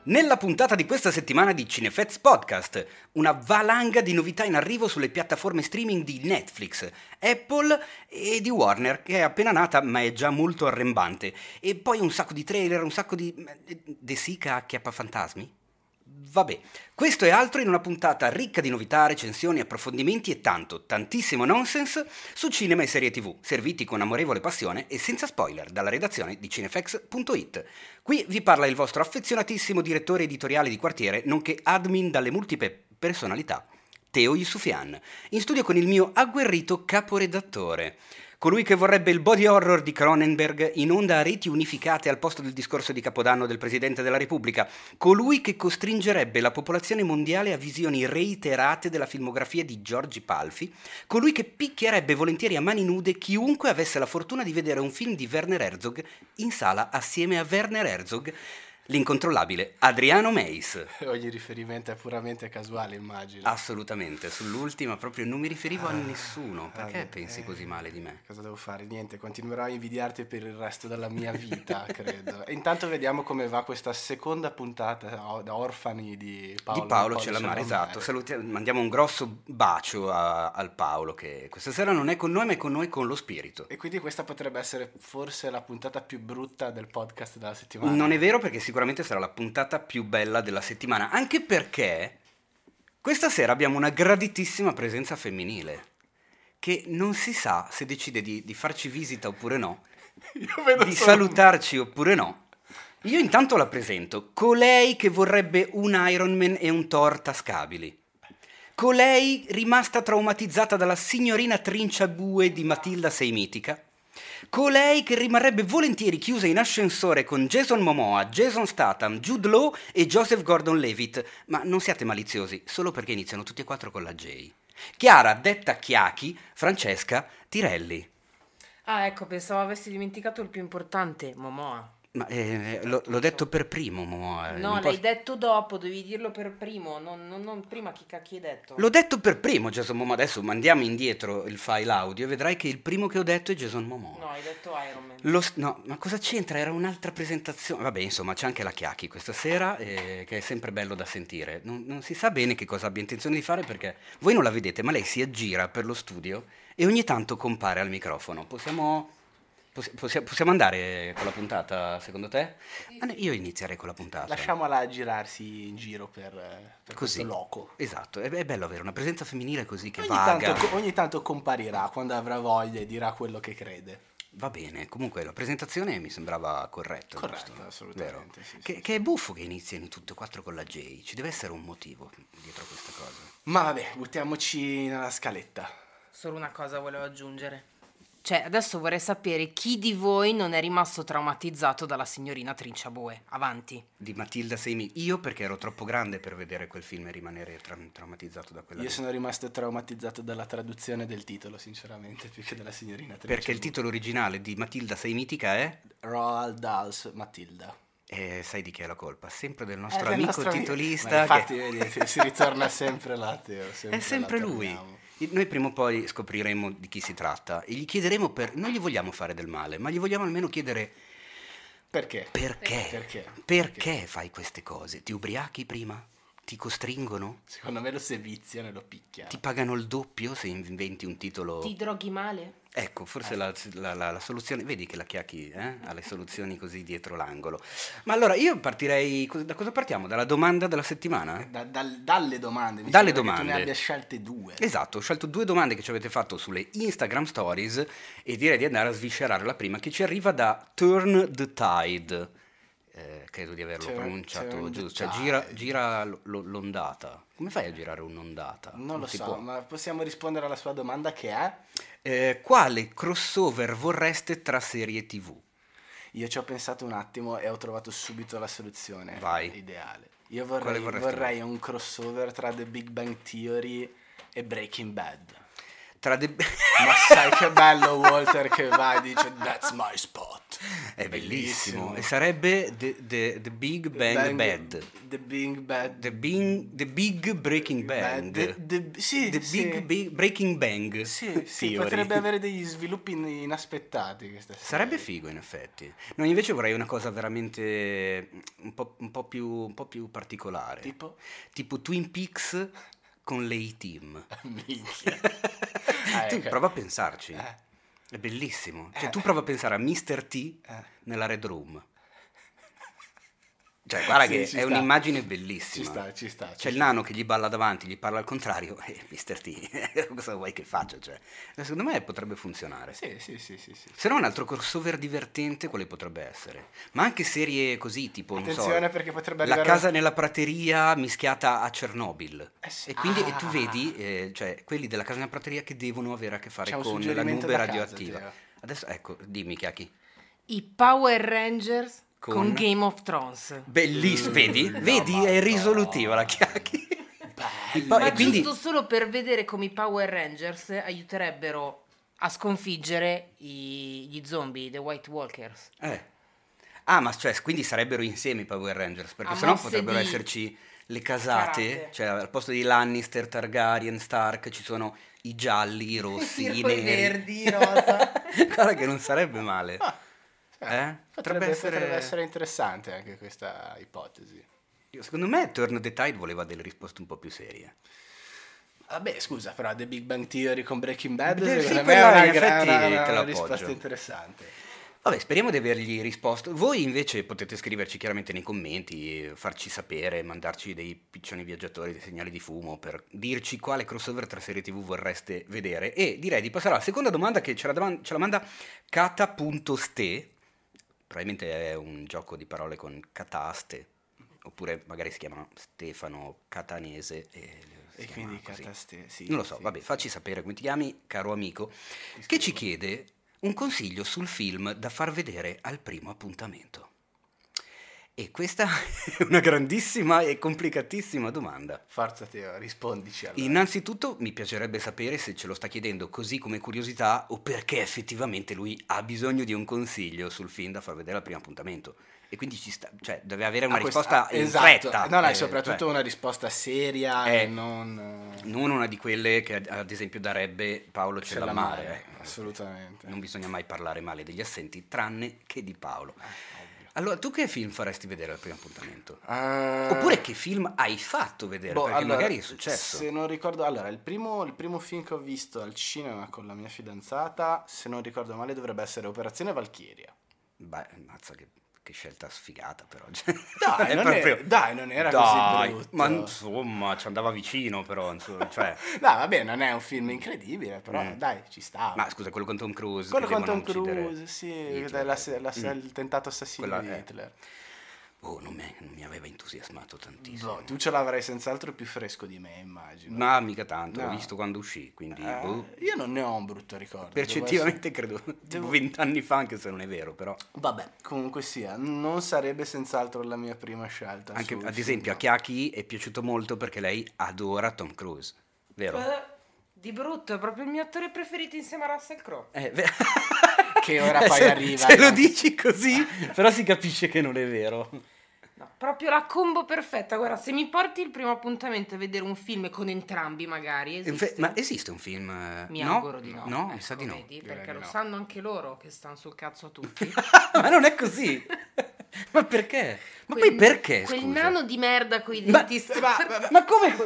Nella puntata di questa settimana di Cinefets Podcast, una valanga di novità in arrivo sulle piattaforme streaming di Netflix, Apple e di Warner, che è appena nata ma è già molto arrembante. E poi un sacco di trailer, un sacco di... De Sica acchiappafantasmi? Vabbè, questo e altro in una puntata ricca di novità, recensioni, approfondimenti e tantissimo nonsense su cinema e serie TV, serviti con amorevole passione e senza spoiler dalla redazione di cinefx.it. Qui vi parla il vostro affezionatissimo direttore editoriale di quartiere, nonché admin dalle multiple personalità, Teo Yusufian, in studio con il mio agguerrito caporedattore. Colui che vorrebbe il body horror di Cronenberg in onda a reti unificate al posto del discorso di Capodanno del Presidente della Repubblica. Colui che costringerebbe la popolazione mondiale a visioni reiterate della filmografia di Giorgi Palfi. Colui che picchierebbe volentieri a mani nude chiunque avesse la fortuna di vedere un film di Werner Herzog in sala assieme a Werner Herzog. L'incontrollabile Adriano Meis. Ogni riferimento è puramente casuale, immagino. Assolutamente, sull'ultima proprio non mi riferivo a nessuno. Perché pensi così male di me? Cosa devo fare? Niente, continuerò a invidiarti per il resto della mia vita, credo. E intanto vediamo come va questa seconda puntata da Orfani di Paolo. Di Paolo Cellamare, esatto. Mandiamo un grosso bacio al Paolo, che questa sera non è con noi ma è con noi con lo spirito. E quindi questa potrebbe essere forse la puntata più brutta del podcast della settimana. Non è vero, perché sicuramente sarà la puntata più bella della settimana, anche perché questa sera abbiamo una graditissima presenza femminile che non si sa se decide di farci visita oppure no, di salutarci oppure no. Io intanto la presento, colei che vorrebbe un Iron Man e un Thor tascabili, colei rimasta traumatizzata dalla signorina Trinciabue di Matilda Sei Mitica, colei che rimarrebbe volentieri chiusa in ascensore con Jason Momoa, Jason Statham, Jude Law e Joseph Gordon-Levitt, ma non siate maliziosi, solo perché iniziano tutti e quattro con la J. Chiara, detta Chiachi, Francesca Tirelli. Ah, ecco, pensavo avessi dimenticato il più importante, Momoa. Ma l'ho detto per primo, Momoa. No, l'hai detto dopo, devi dirlo per primo, non prima. Chi cacchio hai detto? L'ho detto per primo, Jason Momoa. Adesso mandiamo indietro il file audio e vedrai che il primo che ho detto è Jason Momoa. No, hai detto Iron Man. No, ma cosa c'entra? Era un'altra presentazione. Vabbè, insomma, c'è anche la Chiacchi questa sera, che è sempre bello da sentire. Non si sa bene che cosa abbia intenzione di fare, perché voi non la vedete, ma lei si aggira per lo studio e ogni tanto compare al microfono. Possiamo andare con la puntata, secondo te? Io inizierei con la puntata. Lasciamola girarsi in giro per così, questo loco. Esatto, è bello avere una presenza femminile così che vaga. Ogni tanto comparirà quando avrà voglia e dirà quello che crede. Va bene, comunque la presentazione mi sembrava corretta. Corretta, giusto? assolutamente. Sì, che è buffo che iniziano tutte e quattro con la J. Ci deve essere un motivo dietro a questa cosa. Ma vabbè, buttiamoci nella scaletta. Solo una cosa volevo aggiungere. Cioè, adesso vorrei sapere chi di voi non è rimasto traumatizzato dalla signorina Trinciabue. Avanti. Di Matilda Seimi. Io perché ero troppo grande per vedere quel film e rimanere traumatizzato da quella. Io sono rimasto traumatizzato dalla traduzione del titolo, sinceramente, più che dalla signorina Trinciabue. Perché il titolo originale di Matilda Sei Mitica è? Roald Dahls Matilda. E sai di chi è la colpa? Sempre del nostro amico titolista. Infatti, vedi, si ritorna sempre là, Teo. È sempre lui. Noi prima o poi scopriremo di chi si tratta e gli chiederemo non gli vogliamo fare del male, ma gli vogliamo almeno chiedere perché? Perché fai queste cose? Ti ubriachi prima? Ti costringono? Secondo me lo seviziano e lo picchiano. Ti pagano il doppio se inventi un titolo? Ti droghi male? Ecco, forse la soluzione, vedi che la Chiacchi ha le soluzioni così dietro l'angolo. Ma allora io partirei, da cosa partiamo? Dalla domanda della settimana? Dalle domande. Dalle domande. Tu ne abbia scelte 2. Esatto, ho scelto 2 domande che ci avete fatto sulle Instagram Stories e direi di andare a sviscerare la prima, che ci arriva da Turn the Tide. Credo di averlo pronunciato giusto. Cioè gira l'ondata. Come fai a girare un'ondata? Non lo so, ma possiamo rispondere alla sua domanda, che è quale crossover vorreste tra serie TV? Io ci ho pensato un attimo e ho trovato subito la soluzione. Vai. Ideale. Io vorrei un crossover tra The Big Bang Theory e Breaking Bad. Ma sai che bello Walter che va e dice "That's my spot". È bellissimo. E sarebbe The Big Bang Bad. The Big Bad. The Big Breaking Bang. Sì, The sì. Big Breaking Bang. Sì, Theory. potrebbe avere degli sviluppi inaspettati questa serie. Sarebbe figo in effetti. No, invece vorrei una cosa veramente un po' più particolare. Tipo Twin Peaks con l'A-Team. Minchia. Tu Ecco. prova a pensarci. È bellissimo. Cioè, tu prova a pensare a Mr. T nella Red Room. Cioè, guarda Sì, che ci è sta. un'immagine bellissima. Ci sta. C'è il nano che gli balla davanti, gli parla al contrario, e Mr. T, cosa vuoi che faccia? Cioè, secondo me potrebbe funzionare. Sì. Se no un altro crossover divertente quale potrebbe essere? Ma anche serie così, tipo, non Attenzione so, perché potrebbe La arrivare... casa nella prateria mischiata a Chernobyl. sì. E quindi e tu vedi, cioè, quelli della casa nella prateria che devono avere a che fare C'è un con la suggerimento nube da casa, radioattiva. Teo. Adesso, ecco, dimmi, Chiacchi. I Power Rangers Con? con Game of Thrones. Bellissimo, vedi? Vedi, è Madonna. risolutiva la Chiacchi. Ma E quindi giusto solo per vedere come i Power Rangers aiuterebbero a sconfiggere gli zombie, the White Walkers. Ah, ma cioè, quindi sarebbero insieme i Power Rangers, perché A sennò mosse potrebbero di esserci le casate, karate. cioè al posto di Lannister, Targaryen, Stark ci sono i gialli, i rossi, i neri. verdi, i rosa. Guarda che non sarebbe male. Potrebbe essere interessante anche questa ipotesi. Secondo me Turn the Tide voleva delle risposte un po' più serie. Vabbè, scusa, però The Big Bang Theory con Breaking Bad Sì, secondo me quella è in effetti te una l'appoggio. risposta interessante. Vabbè, speriamo di avergli risposto. Voi invece potete scriverci chiaramente nei commenti, farci sapere, mandarci dei piccioni viaggiatori, dei segnali di fumo per dirci quale crossover tra serie TV vorreste vedere. E direi di passare alla seconda domanda che ce la manda Kata.ste. Probabilmente è un gioco di parole con cataste, oppure magari si chiamano Stefano Catanese E quindi Cataste, sì. non lo so, sì, vabbè, sì. facci sapere come ti chiami, caro amico, che ci chiede un consiglio sul film da far vedere al primo appuntamento. E questa è una grandissima e complicatissima domanda. Forza Teo, rispondici allora. Innanzitutto mi piacerebbe sapere se ce lo sta chiedendo così come curiosità o perché effettivamente lui ha bisogno di un consiglio sul film da far vedere al primo appuntamento. E quindi ci sta, cioè deve avere una risposta in esatto. fretta. No, soprattutto una risposta seria e non una di quelle che ad esempio darebbe Paolo Cellammare. Assolutamente. Non bisogna mai parlare male degli assenti, tranne che di Paolo. Allora, tu che film faresti vedere al primo appuntamento? Oppure che film hai fatto vedere? Perché allora, magari è successo. Se non ricordo, allora, il primo film che ho visto al cinema con la mia fidanzata, se non ricordo male, dovrebbe essere Operazione Valchiria. Beh, mazza che scelta sfigata però. Dai, non era così brutto. Ma insomma, ci andava vicino però, insomma, cioè. No, vabbè, non è un film incredibile, però dai, ci sta. Ma scusa, quello con Tom Cruise. Quello che con Tom devono uccidere Cruise, sì, Hitler. il tentato assassino di Hitler. Non mi aveva entusiasmato tantissimo. Tu ce l'avrai senz'altro più fresco di me, immagino. Ma mica tanto, No. l'ho visto quando uscì, quindi Io non ne ho un brutto ricordo. percettivamente credo tipo 20 anni fa, anche se non è vero, però. Vabbè, comunque sia, non sarebbe senz'altro la mia prima scelta. Anche sul ad esempio a film. Chiaki è piaciuto molto perché lei adora Tom Cruise, vero? Di brutto, è proprio il mio attore preferito insieme a Russell Crowe. Che ora poi arriva. Se lo dici così, però si capisce che non è vero. No, proprio la combo perfetta. Guarda, se mi porti il primo appuntamento a vedere un film con entrambi, magari esiste. Ma esiste un film? Mi no? auguro di no. No, mi sa di no. Vedi, Direi perché di lo no. sanno anche loro che stanno sul cazzo a tutti. Ma non è così. Ma perché? Ma Quel- poi perché? Quel Scusa? nano di merda coi Ma, denti ma come?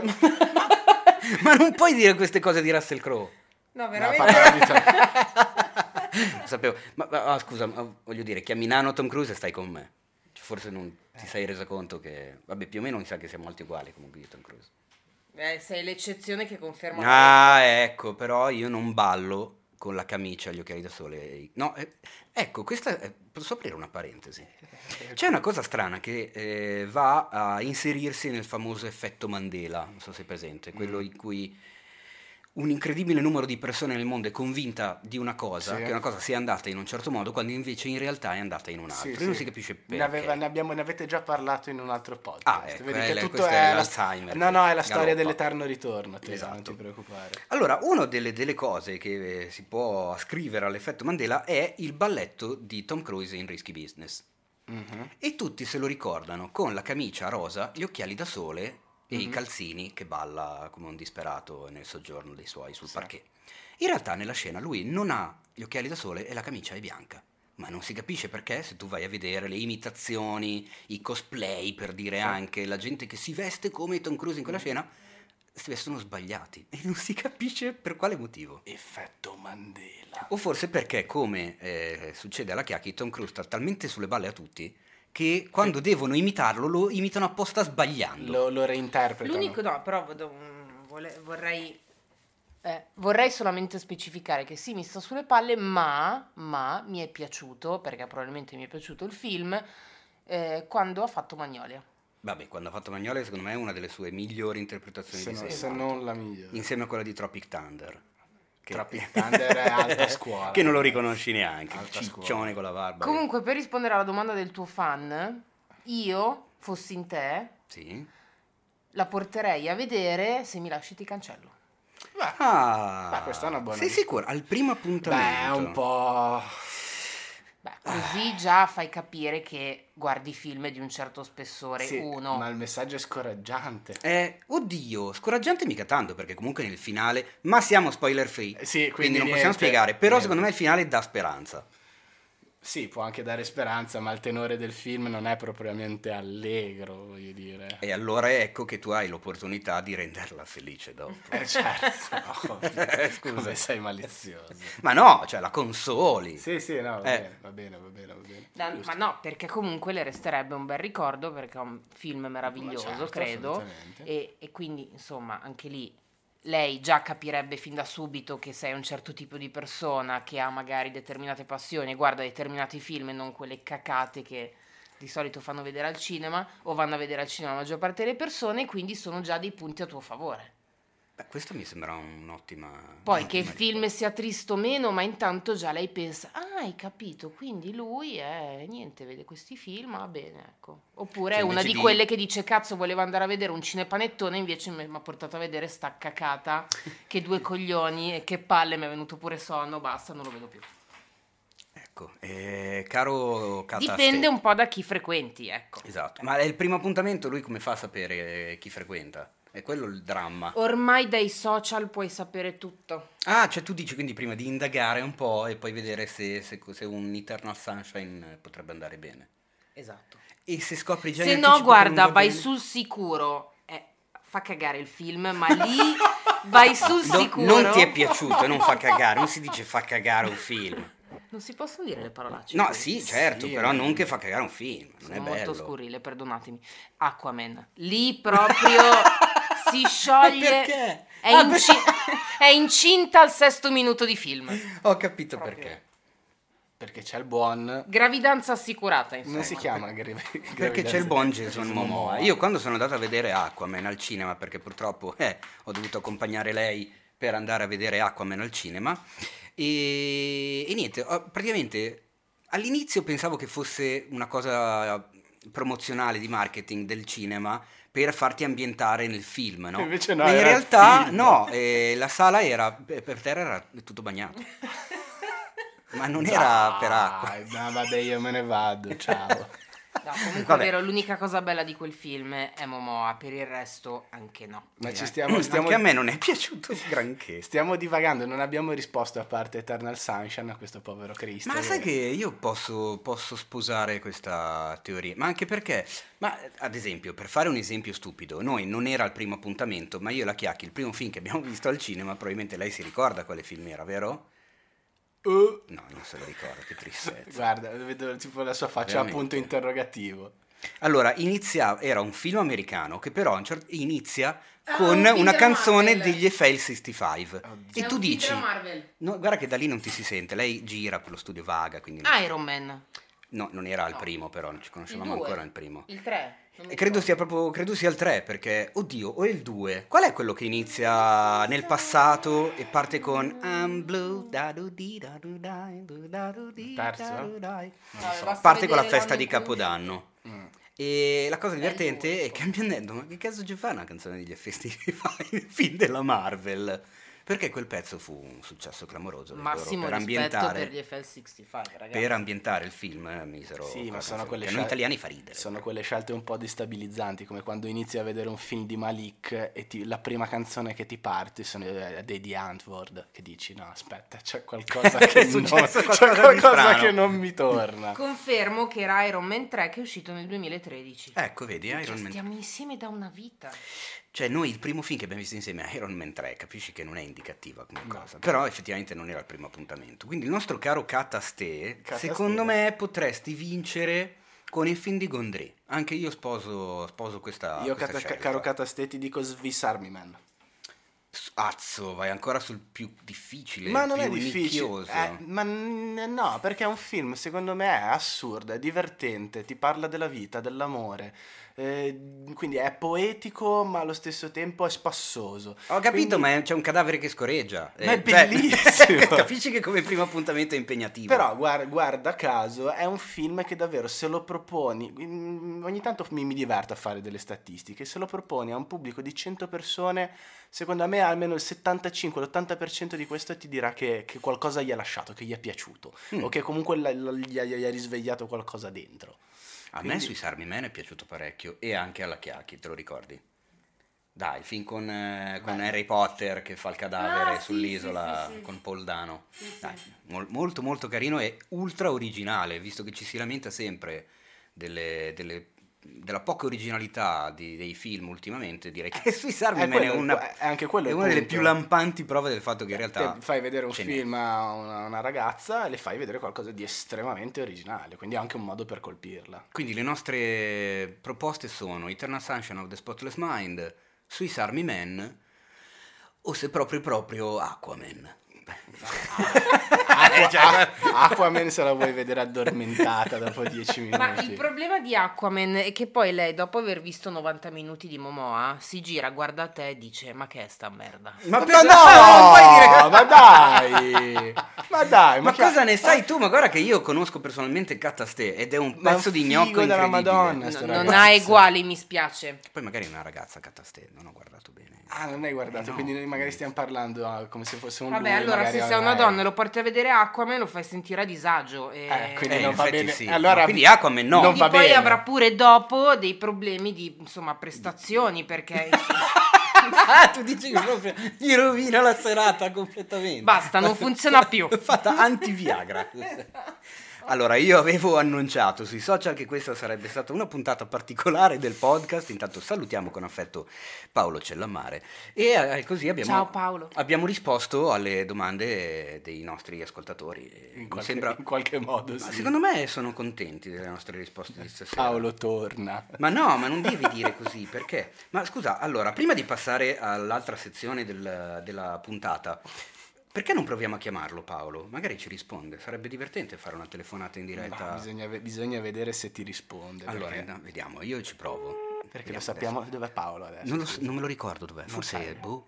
Ma non puoi dire queste cose di Russell Crowe. No, No, veramente. parla la verità. Lo sapevo. Ma scusa, voglio dire, chiami nano Tom Cruise e stai con me. Forse non ti sei reso conto che. Vabbè, più o meno mi sa che siamo molti uguali comunque io e Tom Cruise. Sei l'eccezione che conferma. Ah, ecco, però io non ballo con la camicia, gli occhiali da sole. No, ecco, posso aprire una parentesi. C'è una cosa strana che va a inserirsi nel famoso effetto Mandela, non so se è presente, quello in cui un incredibile numero di persone nel mondo è convinta di una cosa, Sì. che una cosa sia andata in un certo modo, quando invece in realtà è andata in un altro. Sì, E non sì. si capisce perché. Ne avete già parlato in un altro podcast. Ecco, Vedi che tutto questo è è l'Alzheimer No, che no, è la storia galoppa. dell'eterno ritorno, te, Esatto. non ti preoccupare. Allora, una delle cose che si può ascrivere all'effetto Mandela è il balletto di Tom Cruise in Risky Business. Mhm. E tutti se lo ricordano con la camicia rosa, gli occhiali da sole e i Mhm. calzini che balla come un disperato nel soggiorno dei suoi sul Sì. parquet. In realtà nella scena lui non ha gli occhiali da sole e la camicia è bianca. Ma non si capisce perché, se tu vai a vedere le imitazioni, i cosplay, per dire Sì. anche la gente che si veste come Tom Cruise in quella scena, si vestono sbagliati e non si capisce per quale motivo. Effetto Mandela. O forse perché, come succede alla Chiacchi, Tom Cruise sta talmente sulle balle a tutti che quando devono imitarlo lo imitano apposta sbagliando. Lo reinterpretano. L'unico, no, però vorrei solamente specificare che sì, mi sta sulle palle, ma mi è piaciuto, perché probabilmente mi è piaciuto il film, quando ha fatto Magnolia. Vabbè, quando ha fatto Magnolia secondo me è una delle sue migliori interpretazioni Se, di no- sempre. se non la migliore. Insieme a quella di Tropic Thunder. Che, Tropic Thunder è alta scuola. che non lo riconosci neanche. Alta Ciccione scuola. con la barba. Comunque, per rispondere alla domanda del tuo fan, io, fossi in te, Sì. la porterei a vedere. Se mi lasci ti cancello. Ah, questa è una buona sei idea. sicuro? Al primo appuntamento. Beh, un po'... Beh, così già fai capire che guardi film di un certo spessore. Sì, Uno. ma il messaggio è scoraggiante. Oddio, scoraggiante mica tanto, perché comunque nel finale, ma siamo spoiler free, Sì, quindi non possiamo niente, spiegare, però niente. secondo me il finale dà speranza. Sì, può anche dare speranza, ma il tenore del film non è propriamente allegro, voglio dire. E allora ecco che tu hai l'opportunità di renderla felice dopo. Certo, ovvio. Scusa. Come sei malizioso. Ma no, cioè la consoli. Sì, sì, no, va bene. Ma no, perché comunque le resterebbe un bel ricordo, perché è un film meraviglioso, Ma certo, credo. assolutamente. E quindi, insomma, anche lì lei già capirebbe fin da subito che sei un certo tipo di persona che ha magari determinate passioni, guarda determinati film e non quelle cacate che di solito fanno vedere al cinema o vanno a vedere al cinema la maggior parte delle persone, e quindi sono già dei punti a tuo favore. Beh, questo mi sembra un'ottima... Poi che il un'ottima film risposta. sia triste o meno, ma intanto già lei pensa, hai capito, quindi lui è, niente, vede questi film, va bene, ecco. Oppure Cioè, è una invece di di- quelle che dice, cazzo, voleva andare a vedere un cinepanettone, invece mi ha portato a vedere sta cacata, che due coglioni, e che palle, mi è venuto pure sonno, basta, non lo vedo più. Ecco, caro Cataste. Dipende un po' da chi frequenti, ecco. Esatto, ma è il primo appuntamento, lui come fa a sapere chi frequenta? È quello il dramma. Ormai dai social puoi sapere tutto. Ah, cioè tu dici quindi prima di indagare un po' e poi vedere se un Eternal Sunshine potrebbe andare bene. Esatto. E se scopri già Se in no, anticipo che non guarda, va vai bene? sul sicuro. Fa cagare il film, ma lì vai sul No, sicuro. non ti è piaciuto, non fa cagare, non si dice fa cagare un film. Non si possono dire le parolacce. No, qui. sì, certo, Sì, però ma- non che fa cagare un film, non Sono è molto bello. scurrile, perdonatemi. Aquaman. Lì proprio si scioglie. Perché? È, Ah, è incinta al 6° minuto di film. Ho capito Proprio. perché. Perché c'è il buon... Gravidanza assicurata, insomma. Non si chiama Perché c'è il buon Jason Momoa. Io quando sono andato a vedere Aquaman al cinema, perché purtroppo ho dovuto accompagnare lei per andare a vedere Aquaman al cinema, e niente, praticamente all'inizio pensavo che fosse una cosa promozionale di marketing del cinema per farti ambientare nel film, no? Invece no, Ma in era il realtà film. no, la sala era, per terra era tutto bagnato. Ma non era per acqua. No, vabbè, io me ne vado, ciao. No, comunque Vabbè. è vero, l'unica cosa bella di quel film è Momoa, per il resto anche no. Ma ci stiamo Anche a me non è piaciuto granché. Stiamo divagando, non abbiamo risposto a parte Eternal Sunshine a questo povero Cristo. Ma sai che io posso sposare questa teoria, ma anche perché, ma ad esempio, per fare un esempio stupido, noi non era il primo appuntamento, ma io e la Chiacchi, il primo film che abbiamo visto al cinema, probabilmente lei si ricorda quale film era, vero? No, non se lo ricorda, che tristezza. Guarda, vedo tipo la sua faccia Veramente. a punto interrogativo. Allora, era un film americano che però inizia Ah, con un film una della canzone Marvel. degli Eiffel 65. Oddio. E È tu un film dici, della Marvel. no, guarda che da lì non ti si sente, lei gira per lo studio vaga, quindi... Iron Man. No, non era il No. primo, però non ci Il conoscevamo 2, ancora il primo. il 3. E credo sia il 3, perché, oddio, o il 2. Qual è quello che inizia nel passato e parte con I'm blue, Terzo? Non lo so. parte con la festa di Capodanno. Mm. E la cosa il divertente 2, è che mi hanno detto, ma che cazzo ci fa una canzone degli effetti che fa il film della Marvel? Perché quel pezzo fu un successo clamoroso. Massimo per rispetto ambientare, per gli FL65, ragazzi. per ambientare il film misero Sì, quella ma sono canzone, quelle che a noi italiani fa ridere. Sono quelle scelte un po' destabilizzanti, come quando inizi a vedere un film di Malik e la prima canzone che ti parte sono dei The Antwoord, che dici no, aspetta, c'è qualcosa che, È successo c'è qualcosa di qualcosa strano. che non mi torna. Confermo che era Iron Man 3 che è uscito nel 2013. Ecco, vedi, Minchia, Iron Man. stiamo insieme da una vita. Cioè, noi il primo film che abbiamo visto insieme è Iron Man 3, capisci che non è indicativa come No. cosa, però effettivamente non era il primo appuntamento. Quindi il nostro caro Cataste, Cataste. secondo me potresti vincere con il film di Gondry. Anche io sposo questa, Io, questa scelta. caro Cataste, ti dico Swiss Army Man. Azzo, vai ancora sul più difficile, Ma il non più è difficile, nicchioso. no, perché è un film, secondo me, è assurdo, è divertente, ti parla della vita, dell'amore, quindi è poetico, ma allo stesso tempo è spassoso. Ho capito, Quindi- c'è un cadavere che scoreggia. Ma è Cioè, bellissimo. capisci che come primo appuntamento è impegnativo. Però guarda caso, è un film che davvero se lo proponi, ogni tanto mi diverto a fare delle statistiche, se lo proponi a un pubblico di 100 persone, secondo me almeno il 75-l'80% di questo ti dirà che qualcosa gli ha lasciato, che gli è piaciuto, o che comunque gli ha risvegliato qualcosa dentro. A me Quindi- Swiss Army Man è piaciuto parecchio, e anche alla Chiacchi, te lo ricordi? Dai, il film con Harry Potter che fa il cadavere Ah, sì, sull'isola sì, sì, sì. con Paul Dano. Sì, sì. Dai, molto molto carino e ultra originale, visto che ci si lamenta sempre della poca originalità dei film ultimamente, direi che Swiss Army Man è anche quello è il una delle punto. più lampanti prove del fatto che in realtà Te fai vedere un ce n'è. film a una ragazza e le fai vedere qualcosa di estremamente originale, quindi è anche un modo per colpirla. Quindi le nostre proposte sono Eternal Sunshine of the Spotless Mind, Swiss Army Man o se proprio Aquaman. Aquaman se la vuoi vedere addormentata dopo 10 minuti. Ma il problema di Aquaman è che poi lei, dopo aver visto 90 minuti di Momoa, si gira, guarda te e dice: ma che è sta merda? Ma Ma per- no, non puoi dire- ma dai, ma dai, Ma cosa ne sai tu? Ma guarda che io conosco personalmente Cataste ed è un Ma pezzo di figo gnocco della incredibile. Madonna. sto Non ragazzo. ha eguali, mi spiace. Poi magari è una ragazza Cataste, non ho guardato bene. Ah, non hai guardato, No. quindi noi magari stiamo parlando come se fosse un Vabbè, lui, allora magari se a sei una lei. donna e lo porti a vedere Aquaman, lo fai sentire a disagio. Quindi in non va effetti bene. sì. Allora, No, quindi Aquaman no. non E va poi bene. avrà pure dopo dei problemi di, insomma, prestazioni, perché Tu dici che proprio gli rovina la serata completamente. basta, non funziona più. Fatta anti-Viagra. Allora, io avevo annunciato sui social che questa sarebbe stata una puntata particolare del podcast. Intanto salutiamo con affetto Paolo Cellammare. E così Ciao Paolo. abbiamo risposto alle domande dei nostri ascoltatori. In Mi sembra... qualche modo, Ma sì. secondo me sono contenti delle nostre risposte di stasera. Paolo torna. Ma no, ma non devi dire così, perché? Ma scusa, allora, prima di passare all'altra sezione della puntata, perché non proviamo a chiamarlo Paolo? Magari ci risponde, sarebbe divertente fare una telefonata in diretta. Ma bisogna vedere se ti risponde. Allora, perché, no, vediamo, io ci provo. perché Vediamo lo sappiamo dov'è Paolo adesso. adesso. Non me lo ricordo dov'è, Non forse sai. boh.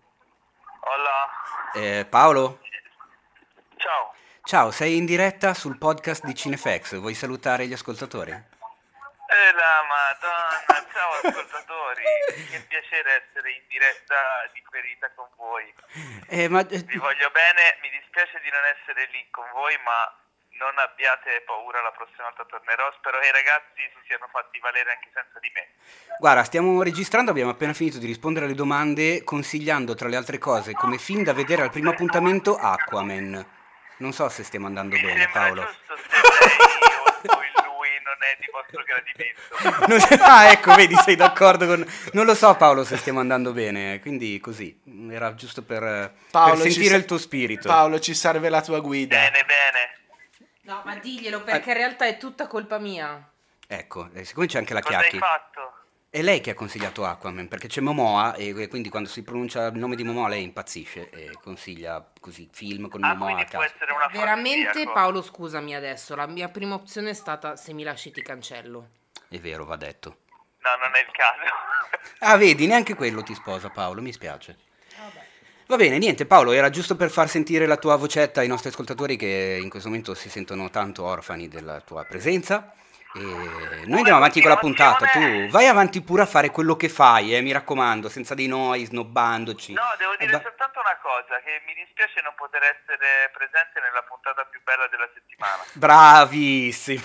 Hola, Paolo? ciao. Ciao, sei in diretta sul podcast di Cinefx, vuoi salutare gli ascoltatori? La Madonna, ciao ascoltatori, che piacere essere in diretta differita con voi. Vi voglio bene, mi dispiace di non essere lì con voi, ma non abbiate paura, la prossima volta tornerò. Spero che i ragazzi si siano fatti valere anche senza di me. Guarda, stiamo registrando, abbiamo appena finito di rispondere alle domande consigliando tra le altre cose come film da vedere al primo appuntamento Aquaman. Non so se stiamo andando Mi bene, sembra Paolo. giusto se lei o il lui non è di vostro gradimento. Ah, ecco, vedi, sei d'accordo con... Non lo so, Paolo, se stiamo andando bene, quindi così. Era giusto per Paolo, sentire il tuo spirito. Paolo, ci serve la tua guida. Bene, bene. No, ma diglielo, perché in realtà è tutta colpa mia. Ecco, siccome c'è anche la Cosa hai Chiacchi. fatto? È lei che ha consigliato Aquaman, perché c'è Momoa e quindi quando si pronuncia il nome di Momoa lei impazzisce e consiglia così film con Momoa a quindi può caso. essere una Veramente, follia, Paolo, scusami adesso, la mia prima opzione è stata Se mi lasci ti cancello. È vero, va detto. No, non è il caso. Ah, vedi, neanche quello ti sposa, Paolo, mi spiace. Va bene, niente Paolo, era giusto per far sentire la tua vocetta ai nostri ascoltatori che in questo momento si sentono tanto orfani della tua presenza. E noi andiamo avanti con la puntata, tu vai avanti pure a fare quello che fai, mi raccomando, senza di noi, snobbandoci. No, devo dire soltanto una cosa, che mi dispiace non poter essere presente nella puntata più bella della settimana. Bravissimo!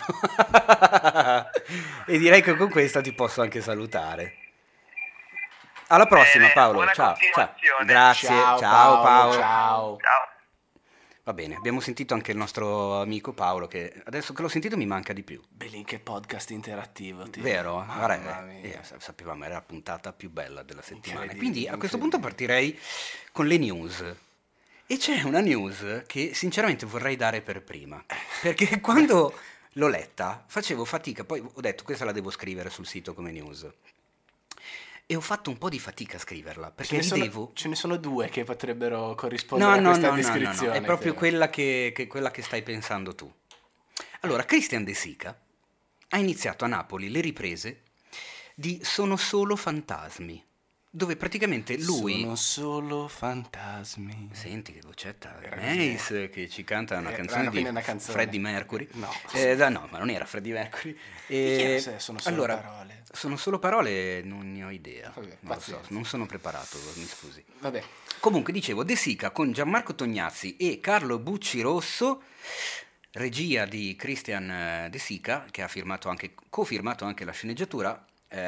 E direi che con questa ti posso anche salutare. Alla prossima. Bene, Paolo, buona ciao. continuazione. Grazie, ciao Paolo. Ciao. Ciao. Va bene, abbiamo sentito anche il nostro amico Paolo che adesso che l'ho sentito mi manca di più. Belin, che podcast interattivo. Vero? Mamma Guarda, mia. sapevamo, era la puntata più bella della settimana. Incredibile, Quindi a questo punto partirei con le news. E c'è una news che sinceramente vorrei dare per prima. Perché quando l'ho letta facevo fatica, poi ho detto questa la devo scrivere sul sito come news. E ho fatto un po' di fatica a scriverla, perché ce ne sono due che potrebbero corrispondere a questa descrizione. No, è proprio quella che stai pensando tu. Allora, Christian De Sica ha iniziato a Napoli le riprese di Sono solo fantasmi, dove praticamente lui... Sono solo fantasmi. Senti che vocetta, Mace che ci canta una canzone di una canzone. Freddie Mercury. No. No, ma non era Freddie Mercury. Sono solo parole. Sono solo parole, non ne ho idea. Vabbè, non lo so, non sono preparato, mi scusi. Vabbè. Comunque dicevo, De Sica con Gianmarco Tognazzi e Carlo Bucci Rosso, regia di Christian De Sica, che ha cofirmato anche la sceneggiatura.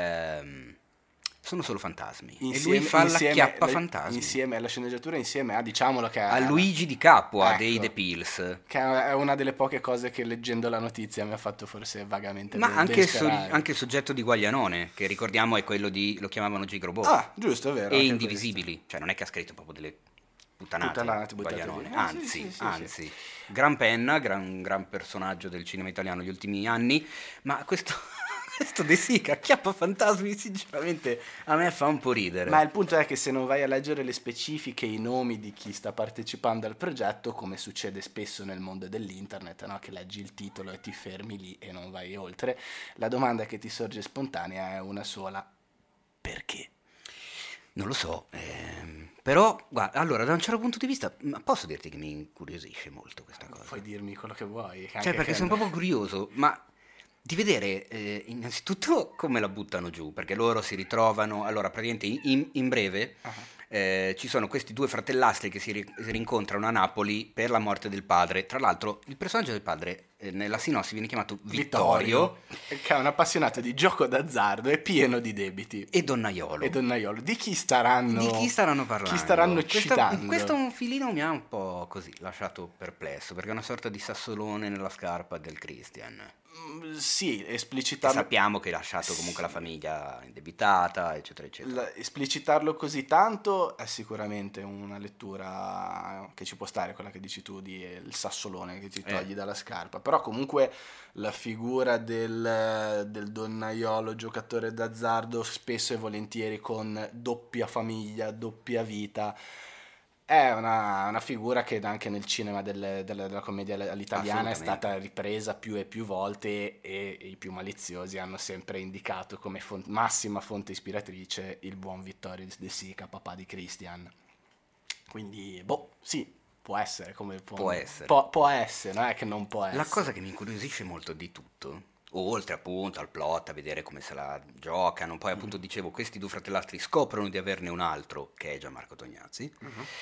Sono solo fantasmi e lui fa la chiappa fantasmi insieme alla sceneggiatura, insieme a, diciamolo, che a Luigi Di Capua, ecco, dei The Pills, che è una delle poche cose che leggendo la notizia mi ha fatto forse vagamente ma anche il soggetto di Guaglianone, che ricordiamo è quello di, lo chiamavano Gigrobò, giusto, è vero, e Indivisibili questo. Cioè non è che ha scritto proprio delle puttanate Guaglianone, anzi, sì. Gran penna, gran personaggio del cinema italiano negli ultimi anni, ma questo De Sica, chiappa fantasmi, sinceramente a me fa un po' ridere. Ma il punto è che se non vai a leggere le specifiche, i nomi di chi sta partecipando al progetto, come succede spesso nel mondo dell'internet, no? Che leggi il titolo e ti fermi lì e non vai oltre, la domanda che ti sorge spontanea è una sola: perché? Non lo so, però, guarda, allora, da un certo punto di vista, posso dirti che mi incuriosisce molto questa cosa? Puoi dirmi quello che vuoi. Cioè, perché sono proprio curioso, ma di vedere innanzitutto come la buttano giù, perché loro si ritrovano, allora praticamente in breve ci sono questi due fratellastri che si rincontrano a Napoli per la morte del padre. Tra l'altro il personaggio del padre nella sinossi viene chiamato Vittorio, che è un appassionato di gioco d'azzardo e pieno di debiti. E donnaiolo. Di chi staranno parlando? Chi staranno citando? Questo un filino mi ha un po' così lasciato perplesso, perché è una sorta di sassolone nella scarpa del Christian. Sì, esplicitarlo. Sappiamo che hai lasciato comunque la famiglia indebitata, eccetera, eccetera. Esplicitarlo così tanto è sicuramente una lettura che ci può stare, quella che dici tu, di il sassolone che ti togli dalla scarpa. Però comunque la figura del donnaiolo giocatore d'azzardo, spesso e volentieri con doppia famiglia, doppia vita, è una figura che anche nel cinema della commedia all'italiana è stata ripresa più e più volte, e i più maliziosi hanno sempre indicato come massima fonte ispiratrice il buon Vittorio De Sica, papà di Christian. Quindi, sì, può essere come può essere. Può essere, non è che non può essere. La cosa che mi incuriosisce molto di tutto, oltre appunto al plot, a vedere come se la giocano, poi appunto dicevo, questi due fratellastri scoprono di averne un altro, che è Gianmarco Tognazzi,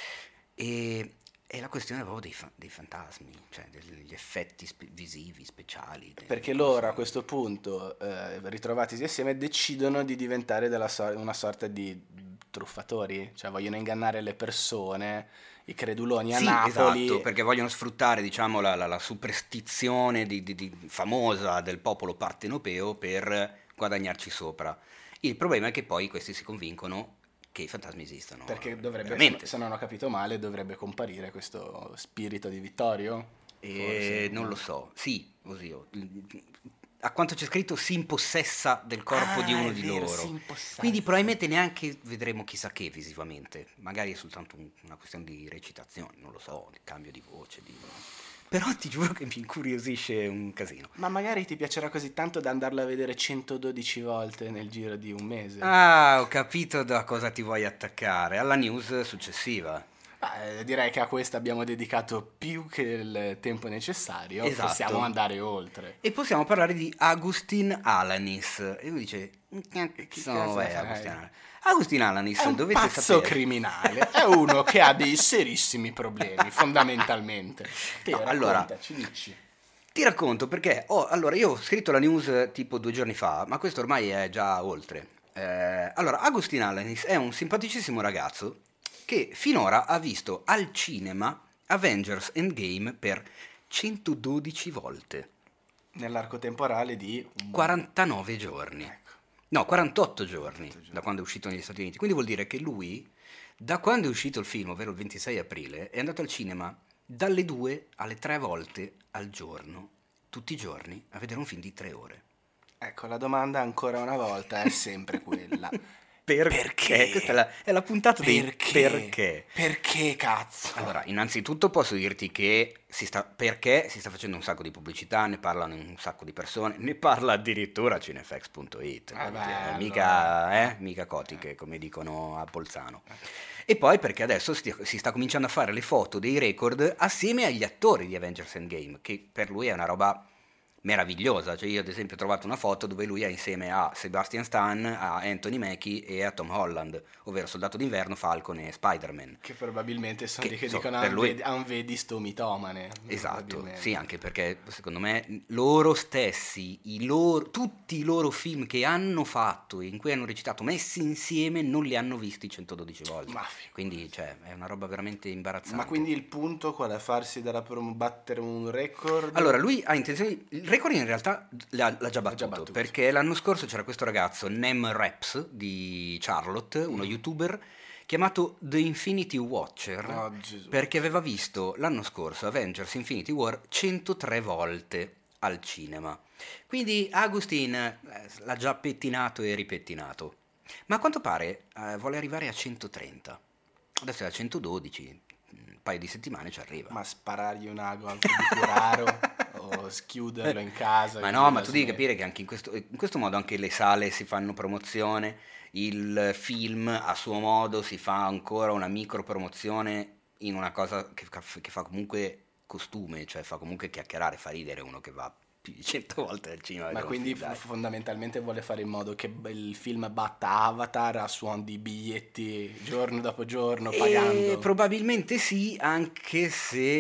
e è la questione proprio dei fantasmi, cioè degli effetti visivi, speciali. Perché loro a questo punto, ritrovatisi assieme, decidono di diventare una sorta di truffatori, cioè vogliono ingannare le persone, i creduloni a Napoli. Esatto, perché vogliono sfruttare, diciamo, la superstizione famosa del popolo partenopeo per guadagnarci sopra. Il problema è che poi questi si convincono che i fantasmi esistono. Perché dovrebbe, veramente. se non ho capito male, dovrebbe comparire questo spirito di Vittorio? Non lo so, sì, così. a quanto c'è scritto si impossessa del corpo di uno di loro. Quindi probabilmente neanche vedremo chissà che visivamente. Magari è soltanto una questione di recitazione, non lo so, di cambio di voce. Però ti giuro che mi incuriosisce un casino. Ma magari ti piacerà così tanto da andarla a vedere 112 volte nel giro di un mese. Ah, ho capito da cosa ti vuoi attaccare. Alla news successiva. Direi che a questa abbiamo dedicato più che il tempo necessario. Esatto. Possiamo andare oltre. E possiamo parlare di Agustin Alanis. E lui dice: chi sono è Agustin Alanis? Agustin Alanis, È un dovete pazzo sapere. criminale. È uno che ha dei serissimi problemi, fondamentalmente. No, allora, ci dici. ti racconto perché allora io ho scritto la news tipo 2 giorni fa, ma questo ormai è già oltre. Allora, Agustin Alanis è un simpaticissimo ragazzo che finora ha visto al cinema Avengers Endgame per 112 volte. Nell'arco temporale di 49 giorni. Ecco. No, 48 giorni da quando è uscito negli Stati Uniti. Quindi vuol dire che lui, da quando è uscito il film, ovvero il 26 aprile, è andato al cinema dalle 2 alle 3 volte al giorno, tutti i giorni, a vedere un film di 3 ore. Ecco, la domanda ancora una volta è sempre quella. Perché? Questa è la puntata dei perché. Perché cazzo? Allora, innanzitutto posso dirti che si sta facendo un sacco di pubblicità, ne parlano un sacco di persone, ne parla addirittura cinefx.it, mica cotiche, come dicono a Bolzano. E poi perché adesso si sta cominciando a fare le foto dei record assieme agli attori di Avengers Endgame, che per lui è una roba meravigliosa. Cioè io ad esempio ho trovato una foto dove lui è insieme a Sebastian Stan, a Anthony Mackie e a Tom Holland, ovvero Soldato d'Inverno, Falcon e Spider-Man. Che probabilmente sono che dicono per lui vedi sto mitomane. Esatto, sì, anche perché secondo me loro stessi, tutti i loro film che hanno fatto e in cui hanno recitato messi insieme non li hanno visti 112 volte. Quindi cioè, è una roba veramente imbarazzante. Ma quindi il punto qual è? Farsi battere un record? Allora lui ha intenzione, il record in realtà l'ha già battuto, perché l'anno scorso c'era questo ragazzo Nem Raps di Charlotte, uno youtuber chiamato The Infinity Watcher, perché aveva visto l'anno scorso Avengers Infinity War 103 volte al cinema. Quindi Agustin l'ha già pettinato e ripettinato, ma a quanto pare vuole arrivare a 130. Adesso è a 112, un paio di settimane ci arriva. Ma sparargli un ago anche di più raro o schiuderlo in casa? Ma no, ma tu devi capire che anche in questo modo anche le sale si fanno promozione, il film a suo modo si fa ancora una micro promozione in una cosa che fa comunque costume, cioè fa comunque chiacchierare, fa ridere uno che va più di 100 volte al cinema. Ma quindi fondamentalmente vuole fare in modo che il film batta Avatar a suon di biglietti giorno dopo giorno, pagando? Probabilmente sì, anche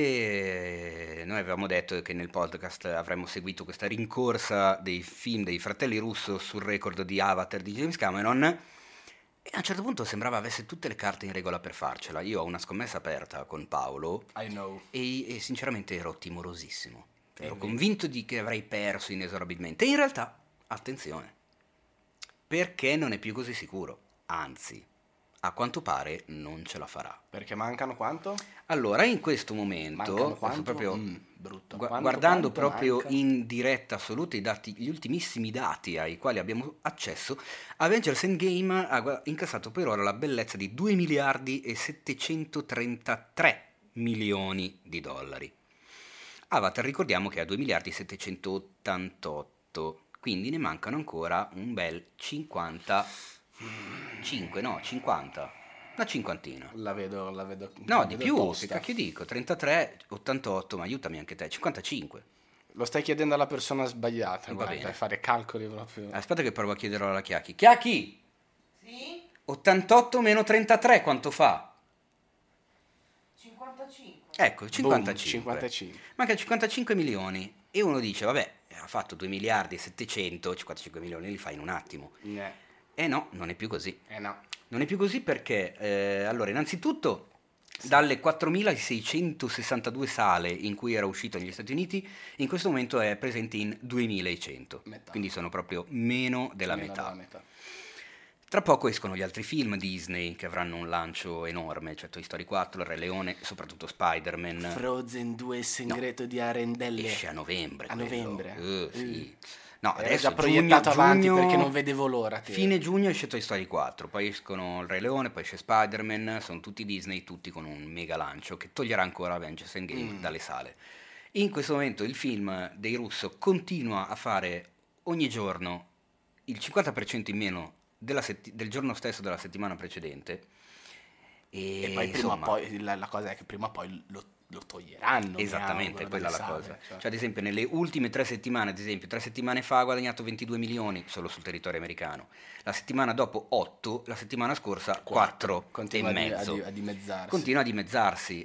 se noi avevamo detto che nel podcast avremmo seguito questa rincorsa dei film dei fratelli Russo sul record di Avatar di James Cameron, e a un certo punto sembrava avesse tutte le carte in regola per farcela. Io ho una scommessa aperta con Paolo e sinceramente ero timorosissimo. Ero convinto che avrei perso inesorabilmente. E in realtà, attenzione, perché non è più così sicuro. Anzi, a quanto pare non ce la farà. Perché mancano quanto? Allora, in questo momento, proprio guardando proprio in diretta assoluta gli ultimissimi dati ai quali abbiamo accesso, Avengers Endgame ha incassato per ora la bellezza di 2 miliardi e 733 milioni di dollari. Avatar ricordiamo che ha 2 miliardi e 788, quindi ne mancano ancora un bel 50, una cinquantina. La vedo. No, di più, tosta. Che cacchio dico, 33, 88, ma aiutami anche te, 55. Lo stai chiedendo alla persona sbagliata, guarda, fare calcoli proprio. Aspetta che provo a chiederlo alla Chiacchi. Chiacchi! Sì? 88 meno 33 quanto fa? 55. Ecco, 55. Boom, 55. Manca 55 milioni. E uno dice, vabbè, ha fatto 2 miliardi e 700, 55 milioni li fa in un attimo. No, non è più così. No. Non è più così perché, allora, innanzitutto, dalle 4.662 sale in cui era uscito negli Stati Uniti, in questo momento è presente in 2.100. Quindi sono proprio meno della metà. Tra poco escono gli altri film Disney che avranno un lancio enorme, cioè Toy Story 4, Il Re Leone, soprattutto Spider-Man. Frozen 2, Il segreto di Arendelle. Esce a novembre. A novembre? Sì. No, adesso già proiettato avanti perché non vedevo l'ora. Fine giugno esce Toy Story 4, poi escono Il Re Leone, poi esce Spider-Man, sono tutti Disney, tutti con un mega lancio che toglierà ancora Avengers Endgame dalle sale. In questo momento il film dei Russo continua a fare ogni giorno il 50% in meno del giorno stesso della settimana precedente. E poi prima o poi la cosa è che prima o poi lo toglieranno. Esattamente, quella è la cosa. Cioè, ad esempio, nelle ultime 3 settimane, ad esempio, 3 settimane fa ha guadagnato 22 milioni solo sul territorio americano. La settimana dopo 8, la settimana scorsa 4 Continua e mezzo. a dimezzarsi. Continua a dimezzarsi.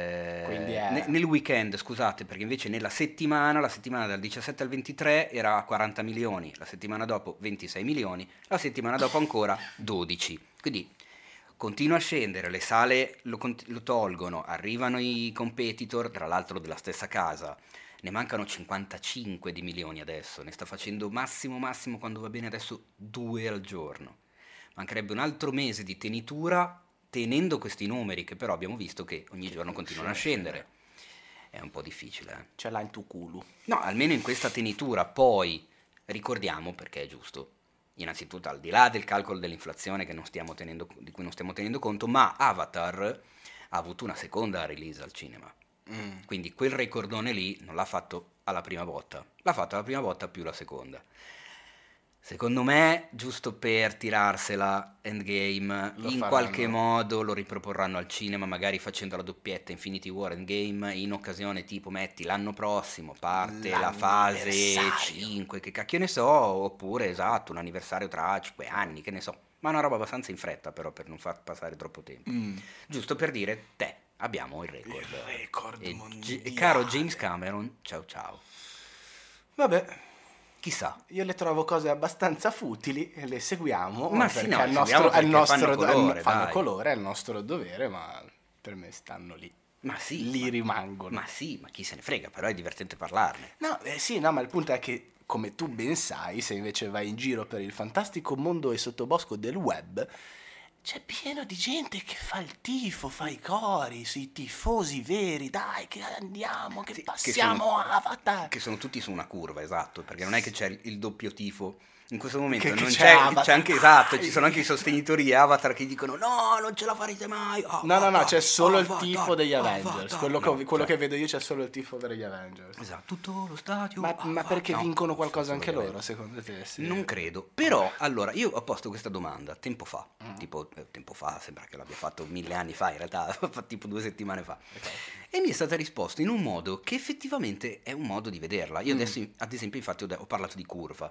Nel weekend, scusate, perché invece la settimana dal 17 al 23 era a 40 milioni, la settimana dopo 26 milioni, la settimana dopo ancora 12. Quindi continua a scendere, le sale lo tolgono, arrivano i competitor, tra l'altro della stessa casa, ne mancano 55 di milioni adesso, ne sta facendo massimo quando va bene adesso 2 al giorno. Mancherebbe un altro mese di tenitura tenendo questi numeri che però abbiamo visto che ogni giorno continuano a scendere. È un po' difficile. Ce l'ha in tu culo. No, almeno in questa tenitura. Poi ricordiamo, perché è giusto, innanzitutto al di là del calcolo dell'inflazione di cui non stiamo tenendo conto, ma Avatar ha avuto una seconda release al cinema, quindi quel ricordone lì non l'ha fatto alla prima botta, l'ha fatto alla prima botta più la seconda. Secondo me, giusto per tirarsela Endgame, qualche modo lo riproporranno al cinema, magari facendo la doppietta Infinity War Endgame, in occasione tipo metti l'anno prossimo, parte la fase 5, che cacchio ne so, oppure esatto, un anniversario tra 5 anni, che ne so. Ma una roba abbastanza in fretta però, per non far passare troppo tempo. Giusto per dire, abbiamo il record. E caro James Cameron, ciao. Vabbè. Chissà. Io le trovo cose abbastanza futili e le seguiamo. Ma sì, no, fanno colore, è il nostro dovere, ma per me stanno lì. Ma sì. Lì rimangono. Ma sì, ma chi se ne frega, però è divertente parlarne. No, ma il punto è che, come tu ben sai, se invece vai in giro per il fantastico mondo e sottobosco del web, c'è pieno di gente che fa il tifo, fa i cori, sui tifosi veri, dai che andiamo, che passiamo Avatar. Che sono tutti su una curva, esatto, perché non è che c'è il doppio tifo. In questo momento non c'è anche esatto, ci sono anche i sostenitori di Avatar che dicono no, non ce la farete mai. No, c'è solo il tifo degli Avengers. Quello che vedo io, c'è solo il tifo per gli Avengers. Esatto, tutto lo stadio. Ma perché vincono qualcosa anche loro, secondo te? Sì. Non credo. Però, allora, io ho posto questa domanda tempo fa. Tempo fa, sembra che l'abbia fatto 1000 anni fa, in realtà tipo 2 settimane fa. Okay. E mi è stata risposta in un modo che effettivamente è un modo di vederla. Io adesso, ad esempio, infatti ho parlato di curva.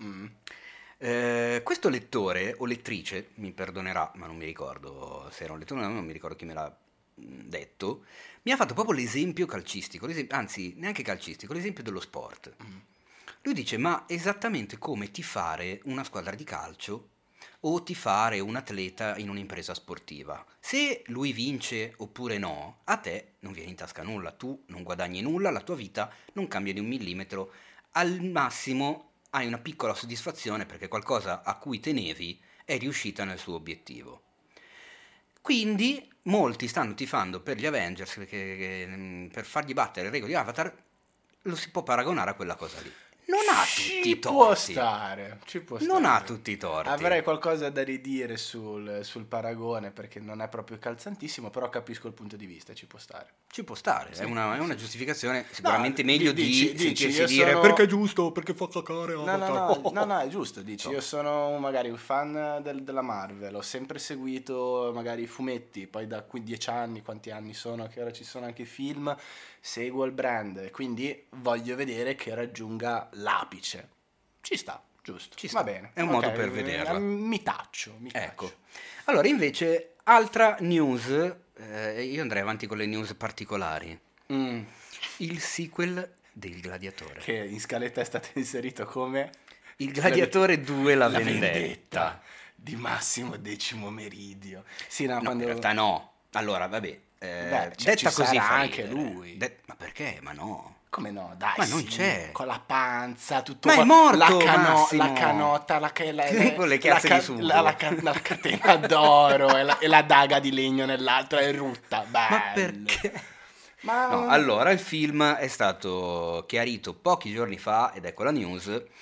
Questo lettore o lettrice, mi perdonerà, ma non mi ricordo se era un lettore o non mi ricordo chi me l'ha detto, mi ha fatto proprio l'esempio calcistico, anzi neanche calcistico, l'esempio dello sport. Lui dice, ma esattamente come tifare una squadra di calcio o tifare un atleta in un'impresa sportiva. Se lui vince oppure no, a te non viene in tasca nulla, tu non guadagni nulla, la tua vita non cambia di 1 millimetro, al massimo hai una piccola soddisfazione perché qualcosa a cui tenevi è riuscita nel suo obiettivo. Quindi molti stanno tifando per gli Avengers perché per fargli battere le regole di Avatar lo si può paragonare a quella cosa lì. Non ha tutti i torti. Ci può stare. Non ha tutti i torti. Avrei qualcosa da ridire sul paragone perché non è proprio calzantissimo, però capisco il punto di vista, ci può stare. Ci può stare, sì, è una giustificazione sicuramente meglio dici, di sentirsi dire perché è giusto, perché fa cacare. No, è giusto, dici, io sono magari un fan della Marvel, ho sempre seguito magari i fumetti, poi da qui 10 anni, quanti anni sono, che ora ci sono anche i film, seguo il brand, quindi voglio vedere che raggiunga l'apice. Ci sta, giusto. Va bene. È un modo per vederla. Mi taccio. Ecco. Allora, invece, altra news, io andrei avanti con le news particolari. Il sequel del Gladiatore. Che in scaletta è stato inserito come? Il Gladiatore 2, la vendetta. Di Massimo Decimo Meridio. Sì, in realtà no. Allora, vabbè. Detta così fa anche lui. Ma perché? Ma no. Come no? Dai, ma non c'è. Con la panza, tutto. Ma è morto, la canota, con le chiazze di sugo. La catena d'oro e la daga di legno nell'altro è rutta. Bello. Ma perché? No, allora, il film è stato chiarito pochi giorni fa, ed ecco la news,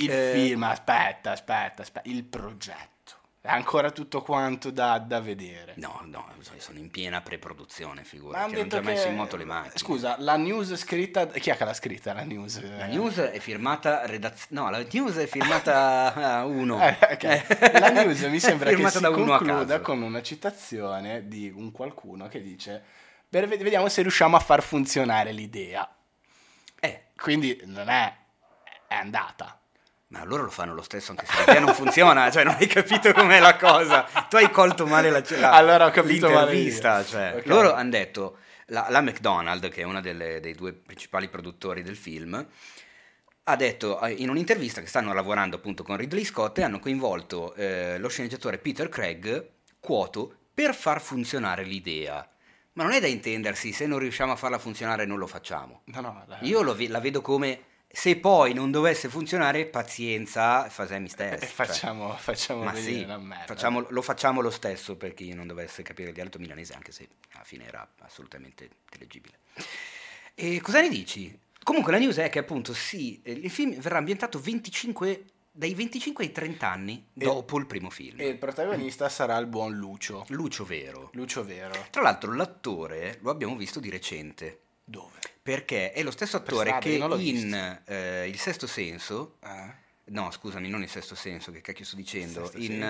Il film, aspetta, il progetto. È ancora tutto quanto da vedere. No, sono in piena preproduzione, figurati, non ci ha messo in moto le macchine. Scusa, la news scritta, chi è che l'ha scritta la news? La news è firmata la news è firmata uno. Okay. La news mi sembra che si da uno concluda con una citazione di un qualcuno che dice: vediamo se riusciamo a far funzionare l'idea. Quindi non è andata. Ma loro lo fanno lo stesso anche se l'idea non funziona, cioè non hai capito com'è la cosa. Tu hai colto male allora ho capito l'intervista, male cioè. Okay. Loro hanno detto, la McDonald, che è una dei due principali produttori del film, ha detto in un'intervista che stanno lavorando appunto con Ridley Scott e hanno coinvolto lo sceneggiatore Peter Craig, quoto, per far funzionare l'idea. Ma non è da intendersi, se non riusciamo a farla funzionare non lo facciamo. Io la vedo come... Se poi non dovesse funzionare, pazienza, fasemi stesso. Facciamo ma vedere sì, una merda. lo facciamo lo stesso per chi non dovesse capire il dialetto milanese, anche se alla fine era assolutamente intellegibile. E cosa ne dici? Comunque la news è che appunto sì, il film verrà ambientato dai 25 ai 30 anni dopo il primo film. E il protagonista sarà il buon Lucio. Lucio Vero. Tra l'altro l'attore lo abbiamo visto di recente. Dove? Perché è lo stesso attore che in Il Sesto Senso, no scusami, non Il Sesto Senso, che cacchio sto dicendo,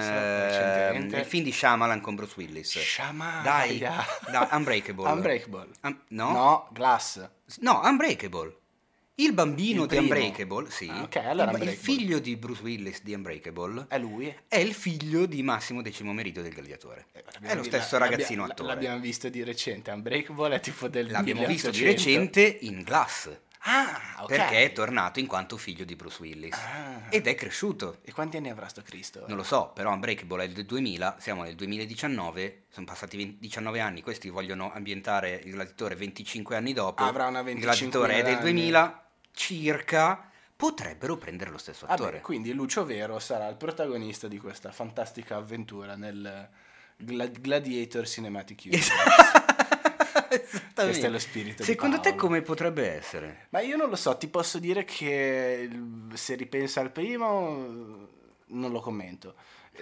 il film di Shyamalan con Bruce Willis. Dai, Unbreakable. No, Glass. No, Unbreakable. Il bambino di Unbreakable, sì. Allora il figlio di Bruce Willis di Unbreakable è lui? È il figlio di Massimo X Meridio del Gladiatore. È lo stesso ragazzino attore. L'abbiamo visto di recente. Unbreakable è tipo del L'abbiamo visto di recente in Glass. Ok. Perché è tornato in quanto figlio di Bruce Willis. Ed è cresciuto. E quanti anni avrà sto Cristo? Non lo so, però Unbreakable è del 2000, siamo nel 2019, sono passati 19 anni, questi vogliono ambientare il Gladiatore 25 anni dopo. Avrà una 25 Il Gladiatore è del 2000 circa, potrebbero prendere lo stesso attore. Quindi Lucio Vero sarà il protagonista di questa fantastica avventura nel Gladiator Cinematic Universe. Questo è lo spirito. Secondo di te Paolo. come potrebbe essere? Ma io non lo so, ti posso dire che se ripensa al primo non lo commento.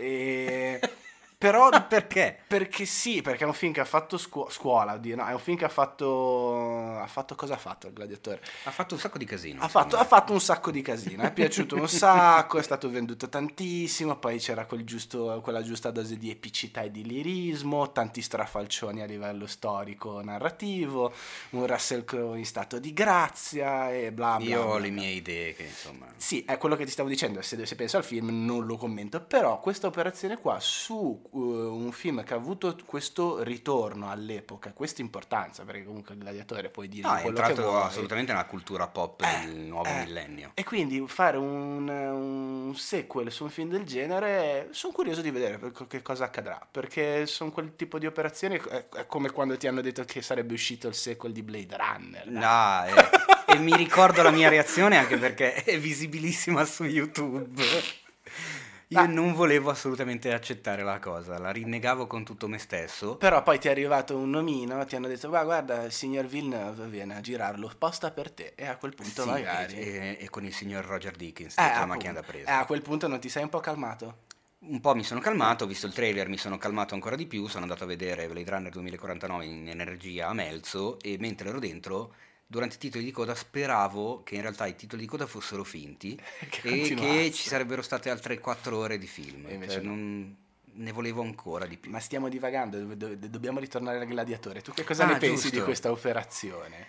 Però perché? Perché sì, perché è un film che ha fatto scuola, no, è un film che ha fatto cosa ha fatto il Gladiatore? Ha fatto un sacco di casino. Ha fatto un sacco di casino, è piaciuto un sacco, è stato venduto tantissimo, poi c'era quella giusta dose di epicità e di lirismo, tanti strafalcioni a livello storico narrativo, un Russell Crowe in stato di grazia e bla bla. Io ho le mie idee che insomma... Sì, è quello che ti stavo dicendo, se penso al film non lo commento, però questa operazione qua su un film che ha avuto questo ritorno all'epoca, questa importanza, perché comunque il Gladiatore puoi dire quello che vuoi. È entrato assolutamente nella cultura pop del nuovo millennio. E quindi fare un sequel su un film del genere, sono curioso di vedere che cosa accadrà, perché sono quel tipo di operazioni, è come quando ti hanno detto che sarebbe uscito il sequel di Blade Runner. E mi ricordo la mia reazione anche perché è visibilissima su YouTube. Io non volevo assolutamente accettare la cosa, la rinnegavo con tutto me stesso. Però poi ti è arrivato un nomino, ti hanno detto guarda il signor Villeneuve viene a girarlo apposta per te, e a quel punto magari... E con il signor Roger Deakins dietro la macchina da presa. A quel punto non ti sei un po' calmato? Un po' mi sono calmato, ho visto il trailer, mi sono calmato ancora di più, sono andato a vedere Blade Runner 2049 in energia a Melzo e mentre ero dentro... Durante i titoli di coda speravo che in realtà i titoli di coda fossero finti e che ci sarebbero state altre 4 ore di film. Ne volevo ancora di più. Ma stiamo divagando, dobbiamo ritornare al Gladiatore. Tu che cosa ne pensi giusto. di questa operazione?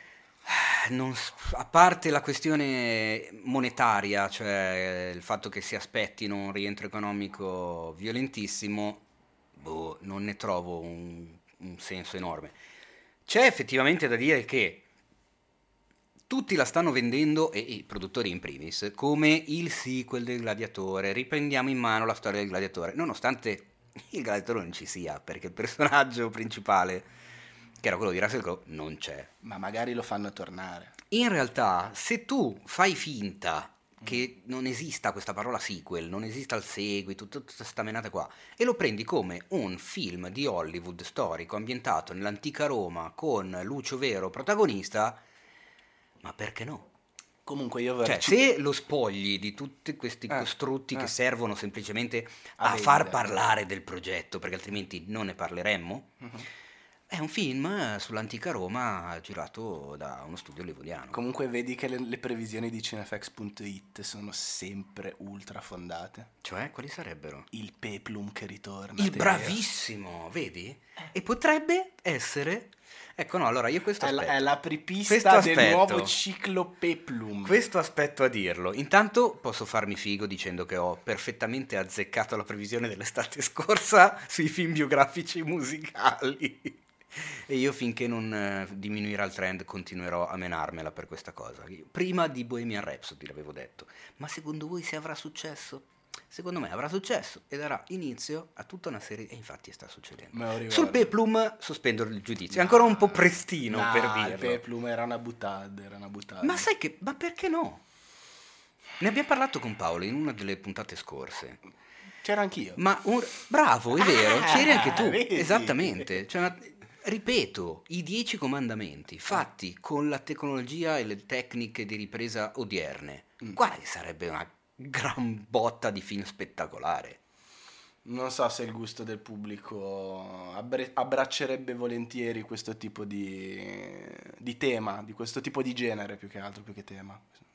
A parte la questione monetaria, cioè il fatto che si aspettino un rientro economico violentissimo, non ne trovo un senso enorme. C'è effettivamente da dire che tutti la stanno vendendo, e i produttori in primis, come il sequel del Gladiatore, riprendiamo in mano la storia del Gladiatore, nonostante il Gladiatore non ci sia, perché il personaggio principale, che era quello di Russell Crowe, non c'è. Ma magari lo fanno tornare. In realtà, se tu fai finta che non esista questa parola sequel, non esista il seguito, tutta questa menata qua, e lo prendi come un film di Hollywood storico ambientato nell'antica Roma con Lucio Vero protagonista... Ma perché no? Comunque io vorrei... se lo spogli di tutti questi costrutti che servono semplicemente a far parlare del progetto, perché altrimenti non ne parleremmo, è un film sull'antica Roma girato da uno studio livoniano. Comunque vedi che le previsioni di Cinefx.it sono sempre ultra fondate. Cioè, quali sarebbero? Il peplum che ritorna. Il bravissimo, vedi? E potrebbe essere... Ecco, no, allora io questo aspetto. È l'apripista del nuovo ciclo peplum. Questo aspetto a dirlo. Intanto posso farmi figo dicendo che ho perfettamente azzeccato la previsione dell'estate scorsa sui film biografici musicali. E io finché non diminuirà il trend continuerò a menarmela per questa cosa. Prima di Bohemian Rhapsody l'avevo detto. Ma secondo voi se avrà successo? Secondo me avrà successo e darà inizio a tutta una serie, e infatti sta succedendo. Sul peplum sospendo il giudizio, è ancora un po' prestino per dirlo. Il peplum era una buttata. Ma sai che, ma perché no? Ne abbiamo parlato con Paolo in una delle puntate scorse. C'era anch'io. Bravo, è vero, c'eri anche tu, vedi? Esattamente. Cioè, ripeto, i 10 comandamenti fatti con la tecnologia e le tecniche di ripresa odierne. Guarda che sarebbe una gran botta di film spettacolare. Non so se il gusto del pubblico abbraccerebbe volentieri questo tipo di tema, di questo tipo di genere più che tema.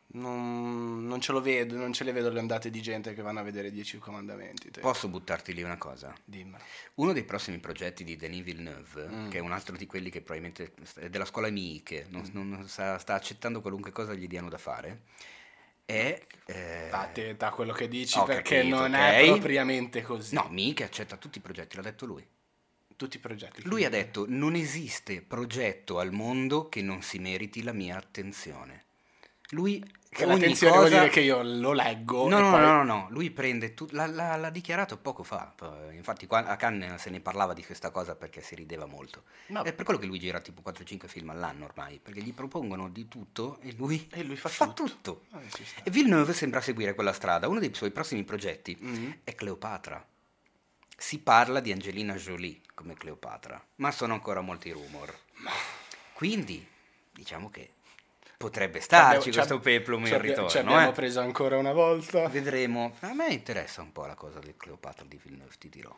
Non ce lo vedo, non ce le vedo le ondate di gente che vanno a vedere 10 comandamenti. Posso buttarti lì una cosa? Dimmelo. Uno dei prossimi progetti di Denis Villeneuve, che è un altro di quelli che probabilmente è della scuola Miche, non sta accettando qualunque cosa gli diano da fare, è da quello che dici, perché capito, non è propriamente così. No, Miche accetta tutti i progetti, l'ha detto lui. Tutti i progetti. Lui ha detto: non esiste progetto al mondo che non si meriti la mia attenzione. Lui l'attenzione vuol dire che io lo leggo. No, lui prende l'ha dichiarato poco fa. Infatti a Cannes se ne parlava di questa cosa perché si rideva molto. È per quello che lui gira tipo 4-5 film all'anno ormai, perché gli propongono di tutto e lui fa tutto. E Villeneuve sembra seguire quella strada. Uno dei suoi prossimi progetti è Cleopatra. Si parla di Angelina Jolie come Cleopatra, ma sono ancora molti rumor. Quindi diciamo che potrebbe starci questo peplum in ritorno. Ci abbiamo preso ancora una volta. Vedremo. A me interessa un po' la cosa del Cleopatra di Villeneuve, ti dirò.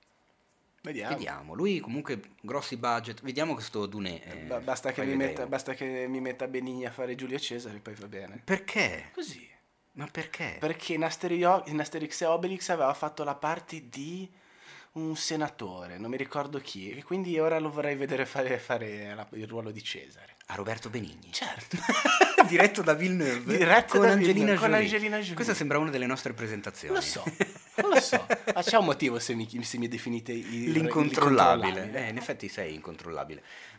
Vediamo. Lui comunque grossi budget. Vediamo questo Dunè. Basta che mi metta Benigni a fare Giulio Cesare, poi va bene. Perché? Così. Ma perché? Perché in Asterix e Obelix aveva fatto la parte di un senatore, non mi ricordo chi, e quindi ora lo vorrei vedere fare il ruolo di Cesare. A Roberto Benigni. Certo. Diretto da Villeneuve. Con Angelina Jolie. Questa sembra una delle nostre presentazioni. Lo so. Ma c'è un motivo se mi definite l'incontrollabile. In effetti sei incontrollabile.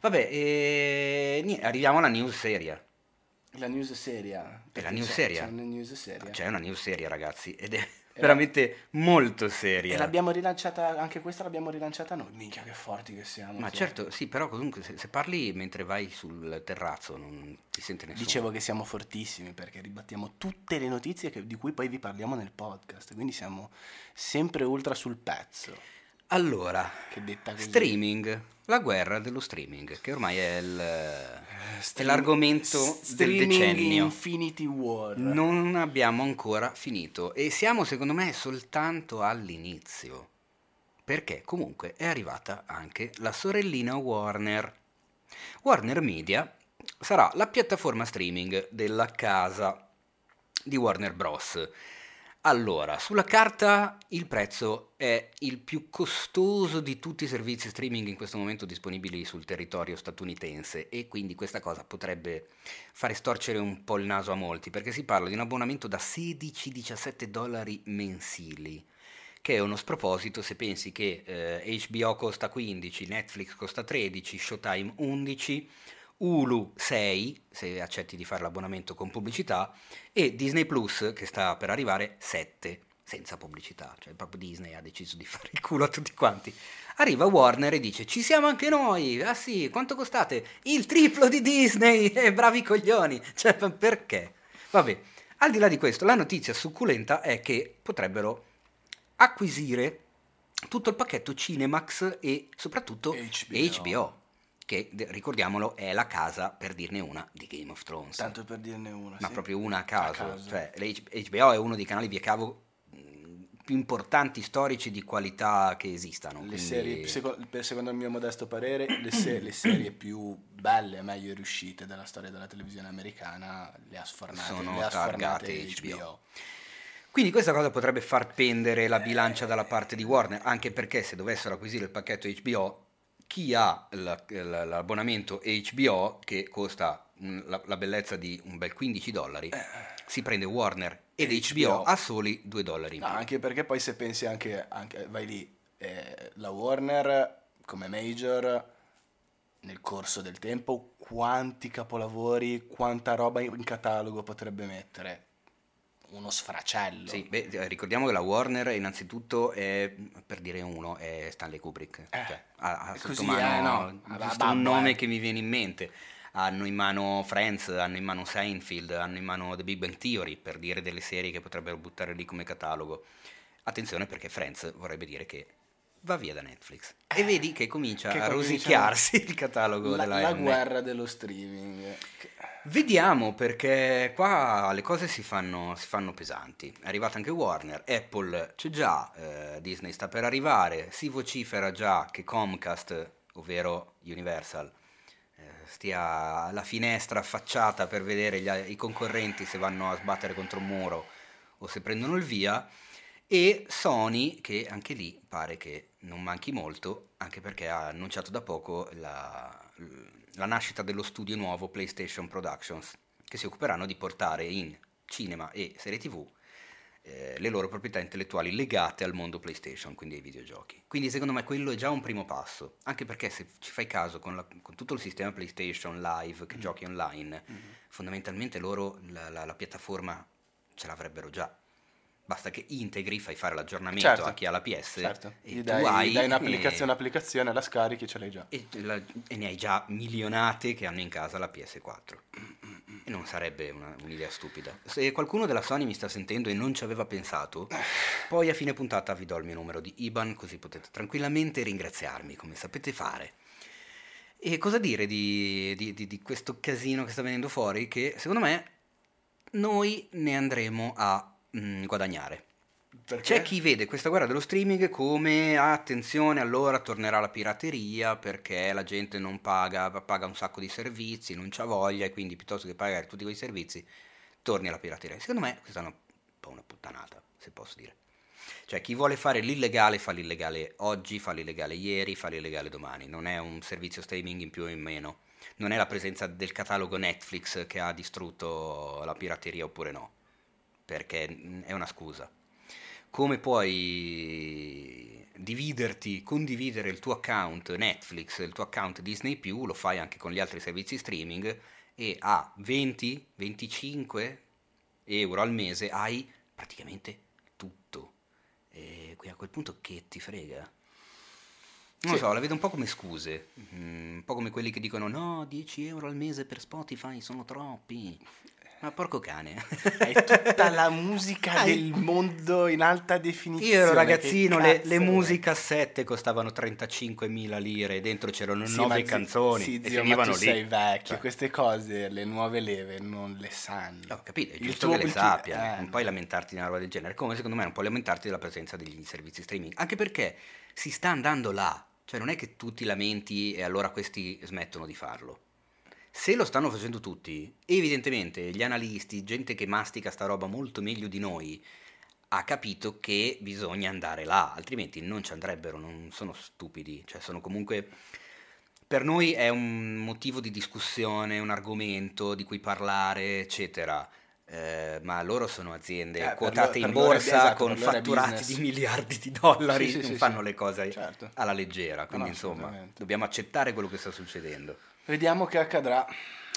Vabbè, arriviamo alla news seria. La news seria. È la news seria? C'è una news seria. C'è una news seria, ragazzi, ed è veramente molto seria. E l'abbiamo rilanciata, anche questa l'abbiamo rilanciata noi. Minchia, che forti che siamo. Ma certo, sì, però comunque se parli mentre vai sul terrazzo non ti sente nessuno. Dicevo che siamo fortissimi perché ribattiamo tutte le notizie di cui poi vi parliamo nel podcast, quindi siamo sempre ultra sul pezzo. Allora, che detta così. Streaming, la guerra dello streaming, che ormai è l'argomento del decennio. Infinity War. Non abbiamo ancora finito e siamo secondo me soltanto all'inizio, perché comunque è arrivata anche la sorellina Warner. Warner Media sarà la piattaforma streaming della casa di Warner Bros. Allora, sulla carta il prezzo è il più costoso di tutti i servizi streaming in questo momento disponibili sul territorio statunitense e quindi questa cosa potrebbe fare storcere un po' il naso a molti, perché si parla di un abbonamento da $16-17 mensili, che è uno sproposito se pensi che HBO costa 15, Netflix costa 13, Showtime 11, Hulu 6 se accetti di fare l'abbonamento con pubblicità e Disney Plus che sta per arrivare 7 senza pubblicità, cioè proprio Disney ha deciso di fare il culo a tutti quanti. Arriva Warner e dice: ci siamo anche noi, ah sì, quanto costate? Il triplo di Disney, bravi coglioni, cioè perché? Vabbè, al di là di questo la notizia succulenta è che potrebbero acquisire tutto il pacchetto Cinemax e soprattutto HBO. che ricordiamolo è la casa, per dirne una, di Game of Thrones. Tanto per dirne una, ma sì. proprio una a caso. Cioè, HBO è uno dei canali via cavo più importanti, storici, di qualità che esistano. Le quindi... serie, secondo il mio modesto parere, le serie più belle e meglio riuscite della storia della televisione americana le ha sfornate HBO. Quindi questa cosa potrebbe far pendere la bilancia dalla parte di Warner, anche perché se dovessero acquisire il pacchetto HBO, chi ha l'abbonamento HBO, che costa la bellezza di un bel $15, si prende Warner ed HBO a soli $2 in più. Anche perché poi se pensi anche vai lì, la Warner come major nel corso del tempo quanti capolavori, quanta roba in catalogo potrebbe mettere? Uno sfracello. Sì, ricordiamo che la Warner innanzitutto è, per dire uno, è Stanley Kubrick. Cioè, ha sotto mano un nome che mi viene in mente. Hanno in mano Friends, hanno in mano Seinfeld, hanno in mano The Big Bang Theory, per dire delle serie che potrebbero buttare lì come catalogo. Attenzione, perché Friends vorrebbe dire che va via da Netflix. E vedi che comincia a rosicchiarsi il catalogo la guerra dello streaming. Vediamo, perché qua le cose si fanno pesanti. È arrivata anche Warner, Apple c'è già, Disney sta per arrivare, si vocifera già che Comcast, ovvero Universal, stia alla finestra affacciata per vedere i concorrenti se vanno a sbattere contro un muro o se prendono il via, e Sony, che anche lì pare che non manchi molto, anche perché ha annunciato da poco la nascita dello studio nuovo PlayStation Productions, che si occuperanno di portare in cinema e serie TV le loro proprietà intellettuali legate al mondo PlayStation, quindi ai videogiochi. Quindi secondo me quello è già un primo passo, anche perché se ci fai caso con tutto il sistema PlayStation Live che giochi online, fondamentalmente loro la piattaforma ce l'avrebbero già. Basta che integri, fai fare l'aggiornamento a chi ha la PS, e dai un'applicazione, la scarichi, ce l'hai già. E ne hai già milionate che hanno in casa la PS4. E non sarebbe un'idea stupida. Se qualcuno della Sony mi sta sentendo e non ci aveva pensato, poi a fine puntata vi do il mio numero di IBAN, così potete tranquillamente ringraziarmi, come sapete fare. E cosa dire di questo casino che sta venendo fuori? Che secondo me noi ne andremo a guadagnare. Perché? C'è chi vede questa guerra dello streaming come attenzione, allora tornerà la pirateria perché la gente non paga un sacco di servizi, non c'ha voglia, e quindi piuttosto che pagare tutti quei servizi torni alla pirateria. Secondo me questa è un po' una puttanata, se posso dire. Cioè, chi vuole fare l'illegale fa l'illegale oggi, fa l'illegale ieri, fa l'illegale domani. Non è un servizio streaming in più o in meno. Non è la presenza del catalogo Netflix che ha distrutto la pirateria oppure no, perché è una scusa. Come puoi condividere il tuo account Netflix, il tuo account Disney+, lo fai anche con gli altri servizi streaming, e a 20-25 euro al mese hai praticamente tutto. E qui a quel punto che ti frega? Non lo so, la vedo un po' come scuse, un po' come quelli che dicono no, 10 euro al mese per Spotify sono troppi. Ma porco cane. Hai tutta la musica del mondo in alta definizione. Io ero ragazzino, le musicassette costavano 35.000 lire, dentro c'erano 9 canzoni e finivano lì. Sei vecchio, queste cose, le nuove leve non le sanno. No, capito, è giusto che le sappia, non puoi lamentarti di una roba del genere, come secondo me non puoi lamentarti della presenza degli servizi streaming, anche perché si sta andando là, cioè non è che tu ti lamenti e allora questi smettono di farlo. Se lo stanno facendo tutti, evidentemente gli analisti, gente che mastica sta roba molto meglio di noi, ha capito che bisogna andare là, altrimenti non ci andrebbero, non sono stupidi, cioè sono comunque, per noi è un motivo di discussione, un argomento di cui parlare, eccetera, ma loro sono aziende quotate in borsa con fatturati di miliardi di dollari, non fanno le cose alla leggera, quindi insomma dobbiamo accettare quello che sta succedendo. Vediamo che accadrà.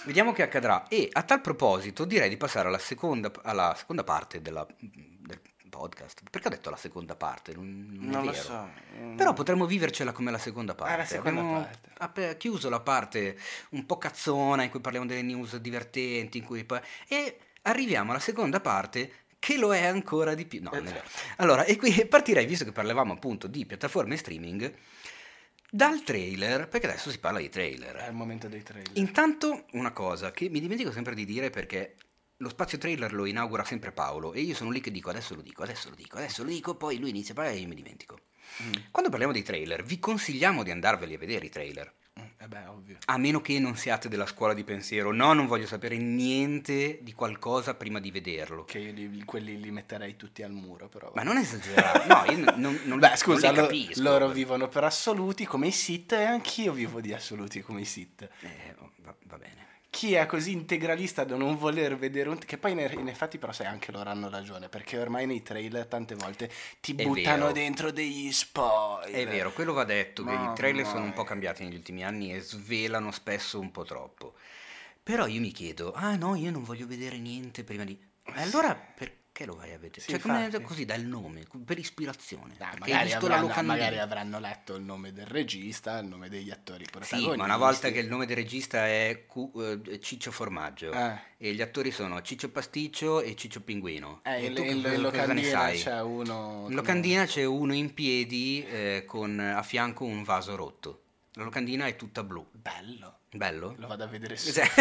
E a tal proposito direi di passare alla seconda parte del podcast. Perché ho detto la seconda parte? Non è vero. Lo so. Però potremmo vivercela come la seconda parte. Abbiamo chiuso la parte un po' cazzona in cui parliamo delle news divertenti, e arriviamo alla seconda parte che lo è ancora di più. No, non è vero. Allora, e qui partirei, visto che parlavamo appunto di piattaforme streaming, Dal trailer, perché adesso si parla di trailer. È il momento dei trailer. Intanto una cosa che mi dimentico sempre di dire, perché lo spazio trailer lo inaugura sempre Paolo e io sono lì che dico adesso lo dico, poi lui inizia a parlare e io mi dimentico. Quando parliamo di trailer vi consigliamo di andarveli a vedere i trailer. Ovvio. A meno che non siate della scuola di pensiero, no, non voglio sapere niente di qualcosa prima di vederlo. Che io quelli li metterei tutti al muro, però. Ma non esagerare, no, io non Beh, scusa, non li capisco. Loro vivono per assoluti come i Sith e anch'io vivo di assoluti come i Sith. Va bene. Chi è così integralista da non voler vedere che poi in effetti però sai anche loro hanno ragione, perché ormai nei trailer tante volte ti buttano dentro degli spoiler. È vero, quello va detto, che i trailer sono un po' cambiati negli ultimi anni e svelano spesso un po' troppo. Però io mi chiedo, no, io non voglio vedere niente prima di... Allora perché lo vai a vedere? Sì, cioè, come infatti. così, dal nome, per ispirazione. Magari avranno letto il nome del regista, il nome degli attori protagonisti. Sì, ma una volta che il nome del regista è Ciccio Formaggio e gli attori sono Ciccio Pasticcio e Ciccio Pinguino. In locandina c'è uno... In locandina c'è uno in piedi con a fianco un vaso rotto. La locandina è tutta blu. Bello? Lo vado a vedere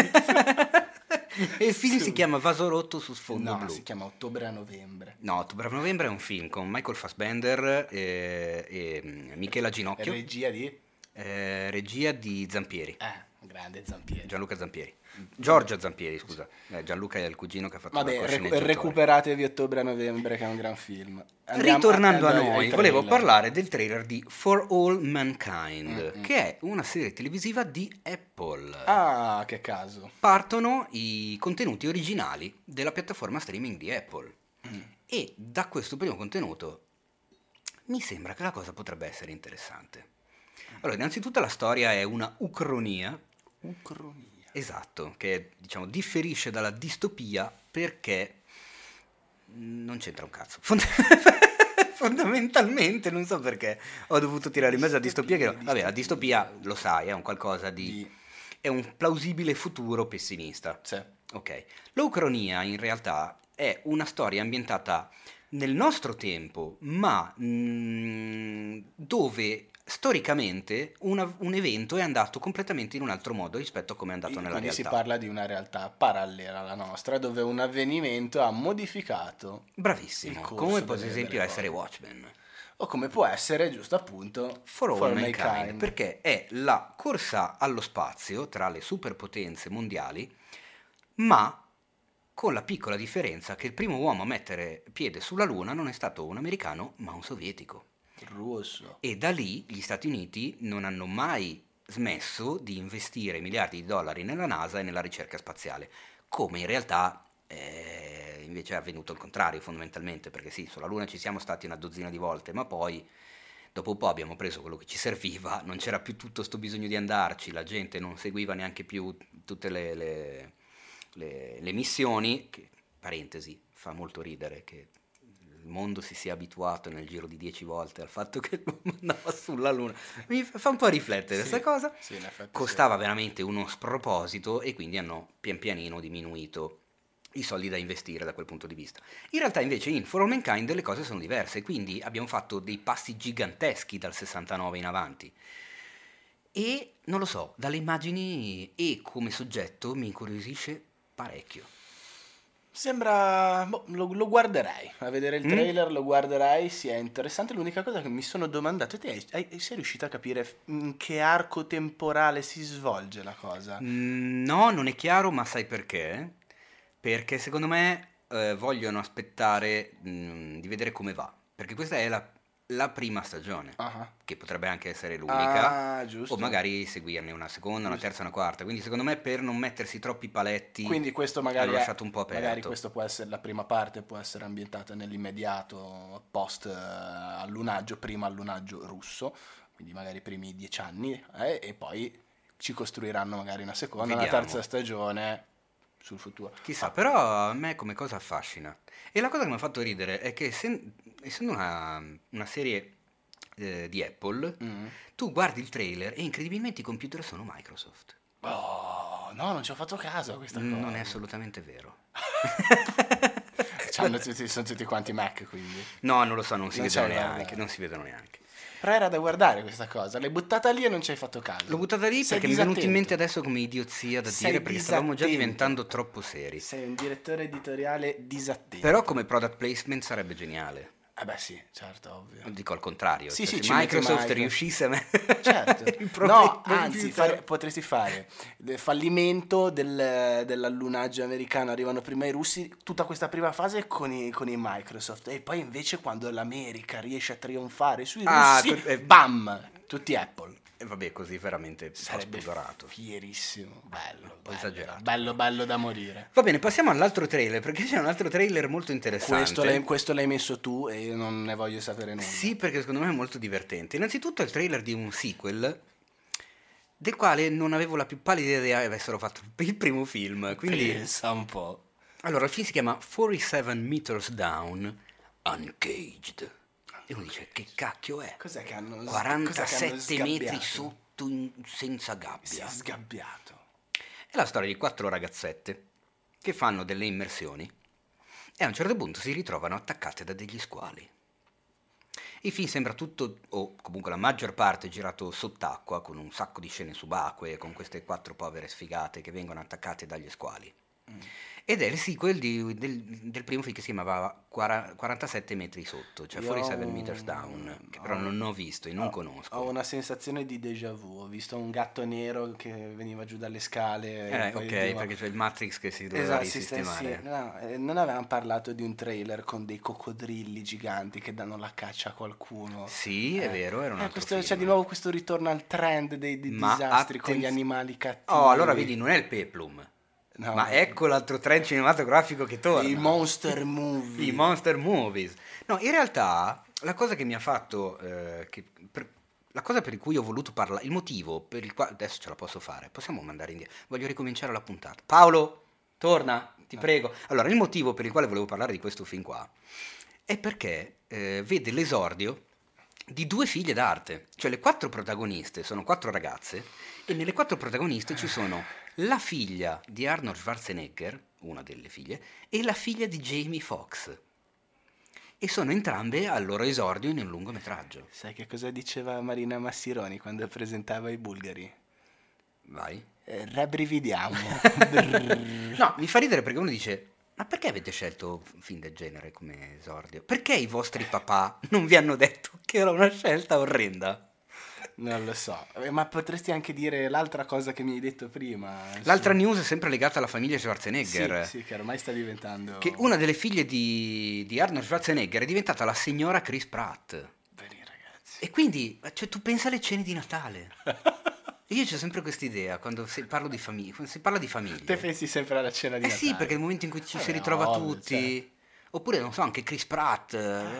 E il film si chiama Vaso rotto su sfondo blu. No, si chiama Ottobre a novembre. No, Ottobre a novembre è un film con Michael Fassbender e Michela Ginocchio. Regia di Zampieri. Grande Zampieri. Gianluca Zampieri. Giorgio Zampieri, scusa. Gianluca è il cugino che ha fatto Vabbè, recuperatevi Ottobre a novembre, che è un gran film. Ritornando a noi, volevo parlare del trailer di For All Mankind, che è una serie televisiva di Apple. Ah, che caso. Partono i contenuti originali della piattaforma streaming di Apple. E da questo primo contenuto mi sembra che la cosa potrebbe essere interessante. Allora, innanzitutto la storia è una ucronia. Esatto, che diciamo differisce dalla distopia perché non c'entra un cazzo. Fondamentalmente, non so perché ho dovuto tirare in mezzo la distopia. Vabbè, la distopia, lo sai, è un qualcosa di... è un plausibile futuro pessimista. Sì. Ok. L'ucronia in realtà è una storia ambientata nel nostro tempo, ma dove storicamente un evento è andato completamente in un altro modo rispetto a come è andato nella quindi realtà. Si parla di una realtà parallela alla nostra, dove un avvenimento ha modificato. Bravissimo, come può ad esempio essere Watchmen. O come può essere, giusto appunto, For All Mankind, perché è la corsa allo spazio tra le superpotenze mondiali, ma con la piccola differenza che il primo uomo a mettere piede sulla Luna non è stato un americano, ma un sovietico. Russo. E da lì gli Stati Uniti non hanno mai smesso di investire miliardi di dollari nella NASA e nella ricerca spaziale, come in realtà invece è avvenuto il contrario fondamentalmente, perché sì, sulla Luna ci siamo stati una dozzina di volte, ma poi dopo un po' abbiamo preso quello che ci serviva, non c'era più tutto sto bisogno di andarci, la gente non seguiva neanche più tutte le missioni, che, parentesi, fa molto ridere che il mondo si sia abituato nel giro di 10 volte al fatto che l'uomo andava sulla Luna. Mi fa un po' riflettere questa cosa. Sì, in effetti costava veramente uno sproposito e quindi hanno pian pianino diminuito i soldi da investire da quel punto di vista. In realtà invece in For All Mankind le cose sono diverse, quindi abbiamo fatto dei passi giganteschi dal 69 in avanti. E non lo so, dalle immagini e come soggetto mi incuriosisce parecchio. Sembra... lo guarderei, a vedere il trailer lo guarderei, sì, è interessante. L'unica cosa che mi sono domandato, te sei riuscito a capire in che arco temporale si svolge la cosa? No, non è chiaro, ma sai perché? Perché secondo me vogliono aspettare di vedere come va, perché questa è la prima stagione, che potrebbe anche essere l'unica, giusto. o magari seguirne una seconda, una terza, una quarta, quindi secondo me per non mettersi troppi paletti, quindi questo magari hanno lasciato un po' aperto. Magari questo può essere la prima parte, può essere ambientata nell'immediato post allunaggio, prima allunaggio russo, quindi magari i primi 10 anni, e poi ci costruiranno magari una seconda, una terza stagione sul futuro. Chissà, però a me come cosa affascina. E la cosa che mi ha fatto ridere è che essendo una serie di Apple, tu guardi il trailer e incredibilmente i computer sono Microsoft. Oh, no, non ci ho fatto caso a questa cosa. Non è assolutamente vero. Sono tutti quanti Mac, quindi. No, non lo so, non si vedono neanche. Però era da guardare questa cosa, l'hai buttata lì e non ci hai fatto caso. L'ho buttata lì perché mi è venuto in mente adesso come idiozia da dire, perché stavamo già diventando troppo seri. Sei un direttore editoriale disattento. Però come product placement sarebbe geniale. Beh sì, certo, ovvio. Dico al contrario, sì, cioè, sì, se Microsoft riuscisse a certo. No, anzi, potresti fare il fallimento dell'allunaggio americano, arrivano prima i russi, tutta questa prima fase con i Microsoft, e poi invece quando l'America riesce a trionfare sui russi, bam, tutti Apple. E vabbè, così veramente sarebbe spudorato. Fierissimo, bello, esagerato. Bello da morire. Va bene, passiamo all'altro trailer, perché c'è un altro trailer molto interessante. Questo l'hai messo tu e io non ne voglio sapere nulla. Sì, perché secondo me è molto divertente. Innanzitutto è il trailer di un sequel del quale non avevo la più pallida idea che avessero fatto il primo film. Quindi pensa un po'. Allora, il film si chiama 47 Meters Down Uncaged. E uno dice, che cacchio è? Cos'è che hanno 47 metri sotto senza gabbia. Si è sgabbiato. È la storia di 4 ragazzette che fanno delle immersioni e a un certo punto si ritrovano attaccate da degli squali. Il film sembra tutto, o comunque la maggior parte, girato sott'acqua, con un sacco di scene subacquee, con queste 4 povere sfigate che vengono attaccate dagli squali. Ed è il sequel del primo film che si chiamava 47 metri sotto, cioè 47 Meters Down, che però non ho visto e non conosco. Ho una sensazione di déjà vu, ho visto un gatto nero che veniva giù dalle scale. Perché c'è il Matrix che si doveva risistemare. Sì. No, non avevamo parlato di un trailer con dei coccodrilli giganti che danno la caccia a qualcuno. Sì, è vero, era un altro film. C'è di nuovo questo ritorno al trend dei disastri con gli animali cattivi. Oh, allora vedi, non è il Peplum. No, ma ecco l'altro trend cinematografico che torna. I monster movie. I monster movies. No, in realtà la cosa che mi ha fatto la cosa per cui ho voluto parlare, il motivo per il quale adesso ce la posso fare. Possiamo mandare indietro. Voglio ricominciare la puntata. Paolo, torna, ti prego. Allora, il motivo per il quale volevo parlare di questo film qua è perché vede l'esordio di 2 figlie d'arte. Cioè le 4 protagoniste sono 4 ragazze e nelle 4 protagoniste ci sono la figlia di Arnold Schwarzenegger, una delle figlie, e la figlia di Jamie Foxx. E sono entrambe al loro esordio in un lungometraggio. Sai che cosa diceva Marina Massironi quando presentava i bulgari? Vai. Rabbrividiamo. No, mi fa ridere perché uno dice, ma perché avete scelto un film del genere come esordio? Perché i vostri papà non vi hanno detto che era una scelta orrenda? Non lo so, ma potresti anche dire l'altra cosa che mi hai detto prima. L'altra news è sempre legata alla famiglia Schwarzenegger. Sì, che ormai sta diventando... Che una delle figlie di Arnold Schwarzenegger è diventata la signora Chris Pratt. Bene, ragazzi. E quindi, cioè, tu pensa alle cene di Natale. Io c'ho sempre questa idea quando si parla di famiglia. Te pensi sempre alla cena di Natale? Sì, perché è il momento in cui ci si ritrova tutti. Cioè. Oppure, non so, anche Chris Pratt.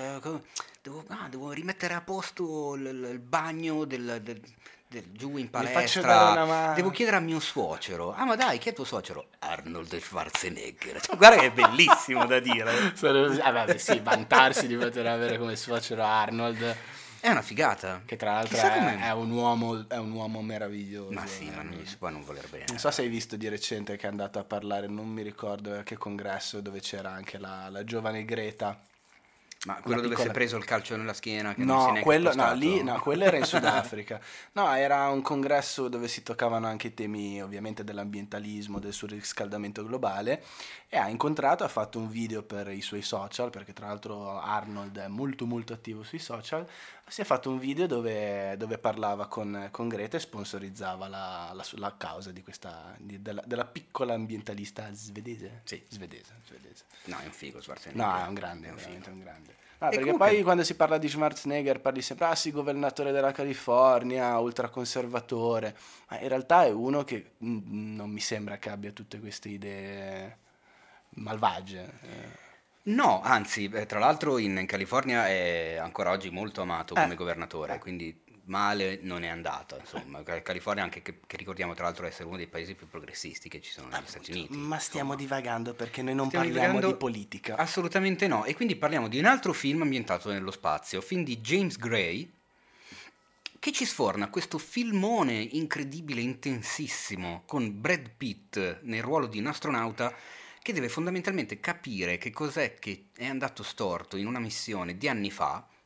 Devo rimettere a posto il bagno del giù in palestra. Devo chiedere a mio suocero. Ah, ma dai, chi è tuo suocero? Arnold Schwarzenegger. Cioè, guarda che è bellissimo da dire. Sì, vantarsi di poter avere come suocero Arnold. È una figata. Che tra l'altro è un uomo meraviglioso. Ma sì, ma non gli si può non voler bene. Non so se hai visto di recente che è andato a parlare, non mi ricordo a che congresso, dove c'era anche la giovane Greta. Ma quello dove si è preso il calcio nella schiena? Che no, non si quello era in Sudafrica. No, era un congresso dove si toccavano anche i temi ovviamente dell'ambientalismo, del surriscaldamento globale, e ha fatto un video per i suoi social, perché tra l'altro Arnold è molto molto attivo sui social. Si è fatto un video dove parlava con Greta e sponsorizzava la causa di della piccola ambientalista svedese. Sì, svedese. No, è un figo Schwarzenegger. No, è un grande, veramente un grande. Perché comunque... poi quando si parla di Schwarzenegger parli sempre, sì, governatore della California, ultraconservatore, ma in realtà è uno che non mi sembra che abbia tutte queste idee malvagie. No, anzi, tra l'altro in California è ancora oggi molto amato come governatore, quindi male non è andata, insomma. California anche che ricordiamo tra l'altro essere uno dei paesi più progressisti che ci sono negli Stati Uniti. Ma stiamo divagando perché noi non parliamo di politica. Assolutamente no, e quindi parliamo di un altro film ambientato nello spazio, film di James Gray, che ci sforna questo filmone incredibile, intensissimo, con Brad Pitt nel ruolo di un astronauta che deve fondamentalmente capire che cos'è che è andato storto in una missione di anni fa,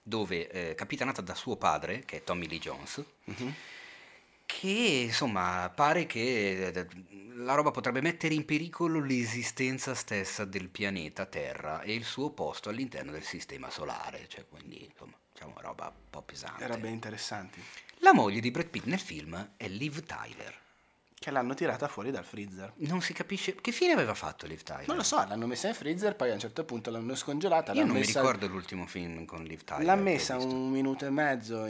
dove capitanata da suo padre, che è Tommy Lee Jones, che insomma pare che la roba potrebbe mettere in pericolo l'esistenza stessa del pianeta Terra e il suo posto all'interno del sistema solare, cioè quindi insomma diciamo una roba un po' pesante. Era ben interessanti. La moglie di Brad Pitt nel film è Liv Tyler, che l'hanno tirata fuori dal freezer. Non si capisce che fine aveva fatto Liv Tyler. Non lo so, l'hanno messa in freezer, poi a un certo punto l'hanno scongelata. Io non mi ricordo l'ultimo film con Liv Tyler. L'ha messa 1 minuto e mezzo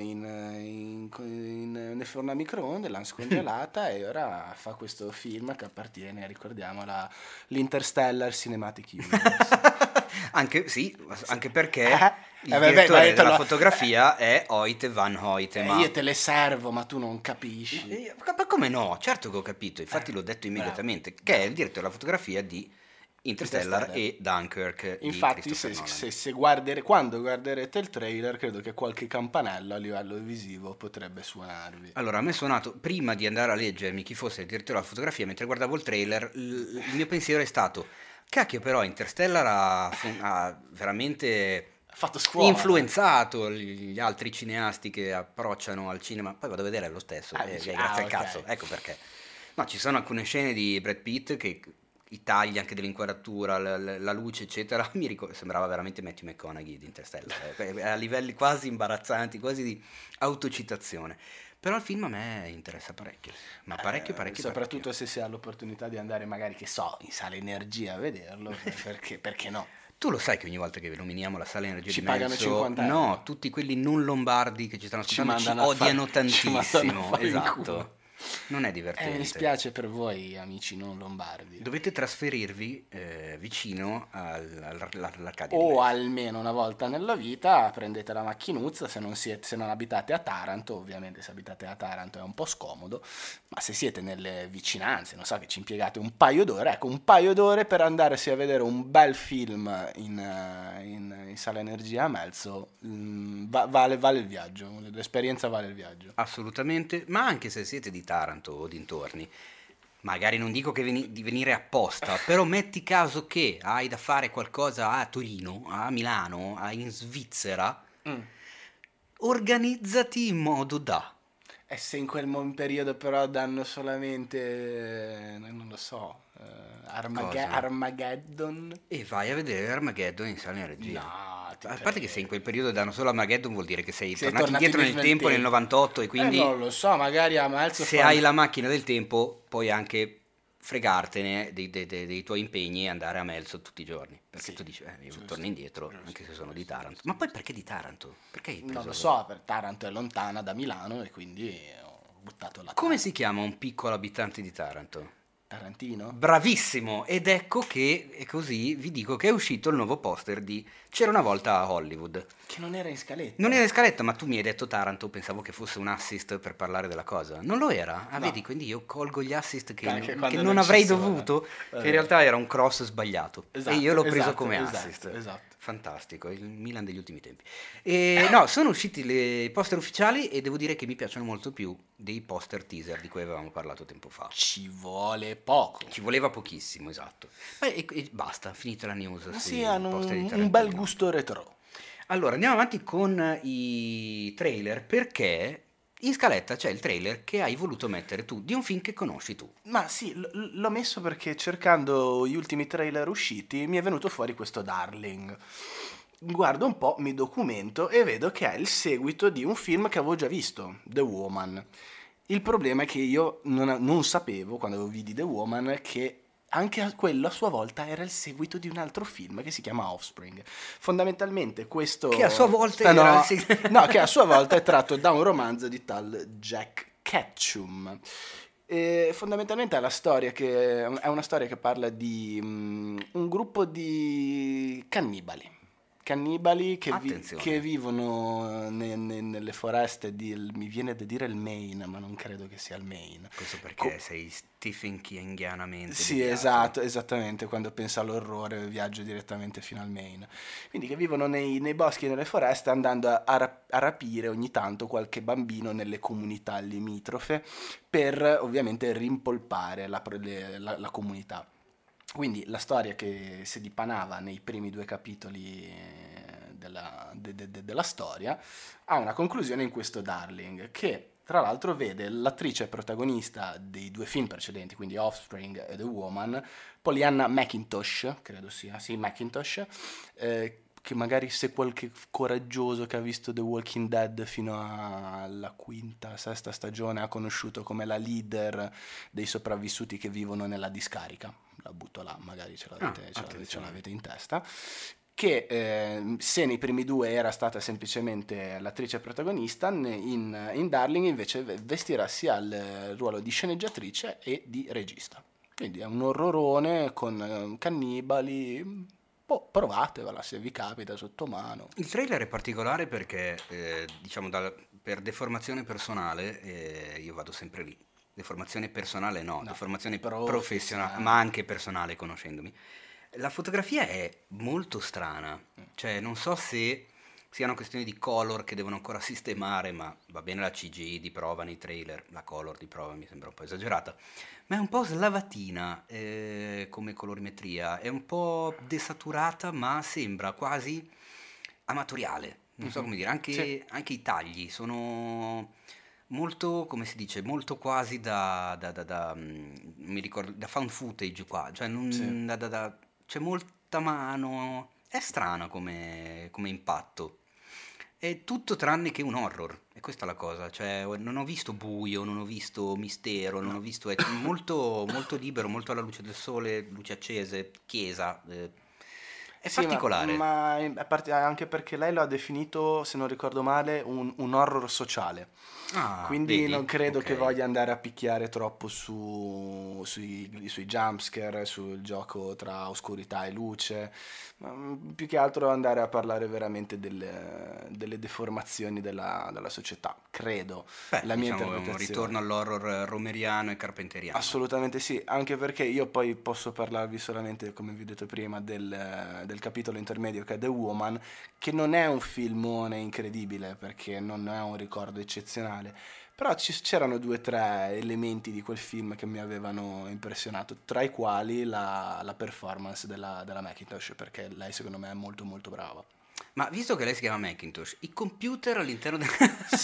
nel forno a microonde, l'hanno scongelata e ora fa questo film che appartiene, ricordiamo, l'Interstellar Cinematic Universe. Anche perché il direttore della fotografia è Hoyte van Hoytema. Io te le servo, ma tu non capisci. Ma come no? Certo che ho capito, infatti l'ho detto immediatamente, che è il direttore della fotografia di Interstellar e Dunkirk. Infatti quando guarderete il trailer credo che qualche campanello a livello visivo potrebbe suonarvi. Allora, a me è suonato, prima di andare a leggermi chi fosse il direttore della fotografia, mentre guardavo il trailer, il mio pensiero è stato: cacchio, però Interstellar ha veramente fatto scuola, influenzato gli altri cineasti che approcciano al cinema. Poi vado a vedere lo stesso, grazie al cazzo, ecco perché. No, ci sono alcune scene di Brad Pitt che i tagli anche dell'inquadratura, la luce eccetera, sembrava veramente Matthew McConaughey di Interstellar, a livelli quasi imbarazzanti, quasi di autocitazione. Però il film a me interessa parecchio, ma parecchio. Soprattutto se si ha l'opportunità di andare magari, che so, in sala Energia a vederlo, perché no? Tu lo sai che ogni volta che nominiamo la sala Energia ci di pagano Melzo, 50 euro. No, tutti quelli non lombardi che ci stanno ascoltando ci odiano tantissimo, esatto. Non è divertente. Mi dispiace per voi, amici non lombardi. Dovete trasferirvi vicino all'Arcadia. O almeno una volta nella vita prendete la macchinuzza, se non abitate a Taranto. Ovviamente se abitate a Taranto è un po' scomodo, ma se siete nelle vicinanze, non so, che ci impiegate un paio d'ore per andarsi a vedere un bel film in sala Energia a Melzo, vale il viaggio, l'esperienza vale il viaggio. Assolutamente, ma anche se siete di Taranto o dintorni, magari non dico che di venire apposta, però metti caso che hai da fare qualcosa a Torino, a Milano, in Svizzera, organizzati in modo da. E se in quel periodo però danno solamente, non lo so, Armageddon, e vai a vedere Armageddon in sala Energia. No, a parte che se in quel periodo danno solo Armageddon vuol dire che sei tornato indietro nel tempo nel 98 e quindi non lo so, magari a Melzo se hai la macchina del tempo puoi anche fregartene dei tuoi impegni e andare a Melzo tutti i giorni, perché tu dici io torno indietro anche se sono di Taranto. Ma poi perché di Taranto? Perché hai preso non lo so, per Taranto è lontana da Milano e quindi ho buttato la Come si chiama un piccolo abitante di Taranto? Tarantino? Bravissimo, ed ecco che, e così vi dico che è uscito il nuovo poster di C'era una volta a Hollywood. Che non era in scaletta. Non era in scaletta, ma tu mi hai detto Taranto, pensavo che fosse un assist per parlare della cosa. Non lo era? No. Vedi, quindi io colgo gli assist che non non avrei dovuto, che in realtà era un cross sbagliato. Esatto, e io l'ho preso come assist. Esatto. Fantastico, il Milan degli ultimi tempi. E no, sono usciti i poster ufficiali e devo dire che mi piacciono molto più dei poster teaser di cui avevamo parlato tempo fa. Ci vuole poco. Ci voleva pochissimo, esatto. E basta, finita la news. Sì, hanno un bel gusto retro. Allora, andiamo avanti con i trailer, perché in scaletta c'è il trailer che hai voluto mettere tu, di un film che conosci tu. Ma sì, l'ho messo perché cercando gli ultimi trailer usciti mi è venuto fuori questo Darling. Guardo un po', mi documento e vedo che è il seguito di un film che avevo già visto, The Woman. Il problema è che io non sapevo, quando vidi The Woman, che anche quello a sua volta era il seguito di un altro film che si chiama Offspring. Fondamentalmente questo... Che a sua volta era il seguito... No, che a sua volta è tratto da un romanzo di tal Jack Ketchum. E fondamentalmente è una storia che parla di un gruppo di cannibali che vivono nelle foreste mi viene da dire il Maine, ma non credo che sia il Maine. Questo perché sei Stephen Kingianamente sì, deviato. esatto, esattamente, quando penso all'orrore viaggio direttamente fino al Maine. Quindi che vivono nei boschi e nelle foreste, andando a rapire ogni tanto qualche bambino nelle comunità limitrofe per ovviamente rimpolpare la comunità. Quindi la storia che si dipanava nei primi 2 capitoli della storia, ha una conclusione in questo Darling, che tra l'altro vede l'attrice protagonista dei 2 film precedenti, quindi Offspring e The Woman, Pollyanna McIntosh, credo sia, sì, McIntosh, che magari se qualche coraggioso che ha visto The Walking Dead fino alla 5ª, 6ª stagione ha conosciuto come la leader dei sopravvissuti che vivono nella discarica. La butto là, magari ce l'avete in testa. Che se nei primi 2 era stata semplicemente l'attrice protagonista, in Darling invece vestirà sia il ruolo di sceneggiatrice e di regista. Quindi è un orrorone con cannibali. Provatevela se vi capita sotto mano. Il trailer è particolare perché, diciamo, per deformazione personale, io vado sempre lì. Deformazione personale no, deformazione professionale, ma anche personale, conoscendomi. La fotografia è molto strana, cioè non so se siano questioni di color che devono ancora sistemare, ma va bene la CGI di prova nei trailer, la color di prova mi sembra un po' esagerata, ma è un po' slavatina come colorimetria, è un po' desaturata, ma sembra quasi amatoriale, non so come dire, anche i tagli sono molto, come si dice, molto quasi mi ricordo, da found footage qua, cioè c'è molta mano, è strana come impatto. È tutto tranne che un horror, e questa è la cosa, cioè non ho visto buio, non ho visto mistero, non ho visto, è molto, molto libero, molto alla luce del sole, luci accese, chiesa, è particolare. Ma anche perché lei lo ha definito, se non ricordo male, un horror sociale. Quindi vedi? Non credo che voglia andare a picchiare troppo sui jumpscare, sul gioco tra oscurità e luce, ma più che altro andare a parlare veramente delle deformazioni della società, credo. La mia interpretazione. Un ritorno all'horror romeriano e carpenteriano. Assolutamente sì, anche perché io poi posso parlarvi solamente, come vi ho detto prima, del capitolo intermedio che è The Woman, che non è un filmone incredibile perché non è un ricordo eccezionale, però c'erano 2 o 3 elementi di quel film che mi avevano impressionato, tra i quali la performance della McIntosh, perché lei secondo me è molto molto brava. Ma visto che lei si chiama Macintosh, i computer all'interno del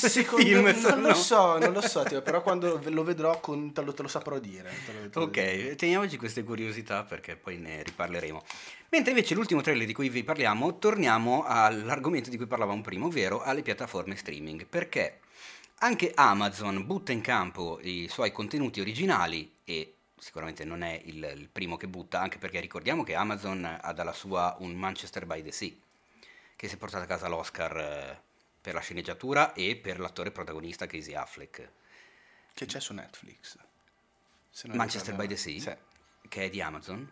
film non lo so, però quando lo vedrò te lo saprò dire. Ok, teniamoci queste curiosità perché poi ne riparleremo. Mentre invece l'ultimo trailer di cui vi parliamo, torniamo all'argomento di cui parlavamo prima, ovvero alle piattaforme streaming, perché anche Amazon butta in campo i suoi contenuti originali e sicuramente non è il primo che butta, anche perché ricordiamo che Amazon ha dalla sua un Manchester by the Sea, che si è portato a casa l'Oscar per la sceneggiatura e per l'attore protagonista Casey Affleck. Che c'è su Netflix. Manchester by the Sea, sì. Che è di Amazon?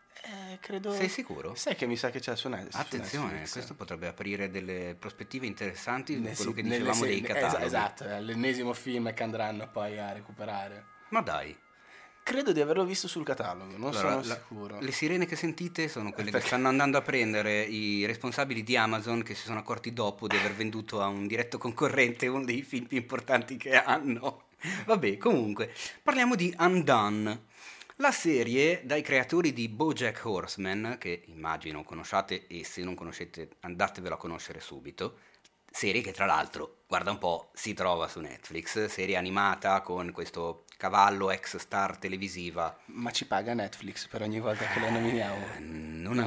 Credo. Sei sicuro? Sai che mi sa che c'è su Netflix. Attenzione, questo potrebbe aprire delle prospettive interessanti su quello che dicevamo dei cataloghi. Esatto, è l'ennesimo film che andranno poi a recuperare. Ma dai. Credo di averlo visto sul catalogo, non sono sicuro. Le sirene che sentite sono quelle che stanno andando a prendere i responsabili di Amazon che si sono accorti dopo di aver venduto a un diretto concorrente uno dei film più importanti che hanno. Vabbè, comunque, parliamo di Undone, la serie dai creatori di BoJack Horseman, che immagino conosciate e se non conoscete andatevelo a conoscere subito. Serie che tra l'altro, guarda un po', si trova su Netflix, serie animata con questo cavallo ex star televisiva. Ma ci paga Netflix per ogni volta che la nominiamo? Non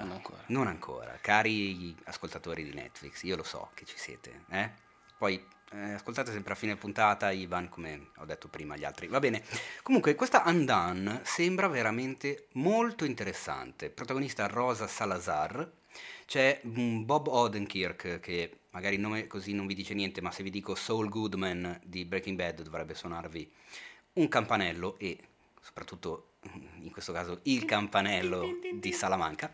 ancora. Cari ascoltatori di Netflix, io lo so che ci siete, Poi ascoltate sempre a fine puntata Ivan, come ho detto prima agli altri. Va bene, comunque questa Undone sembra veramente molto interessante. Protagonista Rosa Salazar. C'è Bob Odenkirk, che magari il nome così non vi dice niente, ma se vi dico Saul Goodman di Breaking Bad dovrebbe suonarvi un campanello, e soprattutto in questo caso il campanello di Salamanca.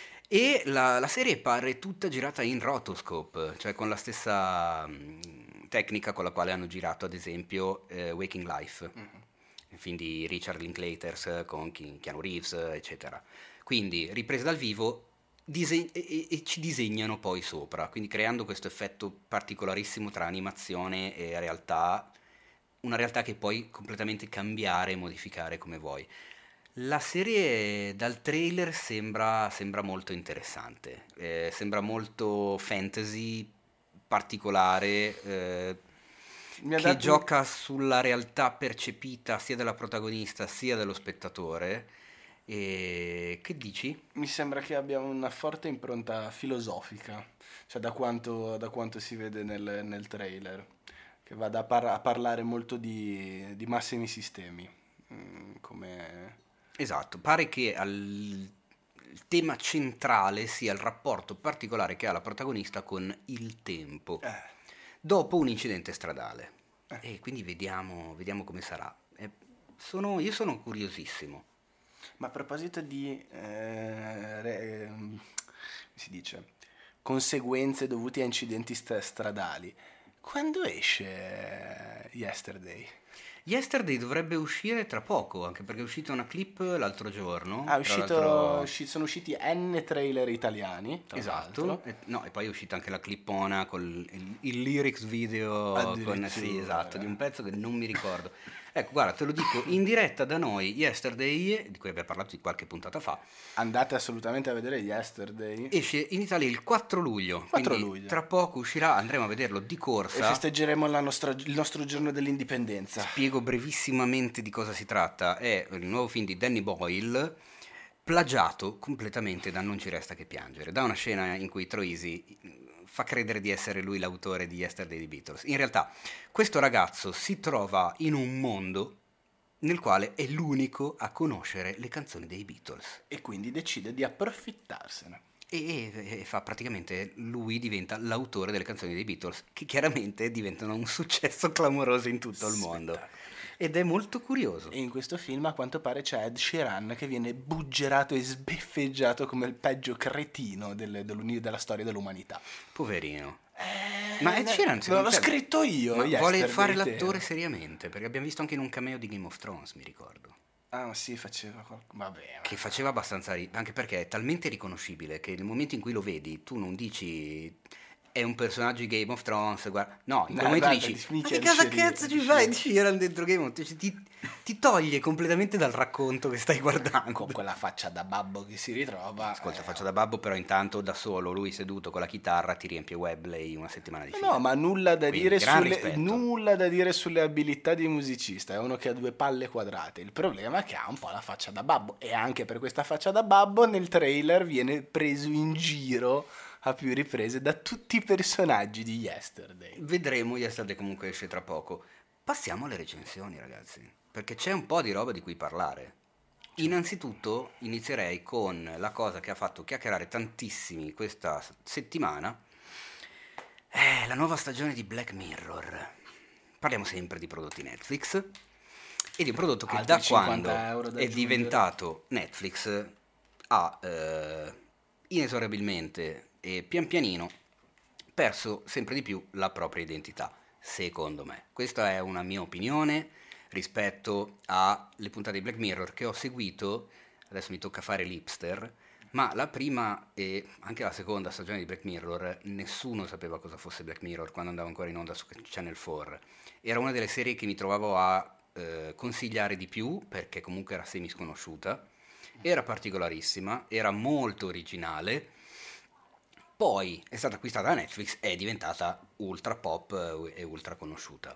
E la serie pare tutta girata in rotoscope, cioè con la stessa tecnica con la quale hanno girato ad esempio Waking Life, il film di Richard Linklater con Keanu Reeves, eccetera. Quindi riprese dal vivo e ci disegnano poi sopra, quindi creando questo effetto particolarissimo tra animazione e realtà, una realtà che puoi completamente cambiare e modificare come vuoi. La serie dal trailer sembra molto interessante, sembra molto fantasy, particolare, che gioca sulla realtà percepita sia della protagonista sia dello spettatore. E che dici? Mi sembra che abbia una forte impronta filosofica, cioè da quanto si vede nel trailer, che va a parlare molto di massimi sistemi, come... Esatto, pare che il tema centrale sia il rapporto particolare che ha la protagonista con il tempo, dopo un incidente stradale. E quindi vediamo come sarà. Io sono curiosissimo. Ma a proposito di come si dice, conseguenze dovute a incidenti stradali, quando esce Yesterday? Yesterday dovrebbe uscire tra poco, anche perché è uscita una clip l'altro giorno. Sono usciti N trailer italiani, tra l'altro. E poi è uscita anche la clippona con il lyrics video sì, esatto, di un pezzo che non mi ricordo. Ecco, guarda, te lo dico, in diretta da noi, Yesterday, di cui abbiamo parlato di qualche puntata fa. Andate assolutamente a vedere Yesterday. Esce in Italia il 4 luglio. 4 luglio. Tra poco uscirà, andremo a vederlo di corsa. E festeggeremo il nostro giorno dell'indipendenza. Spiego brevissimamente di cosa si tratta. È il nuovo film di Danny Boyle, plagiato completamente da Non ci resta che piangere, da una scena in cui Troisi fa credere di essere lui l'autore di Yesterday di Beatles. In realtà questo ragazzo si trova in un mondo nel quale è l'unico a conoscere le canzoni dei Beatles. E quindi decide di approfittarsene. E fa praticamente, lui diventa l'autore delle canzoni dei Beatles, che chiaramente diventano un successo clamoroso in tutto il mondo. Ed è molto curioso. E in questo film a quanto pare c'è Ed Sheeran che viene buggerato e sbeffeggiato come il peggio cretino della storia dell'umanità. Poverino. Ma Ed Sheeran l'ho scritto io. Vuole fare l'attore seriamente, perché abbiamo visto anche in un cameo di Game of Thrones, mi ricordo. Ah sì, faceva vabbè. Che faceva abbastanza anche perché è talmente riconoscibile che nel momento in cui lo vedi tu non dici è un personaggio di Game of Thrones, guarda. No, in quel momento dici ma che cosa cazzo ci fai di Sheeran dentro Game of Thrones? Ti toglie completamente dal racconto che stai guardando. Con quella faccia da babbo che si ritrova. Ascolta, faccia da babbo, però intanto da solo, lui seduto con la chitarra ti riempie Webley una settimana di fila. No, ma nulla da dire sulle abilità di musicista. È uno che ha 2 palle quadrate. Il problema è che ha un po' la faccia da babbo. E anche per questa faccia da babbo nel trailer viene preso in giro a più riprese da tutti i personaggi di Yesterday. Vedremo, Yesterday comunque esce tra poco. Passiamo alle recensioni, ragazzi, perché c'è un po' di roba di cui parlare. Innanzitutto inizierei con la cosa che ha fatto chiacchierare tantissimi questa settimana, la nuova stagione di Black Mirror. Parliamo sempre di prodotti Netflix e di un prodotto che da quando è diventato Netflix ha inesorabilmente e pian pianino perso sempre di più la propria identità, secondo me. Questa è una mia opinione rispetto alle puntate di Black Mirror che ho seguito. Adesso mi tocca fare l'hipster, ma la prima e anche la seconda stagione di Black Mirror nessuno sapeva cosa fosse Black Mirror quando andava ancora in onda su Channel 4. Era una delle serie che mi trovavo a consigliare di più perché comunque era semi sconosciuta, era particolarissima, era molto originale. Poi è stata acquistata da Netflix e è diventata ultra pop e ultra conosciuta.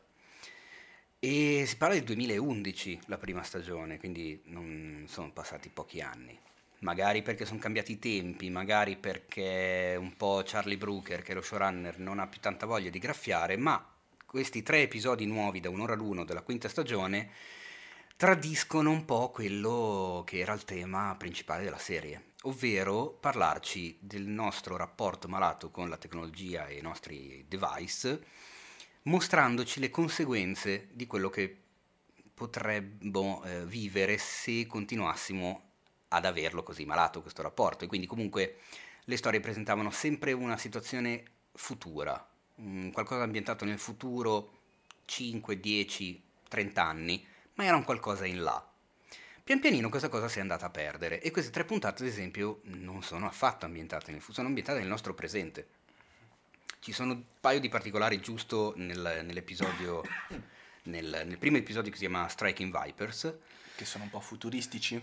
E si parla del 2011 la prima stagione, quindi non sono passati pochi anni. Magari perché sono cambiati i tempi, magari perché un po' Charlie Brooker, che è lo showrunner, non ha più tanta voglia di graffiare, ma questi 3 episodi nuovi da un'ora l'uno della quinta stagione tradiscono un po' quello che era il tema principale della serie, ovvero parlarci del nostro rapporto malato con la tecnologia e i nostri device, mostrandoci le conseguenze di quello che potremmo vivere se continuassimo ad averlo così malato questo rapporto. E quindi comunque le storie presentavano sempre una situazione futura, qualcosa ambientato nel futuro 5, 10, 30 anni, ma era un qualcosa in là. Pian pianino questa cosa si è andata a perdere e queste 3 puntate ad esempio non sono affatto ambientate nel futuro, sono ambientate nel nostro presente. Ci sono un paio di particolari giusto nell'episodio, nel primo episodio che si chiama Striking Vipers, Che sono un po' futuristici?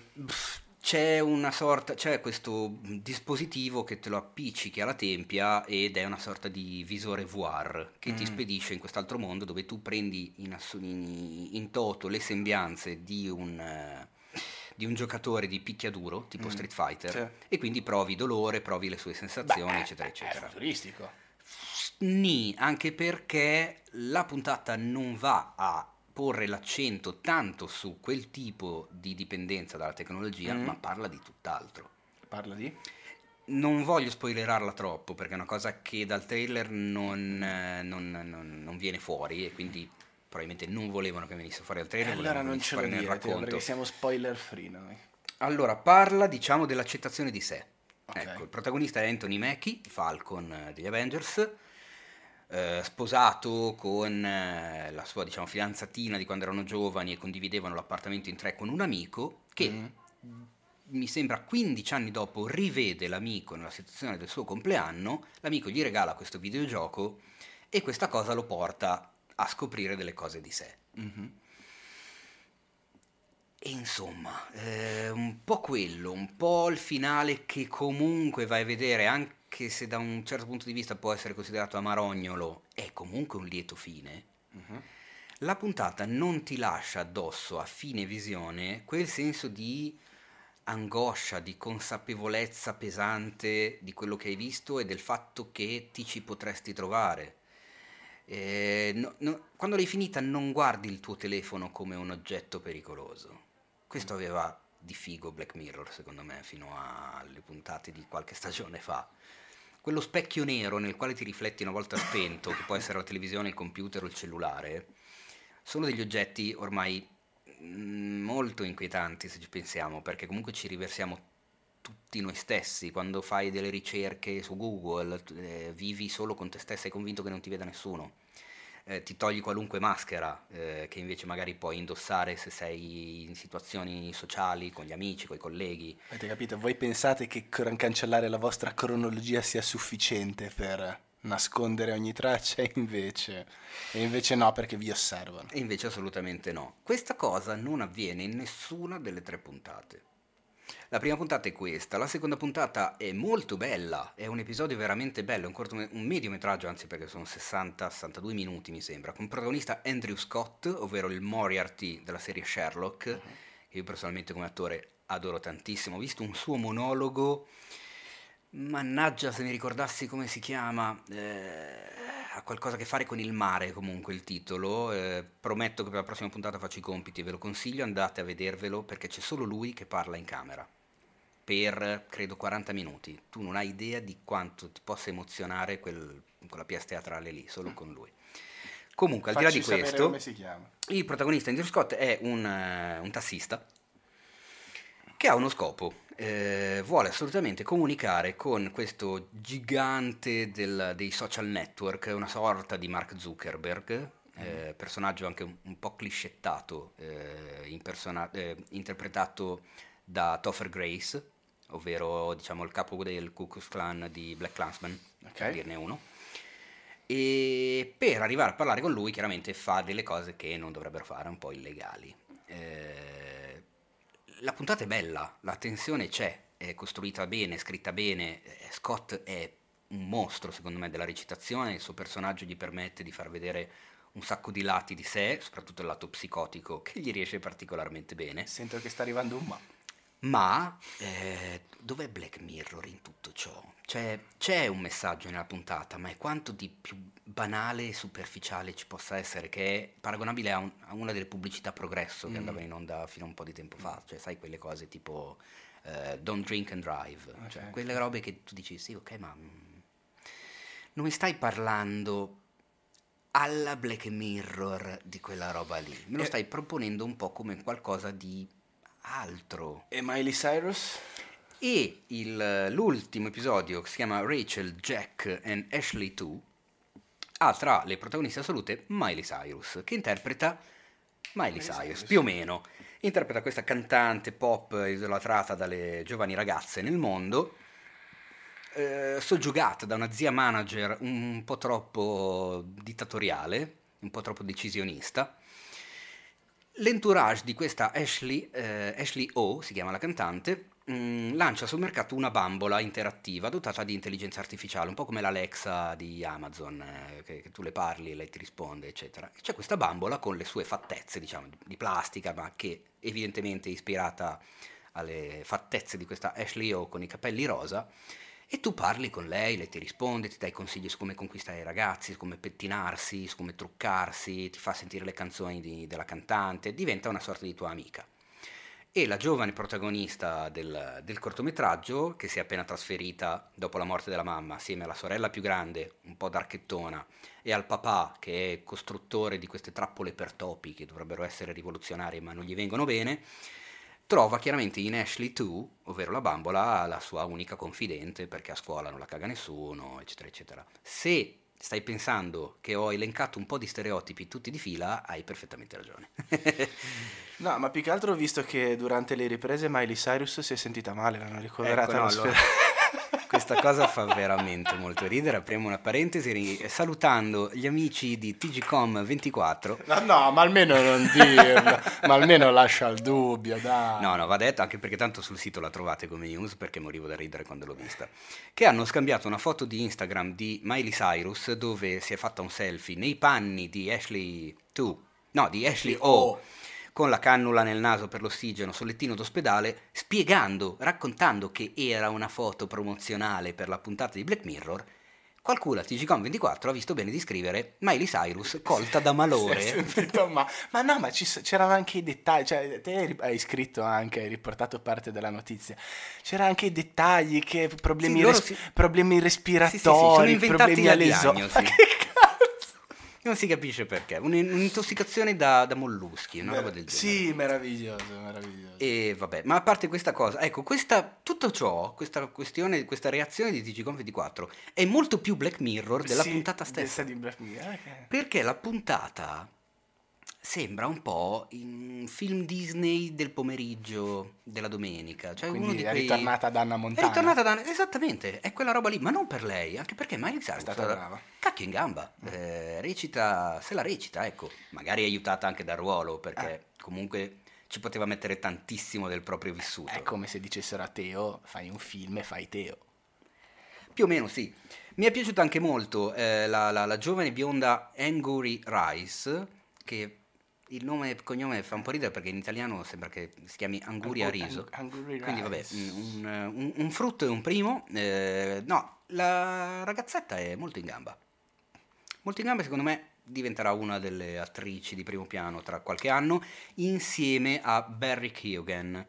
C'è questo dispositivo che te lo appiccichi alla tempia ed è una sorta di visore VR che ti spedisce in quest'altro mondo dove tu prendi in toto le sembianze di un giocatore di picchiaduro tipo Street Fighter e quindi provi dolore, provi le sue sensazioni, eccetera, eccetera. È futuristico. Anche perché la puntata non va a porre l'accento tanto su quel tipo di dipendenza dalla tecnologia, ma parla di tutt'altro. Parla di? Non voglio spoilerarla troppo perché è una cosa che dal trailer non viene fuori e quindi probabilmente non volevano che venisse fuori al trailer. Allora non ce lo nel dite, racconto. perché siamo spoiler free noi. Allora, parla diciamo dell'accettazione di sé. Okay. Ecco, il protagonista è Anthony Mackie, Falcon degli Avengers, sposato con la sua diciamo fidanzatina di quando erano giovani e condividevano l'appartamento in 3 con un amico che mi sembra 15 anni dopo rivede l'amico nella situazione del suo compleanno, l'amico gli regala questo videogioco e questa cosa lo porta a scoprire delle cose di sé. E insomma, un po' quello, un po' il finale che comunque vai a vedere, anche se da un certo punto di vista può essere considerato amarognolo, è comunque un lieto fine. La puntata non ti lascia addosso a fine visione quel senso di angoscia, di consapevolezza pesante di quello che hai visto e del fatto che ti ci potresti trovare. Quando l'hai finita non guardi il tuo telefono come un oggetto pericoloso. Questo aveva di figo Black Mirror, secondo me, fino alle puntate di qualche stagione fa. Quello specchio nero nel quale ti rifletti una volta spento, che può essere la televisione, il computer o il cellulare, sono degli oggetti ormai molto inquietanti se ci pensiamo, perché comunque ci riversiamo tutti noi stessi. Quando fai delle ricerche su Google, vivi solo con te stesso, sei convinto che non ti veda nessuno. Ti togli qualunque maschera che invece magari puoi indossare se sei in situazioni sociali, con gli amici, con i colleghi. Avete capito? Voi pensate che cancellare la vostra cronologia sia sufficiente per nascondere ogni traccia e invece no, perché vi osservano. E invece assolutamente no. Questa cosa non avviene in nessuna delle 3 puntate. La prima puntata è questa, la seconda puntata è molto bella, è un episodio veramente bello, un mediometraggio, anzi perché sono 60-62 minuti mi sembra, con protagonista Andrew Scott, ovvero il Moriarty della serie Sherlock, che io personalmente come attore adoro tantissimo. Ho visto un suo monologo, mannaggia se mi ricordassi come si chiama, ha qualcosa a che fare con il mare comunque il titolo, prometto che per la prossima puntata faccio i compiti, ve lo consiglio, andate a vedervelo perché c'è solo lui che parla in camera per credo 40 minuti. Tu non hai idea di quanto ti possa emozionare quella pièce teatrale lì, solo con lui. Comunque, al di là di questo, come si chiama. Il protagonista Andrew Scott è un tassista che ha uno scopo, vuole assolutamente comunicare con questo gigante dei social network, una sorta di Mark Zuckerberg, personaggio anche un po' cliscettato, interpretato da Topher Grace, ovvero diciamo il capo del Ku Klux Klan di Black Klansman, per dirne uno. E per arrivare a parlare con lui chiaramente fa delle cose che non dovrebbero fare, un po' illegali. La puntata è bella, la tensione c'è, è costruita bene, scritta bene. Scott è un mostro secondo me della recitazione, il suo personaggio gli permette di far vedere un sacco di lati di sé, soprattutto il lato psicotico che gli riesce particolarmente bene. Sento che sta arrivando un Ma dov'è Black Mirror in tutto ciò? Cioè, c'è un messaggio nella puntata, ma è quanto di più banale e superficiale ci possa essere, che è paragonabile a una delle pubblicità Progresso che andava in onda fino a un po' di tempo fa. Cioè, sai, quelle cose tipo Don't Drink and Drive, cioè, quelle robe che tu dici, sì, ok, ma non mi stai parlando alla Black Mirror di quella roba lì, me lo stai proponendo un po' come qualcosa di altro. E Miley Cyrus? E l'ultimo episodio, che si chiama Rachel, Jack and Ashley 2, ha tra le protagoniste assolute Miley Cyrus, che interpreta Miley Cyrus, più o meno. Interpreta questa cantante pop idolatrata dalle giovani ragazze nel mondo, soggiogata da una zia manager un po' troppo dittatoriale, un po' troppo decisionista, L'entourage di questa Ashley O, si chiama la cantante, lancia sul mercato una bambola interattiva dotata di intelligenza artificiale, un po' come l'Alexa di Amazon, che tu le parli e lei ti risponde, eccetera. E c'è questa bambola con le sue fattezze, diciamo, di plastica, ma che evidentemente è ispirata alle fattezze di questa Ashley O con i capelli rosa, e tu parli con lei ti risponde, ti dà i consigli su come conquistare i ragazzi, su come pettinarsi, su come truccarsi, ti fa sentire le canzoni della cantante, diventa una sorta di tua amica. E la giovane protagonista del cortometraggio, che si è appena trasferita dopo la morte della mamma, assieme alla sorella più grande, un po' darchettona, e al papà, che è costruttore di queste trappole per topi, che dovrebbero essere rivoluzionarie ma non gli vengono bene, trova chiaramente in Ashley 2, ovvero la bambola, la sua unica confidente, perché a scuola non la caga nessuno, eccetera, eccetera. Se stai pensando che ho elencato un po' di stereotipi tutti di fila, hai perfettamente ragione. No, ma più che altro ho visto che durante le riprese Miley Cyrus si è sentita male, l'hanno ricoverata all'ospedale. Questa cosa fa veramente molto ridere. Apriamo una parentesi salutando gli amici di TGCom24. No, ma almeno non dirlo, ma almeno lascia il dubbio, dai. No, va detto, anche perché tanto sul sito la trovate come news, perché morivo da ridere quando l'ho vista. Che hanno scambiato una foto di Instagram di Miley Cyrus dove si è fatta un selfie nei panni di Ashley O, con la cannula nel naso per l'ossigeno sul lettino d'ospedale, raccontando che era una foto promozionale per la puntata di Black Mirror. Qualcuno a TGCom24 ha visto bene di scrivere Miley Cyrus colta da malore. Ma no, ma c'erano anche i dettagli, cioè te hai scritto anche, hai riportato parte della notizia, c'erano anche i dettagli, che problemi respiratori, sono inventati problemi la all'esophago. diagnosi. Non si capisce perché. Un'intossicazione da molluschi, una roba del genere. Sì, meraviglioso. E vabbè, ma a parte questa cosa, ecco, tutto ciò, questa questione, questa reazione di TGCom24 è molto più Black Mirror della puntata stessa. Di Black Mirror, okay. Perché la puntata sembra un po' un film Disney del pomeriggio della domenica. Cioè quindi è ritornata ad Hannah Montana. Esattamente, è quella roba lì, ma non per lei, anche perché Miley Cyrus è stata brava. Cacchio in gamba, recita, ecco, magari aiutata anche dal ruolo, perché comunque ci poteva mettere tantissimo del proprio vissuto. È come se dicessero a Teo, fai un film e fai Teo. Più o meno sì. Mi è piaciuta anche molto la giovane bionda Angourie Rice, che il nome e cognome fa un po' ridere perché in italiano sembra che si chiami Anguria Riso. Quindi vabbè, un frutto è un primo. No, la ragazzetta è molto in gamba. Molto in gamba, secondo me diventerà una delle attrici di primo piano tra qualche anno, insieme a Barry Keoghan,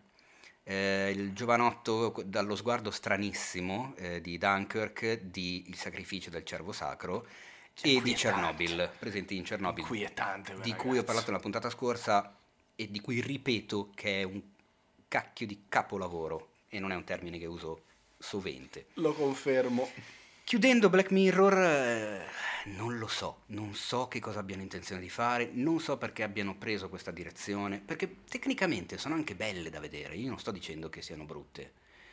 il giovanotto dallo sguardo stranissimo di Dunkirk, di Il sacrificio del cervo sacro, e di Chernobyl, presenti in Chernobyl, di cui ho parlato nella puntata scorsa e di cui ripeto che è un cacchio di capolavoro, e non è un termine che uso sovente. Lo confermo. Chiudendo Black Mirror, non so che cosa abbiano intenzione di fare, non so perché abbiano preso questa direzione, perché tecnicamente sono anche belle da vedere, io non sto dicendo che siano brutte.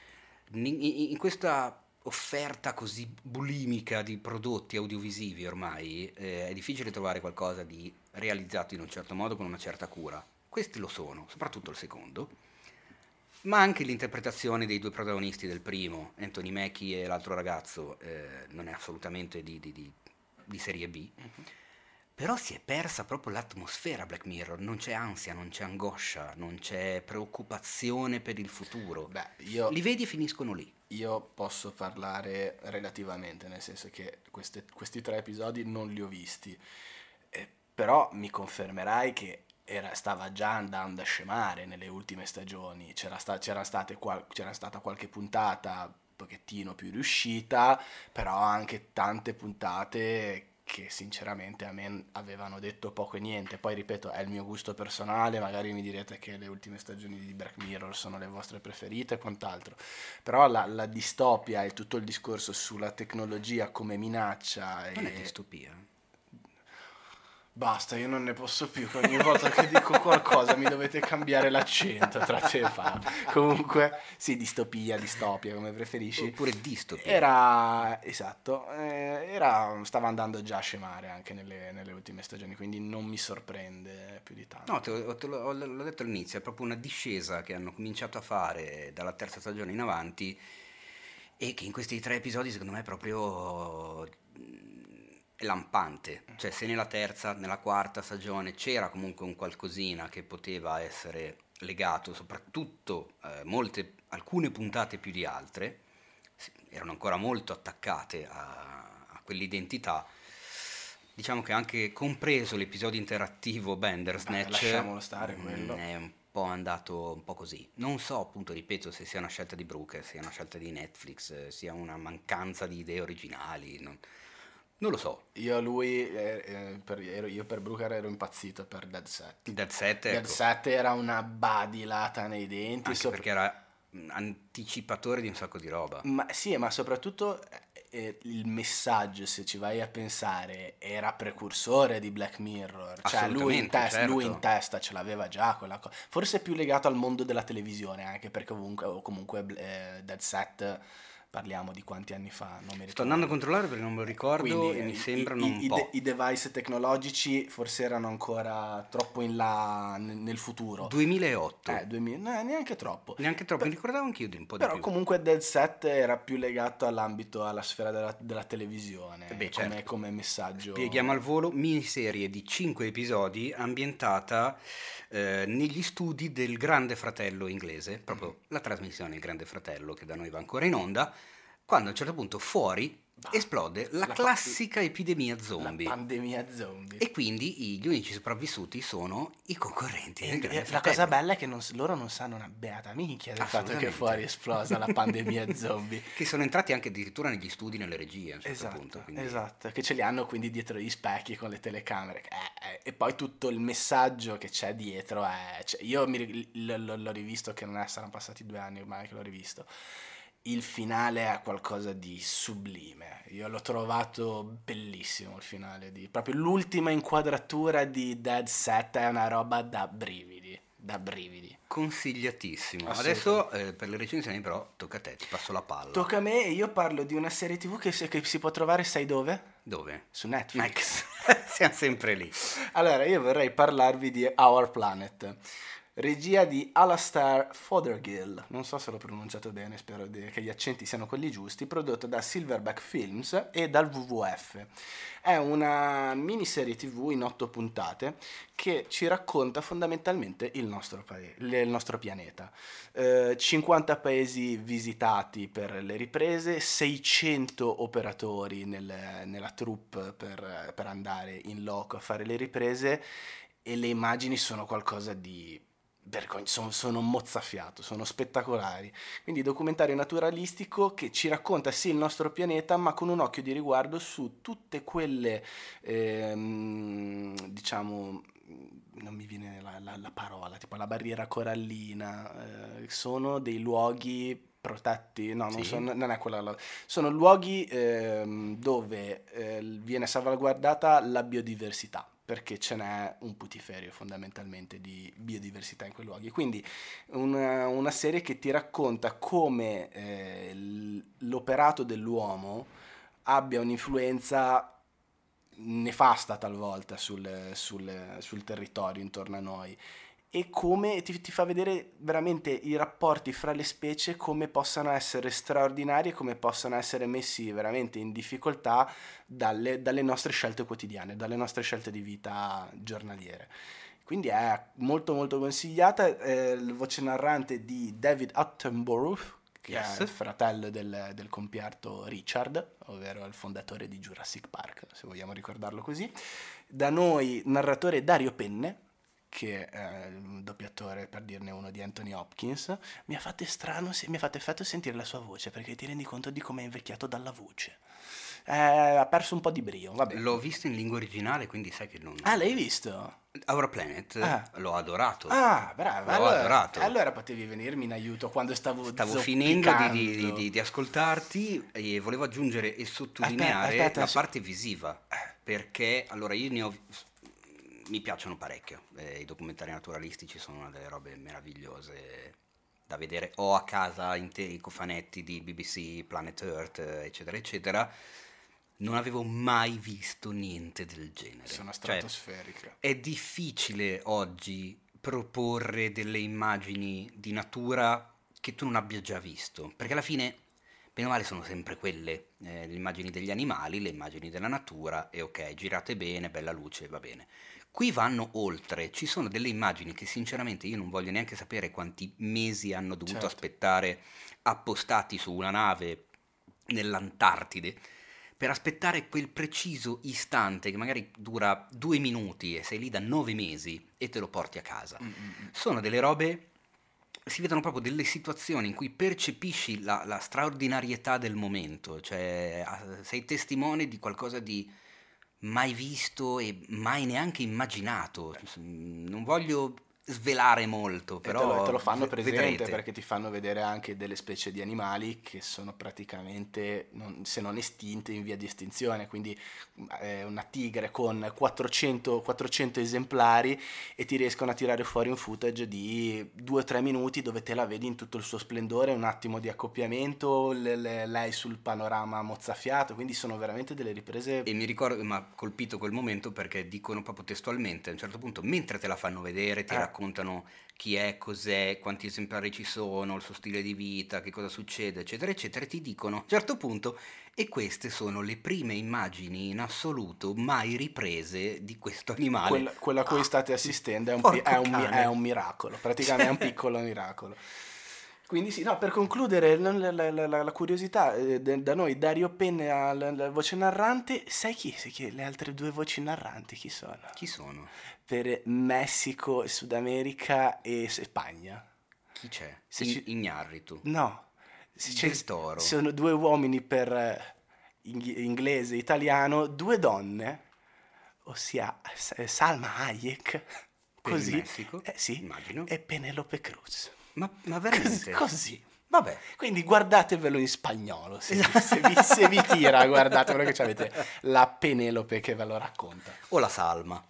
In questa offerta così bulimica di prodotti audiovisivi ormai è difficile trovare qualcosa di realizzato in un certo modo con una certa cura. Questi lo sono, soprattutto il secondo, ma anche l'interpretazione dei due protagonisti del primo, Anthony Mackie e l'altro ragazzo, non è assolutamente di serie B. Però si è persa proprio l'atmosfera Black Mirror, non c'è ansia, non c'è angoscia, non c'è preoccupazione per il futuro. Li vedi e finiscono lì. Io posso parlare relativamente, nel senso che questi 3 episodi non li ho visti, però mi confermerai che stava già andando a scemare nelle ultime stagioni, c'era stata qualche puntata un pochettino più riuscita, però anche tante puntate che sinceramente a me avevano detto poco e niente. Poi ripeto, è il mio gusto personale, magari mi direte che le ultime stagioni di Black Mirror sono le vostre preferite e quant'altro, però la distopia e tutto il discorso sulla tecnologia come minaccia non è distopia. Basta, io non ne posso più, che ogni volta che dico qualcosa mi dovete cambiare l'accento tra te e Paolo. Comunque, sì, distopia, come preferisci. Oppure distopia. Era, esatto, stava andando già a scemare anche nelle ultime stagioni, quindi non mi sorprende più di tanto. No, l'ho detto all'inizio, è proprio una discesa che hanno cominciato a fare dalla terza stagione in avanti e che in questi 3 episodi secondo me è proprio lampante. Cioè, se nella terza, nella quarta stagione c'era comunque un qualcosina che poteva essere legato, soprattutto alcune puntate più di altre, erano ancora molto attaccate a quell'identità. Diciamo che anche compreso l'episodio interattivo Bandersnatch, lasciamolo stare quello. È un po' andato un po' così. Non so, appunto, ripeto, se sia una scelta di Brooker, sia una scelta di Netflix, sia una mancanza di idee originali, non lo so. Io per Brooker ero impazzito per Dead Set. Dead Set, ecco. Dead Set era una badilata nei denti. Anche perché era anticipatore di un sacco di roba. Ma sì, ma soprattutto il messaggio, se ci vai a pensare, era precursore di Black Mirror. Cioè lui in testa ce l'aveva già quella cosa. Forse più legato al mondo della televisione, anche perché comunque Dead Set... Parliamo di quanti anni fa, non mi ricordo. Sto andando a controllare perché non me lo ricordo. Quindi, e mi sembrano un po'. I device tecnologici forse erano ancora troppo in là nel futuro. 2008. Neanche troppo. Neanche troppo, mi ricordavo anch'io di un po' di più. più. Però comunque Dead Set era più legato alla sfera della televisione, certo. come messaggio. Spieghiamo al volo, miniserie di 5 episodi ambientata negli studi del Grande Fratello inglese, proprio la trasmissione Il Grande Fratello che da noi va ancora in onda, quando a un certo punto fuori esplode la classica epidemia zombie. La pandemia zombie. E quindi gli unici sopravvissuti sono i concorrenti del Grande Fratello. La cosa bella è che loro non sanno una beata minchia del fatto che fuori è esplosa la pandemia zombie. Che sono entrati anche addirittura negli studi, nelle regie a un certo punto. Quindi... Esatto, che ce li hanno quindi dietro gli specchi con le telecamere. E poi tutto il messaggio che c'è dietro è... Cioè, io l'ho rivisto, che non saranno passati 2 anni ormai che l'ho rivisto. Il finale è qualcosa di sublime. Io l'ho trovato bellissimo il finale. Proprio l'ultima inquadratura di Dead Set è una roba da brividi. Consigliatissimo. Adesso per le recensioni però tocca a te, ti passo la palla. Tocca a me e io parlo di una serie TV che si può trovare, sai dove? Dove? Su Netflix. Siamo sempre lì. Allora, io vorrei parlarvi di Our Planet. Regia di Alastair Fothergill, non so se l'ho pronunciato bene, spero che gli accenti siano quelli giusti, prodotto da Silverback Films e dal WWF. È una miniserie TV in 8 puntate che ci racconta fondamentalmente il nostro pianeta. 50 paesi visitati per le riprese, 600 operatori nella troupe per andare in loco a fare le riprese, e le immagini sono qualcosa di... sono mozzafiato, sono spettacolari. Quindi documentario naturalistico che ci racconta sì il nostro pianeta, ma con un occhio di riguardo su tutte quelle diciamo, non mi viene la parola, tipo la barriera corallina, sono dei luoghi protetti, no, non, non è quella, sono luoghi dove viene salvaguardata la biodiversità, perché ce n'è un putiferio fondamentalmente di biodiversità in quei luoghi. Quindi una serie che ti racconta come l'operato dell'uomo abbia un'influenza nefasta talvolta sul territorio intorno a noi, e come ti fa vedere veramente i rapporti fra le specie, come possano essere straordinari e come possano essere messi veramente in difficoltà dalle nostre scelte quotidiane, dalle nostre scelte di vita giornaliere. Quindi è molto molto consigliata. Voce narrante di David Attenborough, che è il fratello del compiarto Richard, ovvero il fondatore di Jurassic Park, se vogliamo ricordarlo così. Da noi narratore Dario Penne, che è il doppiatore, per dirne uno, di Anthony Hopkins. Mi ha fatto effetto sentire la sua voce, perché ti rendi conto di come è invecchiato dalla voce. Ha perso un po' di brio, vabbè. L'ho visto in lingua originale, quindi sai che non... Ah, l'hai visto? Our Planet, l'ho adorato. Ah, bravo. L'ho adorato. Allora potevi venirmi in aiuto quando stavo finendo di ascoltarti, e volevo aggiungere e sottolineare la parte visiva, perché allora io ne ho mi piacciono parecchio. I documentari naturalistici sono una delle robe meravigliose da vedere. Ho a casa i cofanetti di BBC, Planet Earth, eccetera, eccetera. Non avevo mai visto niente del genere. Sono stratosferiche. È difficile oggi proporre delle immagini di natura che tu non abbia già visto, perché alla fine, bene o male, sono sempre quelle, le immagini degli animali, le immagini della natura, e ok, girate bene, bella luce, va bene. Qui vanno oltre, ci sono delle immagini che sinceramente io non voglio neanche sapere quanti mesi hanno dovuto aspettare appostati su una nave nell'Antartide per aspettare quel preciso istante che magari dura 2 minuti e sei lì da 9 mesi e te lo porti a casa. Sono delle robe, si vedono proprio delle situazioni in cui percepisci la straordinarietà del momento, cioè sei testimone di qualcosa di mai visto e mai neanche immaginato. Non voglio svelare molto, però te lo fanno presente, vedrete. perché ti fanno vedere anche delle specie di animali che sono praticamente, se non estinte, in via di estinzione, quindi una tigre con 400 esemplari, e ti riescono a tirare fuori un footage di 2-3 minuti dove te la vedi in tutto il suo splendore, un attimo di accoppiamento, lei sul panorama mozzafiato, quindi sono veramente delle riprese. E mi ricordo, mi ha colpito quel momento perché dicono proprio testualmente, a un certo punto, mentre te la fanno vedere, ti raccontano chi è, cos'è, quanti esemplari ci sono, il suo stile di vita, che cosa succede, eccetera, eccetera, e ti dicono a un certo punto, e queste sono le prime immagini in assoluto mai riprese di questo animale. Quella a cui state assistendo è un miracolo, praticamente è un piccolo miracolo. Quindi sì, no, per concludere, la curiosità, da noi Dario Penna la voce narrante, sai chi le altre 2 voci narranti chi sono? Chi sono? Per Messico, Sud America e Spagna. Chi c'è? Ignarritu. No. Del Toro. Sono 2 uomini per inglese e italiano, 2 donne, ossia Salma Hayek, per così, il Messico, sì, immagino. e Penelope Cruz. Ma veramente? Così. Vabbè. Quindi guardatevelo in spagnolo, se vi tira, guardatevelo che avete la Penelope che ve lo racconta. O la Salma.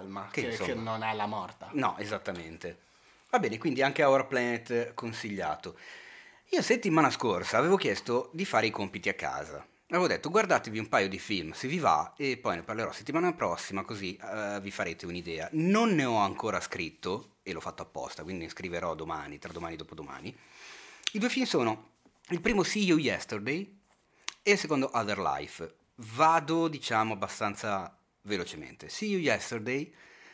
Che non è la morta. No, esattamente. Va bene, quindi anche Our Planet consigliato. Io settimana scorsa avevo chiesto di fare i compiti a casa. Avevo detto guardatevi un paio di film se vi va e poi ne parlerò settimana prossima, così vi farete un'idea. Non ne ho ancora scritto e l'ho fatto apposta, quindi ne scriverò domani, tra domani e dopodomani. I 2 film sono il primo See You Yesterday e il secondo Other Life. Vado diciamo abbastanza velocemente. See You Yesterday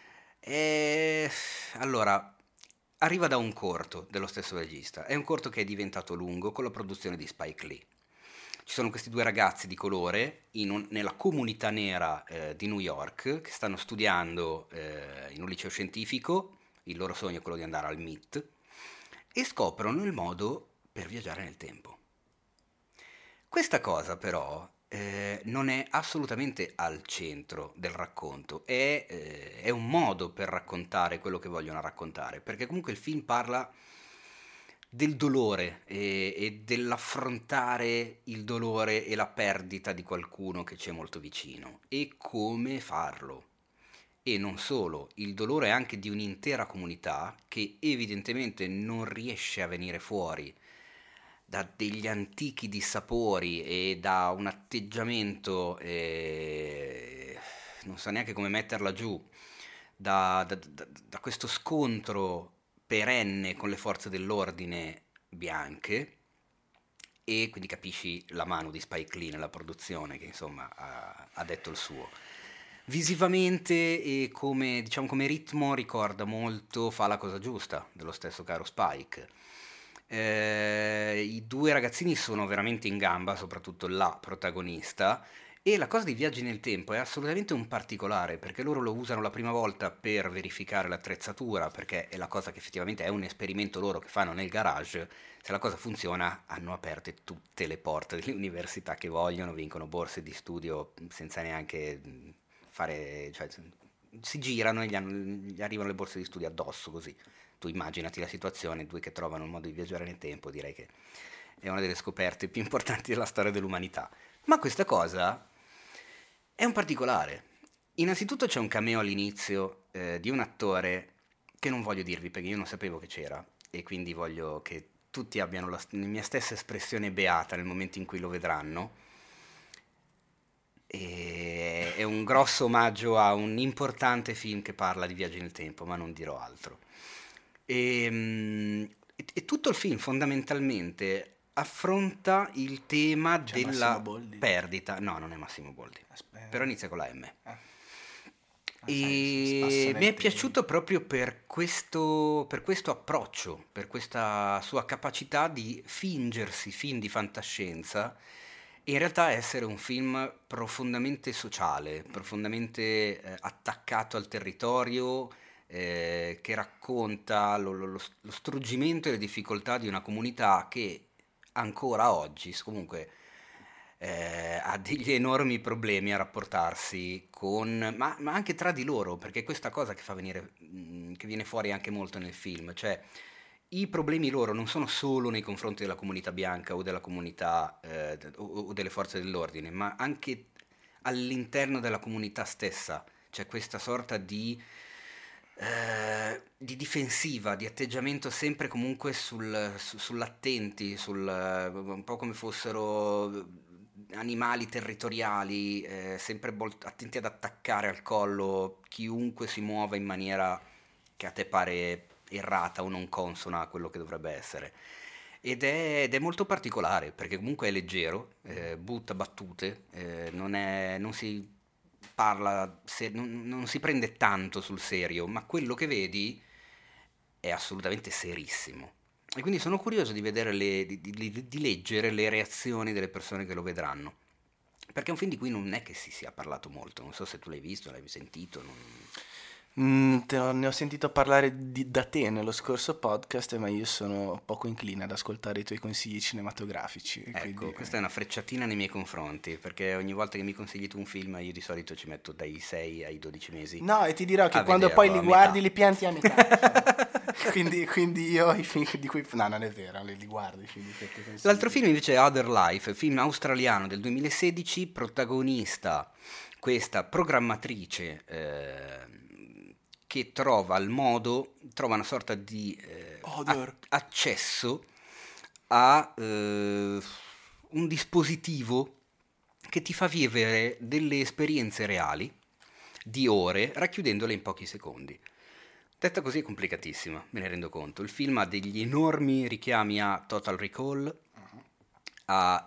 allora arriva da un corto dello stesso regista. È un corto che è diventato lungo con la produzione di Spike Lee. Ci sono questi 2 ragazzi di colore nella comunità nera di New York che stanno studiando in un liceo scientifico, il loro sogno è quello di andare al MIT, e scoprono il modo per viaggiare nel tempo. Questa cosa però non è assolutamente al centro del racconto, è un modo per raccontare quello che vogliono raccontare, perché comunque il film parla del dolore e dell'affrontare il dolore e la perdita di qualcuno che ci è molto vicino e come farlo. E non solo, il dolore anche di un'intera comunità che evidentemente non riesce a venire fuori da degli antichi dissapori e da un atteggiamento, non so neanche come metterla giù, da questo scontro perenne con le forze dell'ordine bianche, e quindi capisci la mano di Spike Lee nella produzione che insomma ha detto il suo. Visivamente e come ritmo ricorda molto Fa la cosa giusta dello stesso caro Spike. I 2 ragazzini sono veramente in gamba, soprattutto la protagonista, e la cosa dei viaggi nel tempo è assolutamente un particolare, perché loro lo usano la prima volta per verificare l'attrezzatura, perché è la cosa che effettivamente è un esperimento loro che fanno nel garage. Se la cosa funziona, hanno aperte tutte le porte delle università che vogliono, vincono borse di studio senza neanche fare, cioè si girano e gli arrivano le borse di studio addosso, così. Tu immaginati la situazione, 2 che trovano un modo di viaggiare nel tempo, direi che è una delle scoperte più importanti della storia dell'umanità. Ma questa cosa è un particolare, Innanzitutto c'è un cameo all'inizio di un attore che non voglio dirvi perché io non sapevo che c'era e quindi voglio che tutti abbiano la mia stessa espressione beata nel momento in cui lo vedranno. E è un grosso omaggio a un importante film che parla di viaggi nel tempo, ma non dirò altro. E tutto il film fondamentalmente affronta il tema della perdita. No, non è Massimo Boldi. Aspetta. Però inizia con la M. E mi è piaciuto proprio per questo approccio, per questa sua capacità di fingersi film di fantascienza e in realtà essere un film profondamente sociale, profondamente attaccato al territorio, che racconta lo struggimento e le difficoltà di una comunità che ancora oggi comunque ha degli enormi problemi a rapportarsi con, ma anche tra di loro, perché questa cosa che viene fuori anche molto nel film, cioè i problemi loro non sono solo nei confronti della comunità bianca o della comunità o delle forze dell'ordine, ma anche all'interno della comunità stessa, c'è questa sorta di difensiva, di atteggiamento sempre comunque sull'attenti, un po' come fossero animali territoriali, sempre attenti ad attaccare al collo chiunque si muova in maniera che a te pare errata o non consona a quello che dovrebbe essere. Ed è molto particolare perché comunque è leggero, butta battute, non si parla, non si prende tanto sul serio, ma quello che vedi è assolutamente serissimo. E quindi sono curioso di vedere di leggere le reazioni delle persone che lo vedranno. Perché è un film di cui non è che si sia parlato molto. Non so se tu l'hai visto, l'hai sentito. Ne ho sentito parlare da te nello scorso podcast, ma io sono poco incline ad ascoltare i tuoi consigli cinematografici. Ecco, quindi questa è una frecciatina nei miei confronti, perché ogni volta che mi consigli tu un film io di solito ci metto dai 6 ai 12 mesi. No, e ti dirò che quando poi li guardi li pianti a metà. quindi io i film di cui... No, non è vero, li guardo i film di cui consigli. L'altro film invece è Other Life, film australiano del 2016, protagonista questa programmatrice che trova una sorta di accesso a un dispositivo che ti fa vivere delle esperienze reali di ore racchiudendole in pochi secondi. Detta così è complicatissima, me ne rendo conto. Il film ha degli enormi richiami a Total Recall, a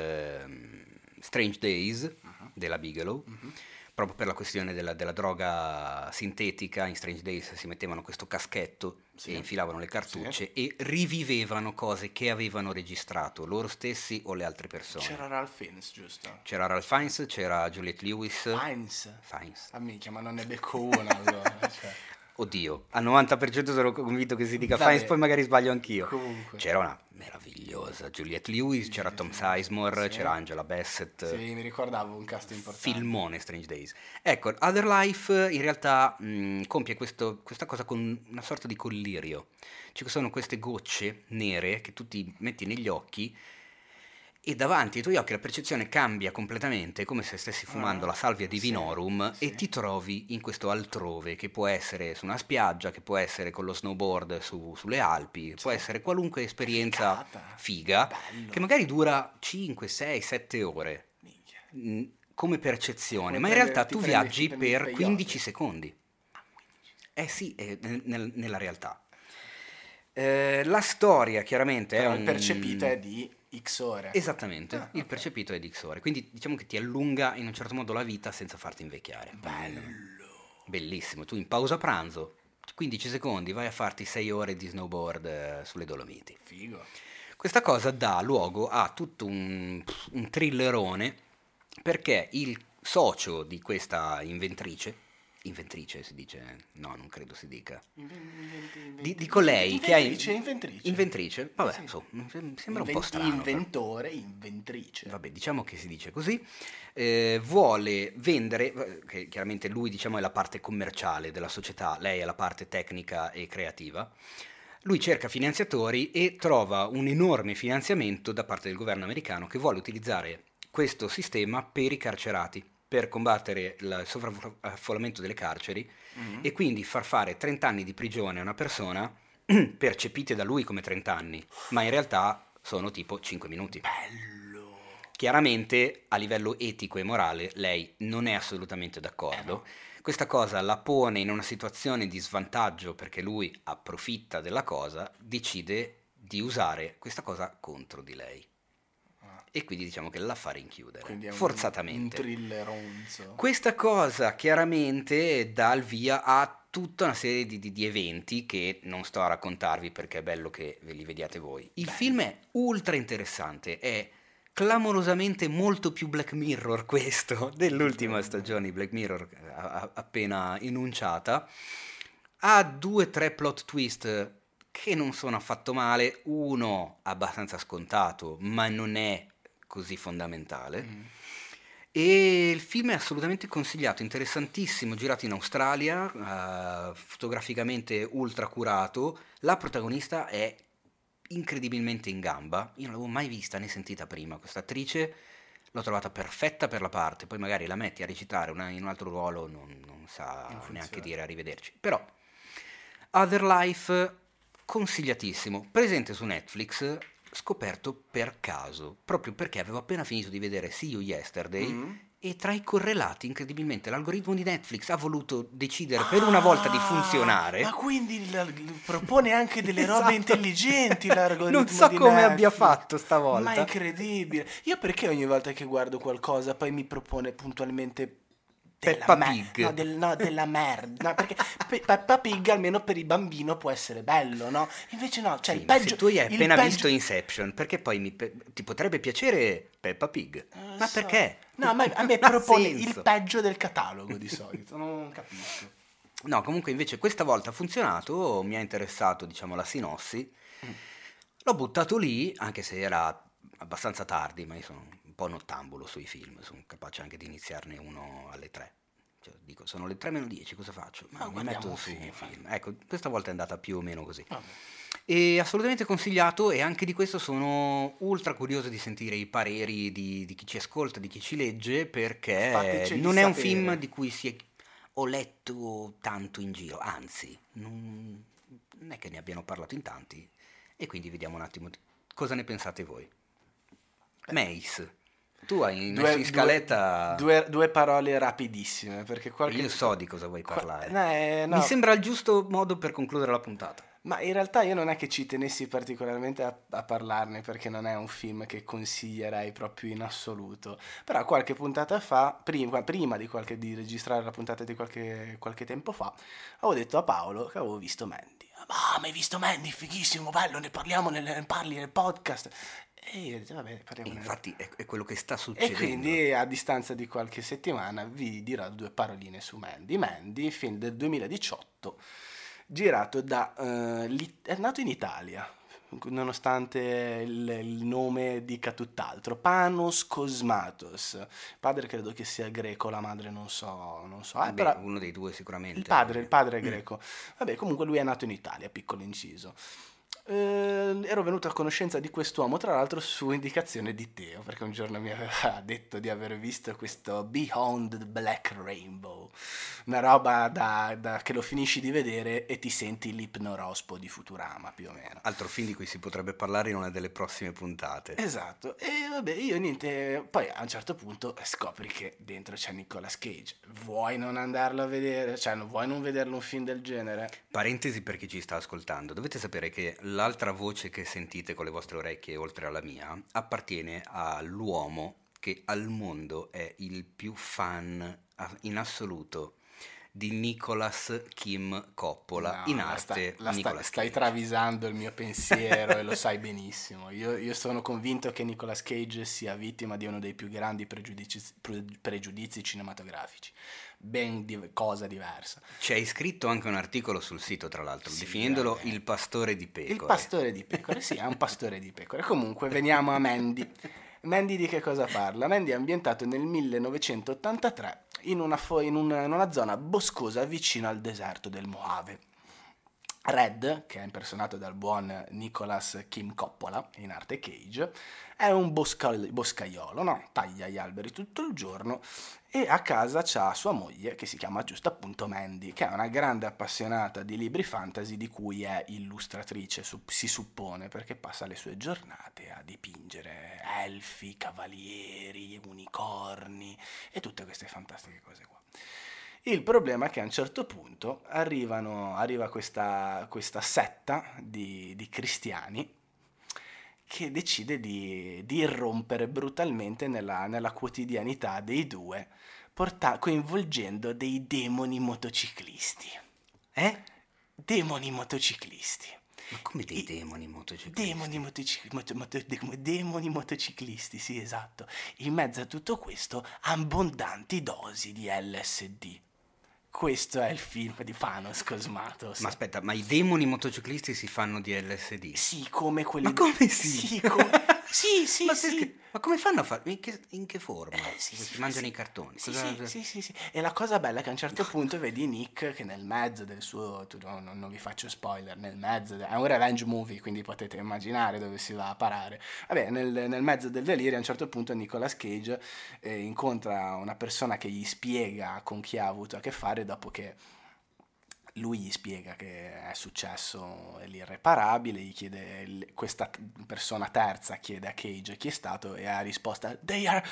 Strange Days della Bigelow, proprio per la questione della droga sintetica. In Strange Days si mettevano questo caschetto e infilavano le cartucce e rivivevano cose che avevano registrato loro stessi o le altre persone. C'era Ralph Fiennes, giusto? C'era Ralph Fiennes, c'era Juliette Lewis. Fiennes. Amica, ma non ne becco una allora. Oddio, al 90% sono convinto che si dica Fiennes, poi magari sbaglio anch'io. Comunque. C'era una meravigliosa Juliette Lewis, c'era Tom Sizemore, c'era Angela Bassett. Sì, mi ricordavo un cast importante. Filmone Strange Days. Ecco, Other Life in realtà compie questa cosa con una sorta di collirio. Ci sono queste gocce nere che tu ti metti negli occhi e davanti ai tuoi occhi la percezione cambia completamente, come se stessi fumando la salvia di Vinorum, e ti trovi in questo altrove, che può essere su una spiaggia, che può essere con lo snowboard sulle Alpi, può essere qualunque esperienza figa, che magari dura 5, 6, 7 ore come percezione, ma in realtà tu viaggi per 15 secondi. Sì, nella realtà. La storia chiaramente però il percepito è di X ore. Esattamente, il percepito è di X ore, quindi diciamo che ti allunga in un certo modo la vita senza farti invecchiare. Bello. Bellissimo, tu in pausa pranzo, 15 secondi, vai a farti 6 ore di snowboard sulle Dolomiti. Figo. Questa cosa dà luogo a tutto un thrillerone, perché il socio di questa inventrice si dice? No, non credo si dica. Di colei che ha inventrice? Vabbè, sembra un po' strano. Inventrice. Vabbè, diciamo che si dice così. Vuole vendere, che chiaramente lui diciamo è la parte commerciale della società, lei è la parte tecnica e creativa. Lui cerca finanziatori e trova un enorme finanziamento da parte del governo americano che vuole utilizzare questo sistema per i carcerati. per combattere il sovraffollamento delle carceri e quindi far fare 30 anni di prigione a una persona percepite da lui come 30 anni, ma in realtà sono tipo 5 minuti. Bello! Chiaramente a livello etico e morale lei non è assolutamente d'accordo. Questa cosa la pone in una situazione di svantaggio perché lui approfitta della cosa, decide di usare questa cosa contro di lei. E quindi diciamo che la fa rinchiudere, Quindi è forzatamente. Un thrilleronzo. Questa cosa chiaramente dà il via a tutta una serie di eventi che non sto a raccontarvi perché è bello che ve li vediate voi. Il film è ultra interessante, è clamorosamente molto più Black Mirror questo dell'ultima stagione di Black Mirror appena enunciata. Ha 2-3 plot twist che non sono affatto male, uno abbastanza scontato ma non è così fondamentale. E il film è assolutamente consigliato, interessantissimo, girato in Australia, fotograficamente ultra curato. La protagonista è incredibilmente in gamba, io non l'avevo mai vista né sentita prima, questa attrice l'ho trovata perfetta per la parte, poi magari la metti a recitare in un altro ruolo, non sa neanche dire arrivederci. Però Other Life consigliatissimo, presente su Netflix, scoperto per caso, proprio perché avevo appena finito di vedere See You Yesterday e tra i correlati, incredibilmente, l'algoritmo di Netflix ha voluto decidere per una volta di funzionare. Ma quindi propone anche delle robe intelligenti l'algoritmo non so di come Netflix. abbia fatto stavolta. Ma è incredibile. Io perché ogni volta che guardo qualcosa poi mi propone puntualmente Peppa Pig. Della merda. No, perché Peppa Pig almeno per il bambino può essere bello, no? Invece no, cioè Sì, il peggio. se tu hai appena peggio... visto Inception, perché poi ti potrebbe piacere Peppa Pig? Ma so. perché? No, a me propone il peggio del catalogo di solito, non capisco. No, comunque invece questa volta ha funzionato, mi ha interessato, diciamo, la sinossi. L'ho buttato lì, anche se era abbastanza tardi, ma io sono un po' nottambulo sui film, sono capace anche di iniziarne uno alle 3. Cioè, dico, sono le 3:10, cosa faccio? Ma mi metto su un film. Ecco, questa volta è andata più o meno così. E assolutamente consigliato, e anche di questo sono ultra curioso di sentire i pareri di chi ci ascolta, di chi ci legge, perché non è un film di cui ho letto tanto in giro, anzi, non è che ne abbiano parlato in tanti, e quindi vediamo un attimo cosa ne pensate voi. Mace, tu hai messo in scaletta due parole rapidissime, perché io so di cosa vuoi No. parlare. Mi sembra il giusto modo per concludere la puntata. Ma in realtà io non è che ci tenessi particolarmente a parlarne, perché non è un film che consiglierei proprio in assoluto. Però qualche puntata fa, prima di registrare la puntata di qualche tempo fa, avevo detto a Paolo che avevo visto Mandy. Ma hai visto Mandy? Fighissimo, bello, ne parli nel podcast. E io ho detto, vabbè, parliamo. Infatti è quello che sta succedendo. E quindi a distanza di qualche settimana vi dirò due paroline su Mandy. Mandy, film del 2018, girato è nato in Italia, nonostante il nome dica tutt'altro, Panos Cosmatos. Il padre credo che sia greco, la madre non so. Però uno dei due sicuramente. Il padre è greco. Vabbè, comunque lui è nato in Italia, piccolo inciso. Ero venuto a conoscenza di quest'uomo, tra l'altro su indicazione di Teo, perché un giorno mi aveva detto di aver visto questo Beyond the Black Rainbow, una roba da che lo finisci di vedere e ti senti l'ipnorospo di Futurama, più o meno. Altro film di cui si potrebbe parlare in una delle prossime puntate. Esatto. E vabbè, io niente, poi a un certo punto scopri che dentro c'è Nicolas Cage. Vuoi non andarlo a vedere? Cioè, vuoi non vederlo un film del genere? Parentesi per chi ci sta ascoltando, dovete sapere che l'altra voce che sentite con le vostre orecchie, oltre alla mia, appartiene all'uomo che al mondo è il più fan in assoluto di Nicolas Kim Coppola, in arte Nicolas Cage. Stai travisando il mio pensiero e lo sai benissimo. Io sono convinto che Nicolas Cage sia vittima di uno dei più grandi pregiudizi cinematografici. Cosa diversa. C'è scritto anche un articolo sul sito, tra l'altro, sì, definendolo il pastore di pecore. Il pastore di pecore, sì, è un pastore di pecore. Comunque, veniamo a Mandy. Mandy di che cosa parla? Mandy è ambientato nel 1983 in una zona boscosa vicino al deserto del Mojave. Red, che è impersonato dal buon Nicolas Kim Coppola, in arte Cage, è un boscaiolo, no? Taglia gli alberi tutto il giorno e a casa c'ha sua moglie, che si chiama giusto appunto Mandy, che è una grande appassionata di libri fantasy di cui è illustratrice, si suppone, perché passa le sue giornate a dipingere elfi, cavalieri, unicorni e tutte queste fantastiche cose qua. Il problema è che a un certo punto arriva questa setta di cristiani che decide di irrompere brutalmente nella quotidianità dei due, coinvolgendo dei demoni motociclisti. Demoni motociclisti. Ma come dei demoni motociclisti? Demoni motociclisti, sì, esatto. In mezzo a tutto questo, abbondanti dosi di LSD. Questo è il film di Panos Cosmatos. Ma aspetta, ma i demoni motociclisti si fanno di LSD? Sì, come quelli... Ma come sì? Sì, ma sì. Ma come fanno a fare? In che forma? Si mangiano i cartoni? Sì. E la cosa bella è che a un certo punto vedi Nick che nel mezzo del suo... non vi faccio spoiler, nel mezzo... È un revenge movie, quindi potete immaginare dove si va a parare. Vabbè, nel mezzo del delirio a un certo punto Nicolas Cage incontra una persona che gli spiega con chi ha avuto a che fare dopo che... Lui gli spiega che è successo l'irreparabile, gli chiede, questa persona terza chiede a Cage chi è stato e ha risposta they are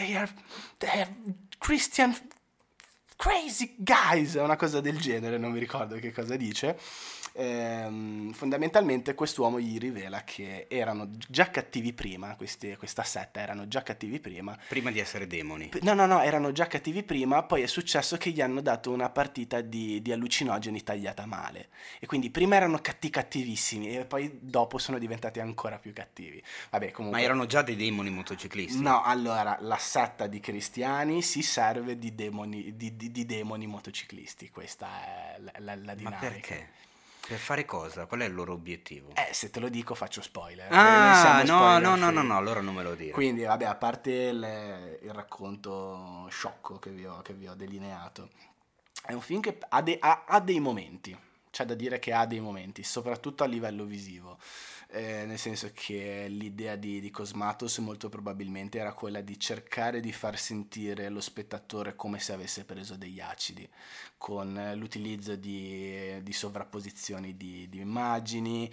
Christian crazy guys, una cosa del genere, non mi ricordo che cosa dice. Fondamentalmente quest'uomo gli rivela che erano già cattivi prima, questa setta erano già cattivi prima di essere demoni. No, erano già cattivi prima, poi è successo che gli hanno dato una partita di allucinogeni tagliata male e quindi prima erano cattivissimi e poi dopo sono diventati ancora più cattivi. Vabbè, comunque... Ma erano già dei demoni motociclisti? No, allora la setta di cristiani si serve di demoni motociclisti, questa è la dinamica. Ma perché? Per fare cosa? Qual è il loro obiettivo? Se te lo dico faccio spoiler. No, allora non me lo dire. Quindi, vabbè, a parte il racconto sciocco che vi ho delineato, è un film che ha dei momenti, c'è da dire che ha dei momenti, soprattutto a livello visivo. Nel senso che l'idea di Cosmatos molto probabilmente era quella di cercare di far sentire lo spettatore come se avesse preso degli acidi, con l'utilizzo di sovrapposizioni di immagini,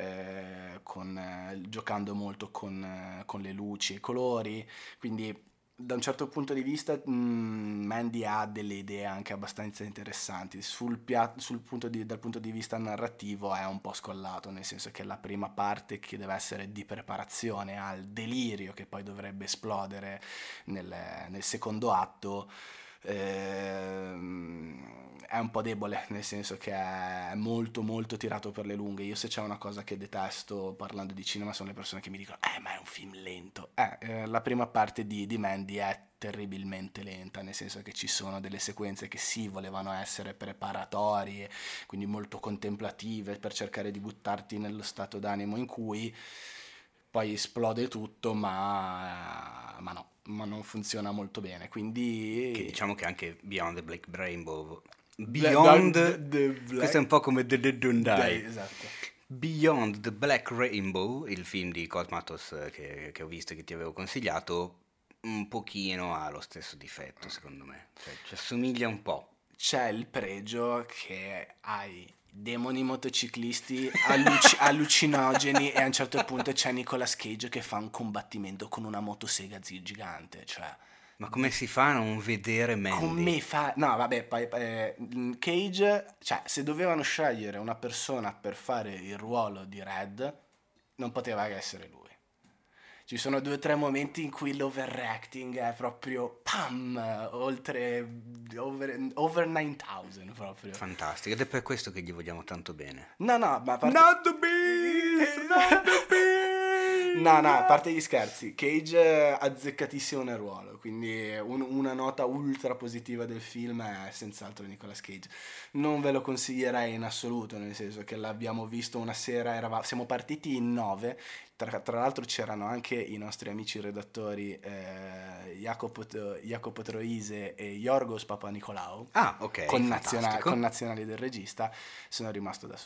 giocando molto con le luci e i colori, quindi da un certo punto di vista Mandy ha delle idee anche abbastanza interessanti. Dal punto di vista narrativo è un po' scollato, nel senso che la prima parte, che deve essere di preparazione al delirio che poi dovrebbe esplodere nel secondo atto, è un po' debole, nel senso che è molto molto tirato per le lunghe. Io, se c'è una cosa che detesto parlando di cinema, sono le persone che mi dicono ma è un film lento. La prima parte di Mandy è terribilmente lenta, nel senso che ci sono delle sequenze che sì volevano essere preparatorie, quindi molto contemplative, per cercare di buttarti nello stato d'animo in cui poi esplode tutto, ma no, ma non funziona molto bene, quindi... Che diciamo che anche Beyond the Black Rainbow... Questo è un po' come The Dundai. Esatto. Beyond the Black Rainbow, il film di Cosmatos che ho visto e che ti avevo consigliato, un pochino ha lo stesso difetto, secondo me. Cioè, ci assomiglia un po'. C'è il pregio che hai demoni motociclisti allucinogeni e a un certo punto c'è Nicolas Cage che fa un combattimento con una motosega gigante, cioè... Ma come si fa a non vedere Mandy? Come fa? No, vabbè, poi Cage, cioè, se dovevano scegliere una persona per fare il ruolo di Red, non poteva che essere lui. Ci sono 2 o 3 momenti in cui l'overacting è proprio pam, over 9000 proprio. Fantastico, ed è per questo che gli vogliamo tanto bene. No, ma a parte... Not the beast! No, a parte gli scherzi, Cage azzeccatissimo nel ruolo, quindi una nota ultra positiva del film è senz'altro Nicolas Cage. Non ve lo consiglierei in assoluto, nel senso che l'abbiamo visto una sera, siamo partiti in 9, tra l'altro c'erano anche i nostri amici redattori Jacopo Troise e Yorgos Papanicolaou, ok, con nazionali del regista. Sono rimasto da solo.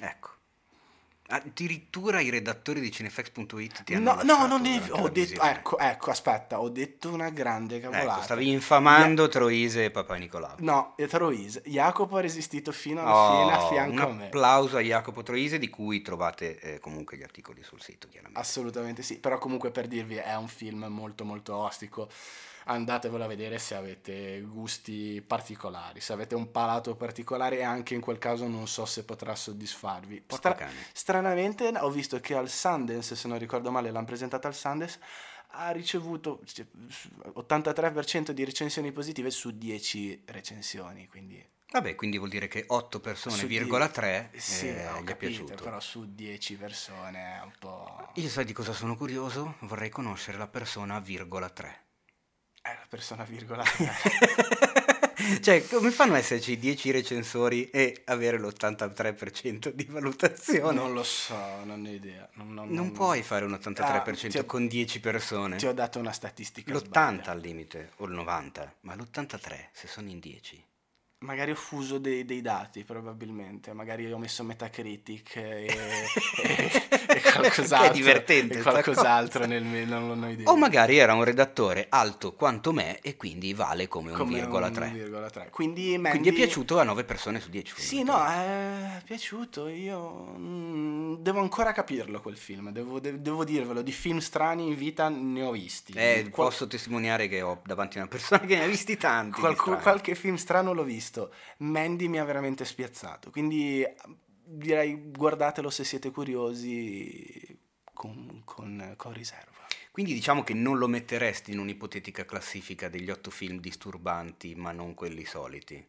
Ecco. Addirittura i redattori di Cinefx.it ti hanno non ho detto, ecco, aspetta, ho detto una grande cavolata. Ecco, stavi infamando Troise e Papà Nicolau. No, Troise. Jacopo ha resistito fino alla fine a fianco a me. Un applauso a Jacopo Troise, di cui trovate comunque gli articoli sul sito, chiaramente. Assolutamente sì, però comunque per dirvi è un film molto molto ostico. Andatevelo a vedere se avete gusti particolari, se avete un palato particolare, e anche in quel caso non so se potrà soddisfarvi. Stranamente ho visto che al Sundance, se non ricordo male, l'hanno presentata al Sundance, ha ricevuto 83% di recensioni positive su 10 recensioni, quindi... Vabbè, quindi vuol dire che 8 persone, virgola 3, sì, gli è piaciuto. Però su 10 persone è un po'... Io sai di cosa sono curioso? Vorrei conoscere la persona, virgola 3. La persona, virgola 3. Cioè, come fanno a esserci 10 recensori e avere l'83% di valutazione? Non lo so, non ho idea. Non puoi fare un 83% con 10 persone. Ti ho dato una statistica l'80 al limite, o il 90, ma l'83 se sono in 10. Magari ho fuso dei dati, probabilmente. Magari ho messo Metacritic e qualcos'altro. Che è divertente. E qualcos'altro non ho idea. O magari era un redattore alto quanto me e quindi vale come 1,3. Quindi è piaciuto a 9 persone su 10. Sì, no, è piaciuto. Io devo ancora capirlo quel film. Devo dirvelo. Di film strani in vita ne ho visti. Posso testimoniare che ho davanti una persona che ne ha visti tanti. Qualche film strano l'ho visto. Mandy mi ha veramente spiazzato, quindi direi guardatelo se siete curiosi con riserva. Quindi diciamo che non lo metteresti in un'ipotetica classifica degli 8 film disturbanti, ma non quelli soliti?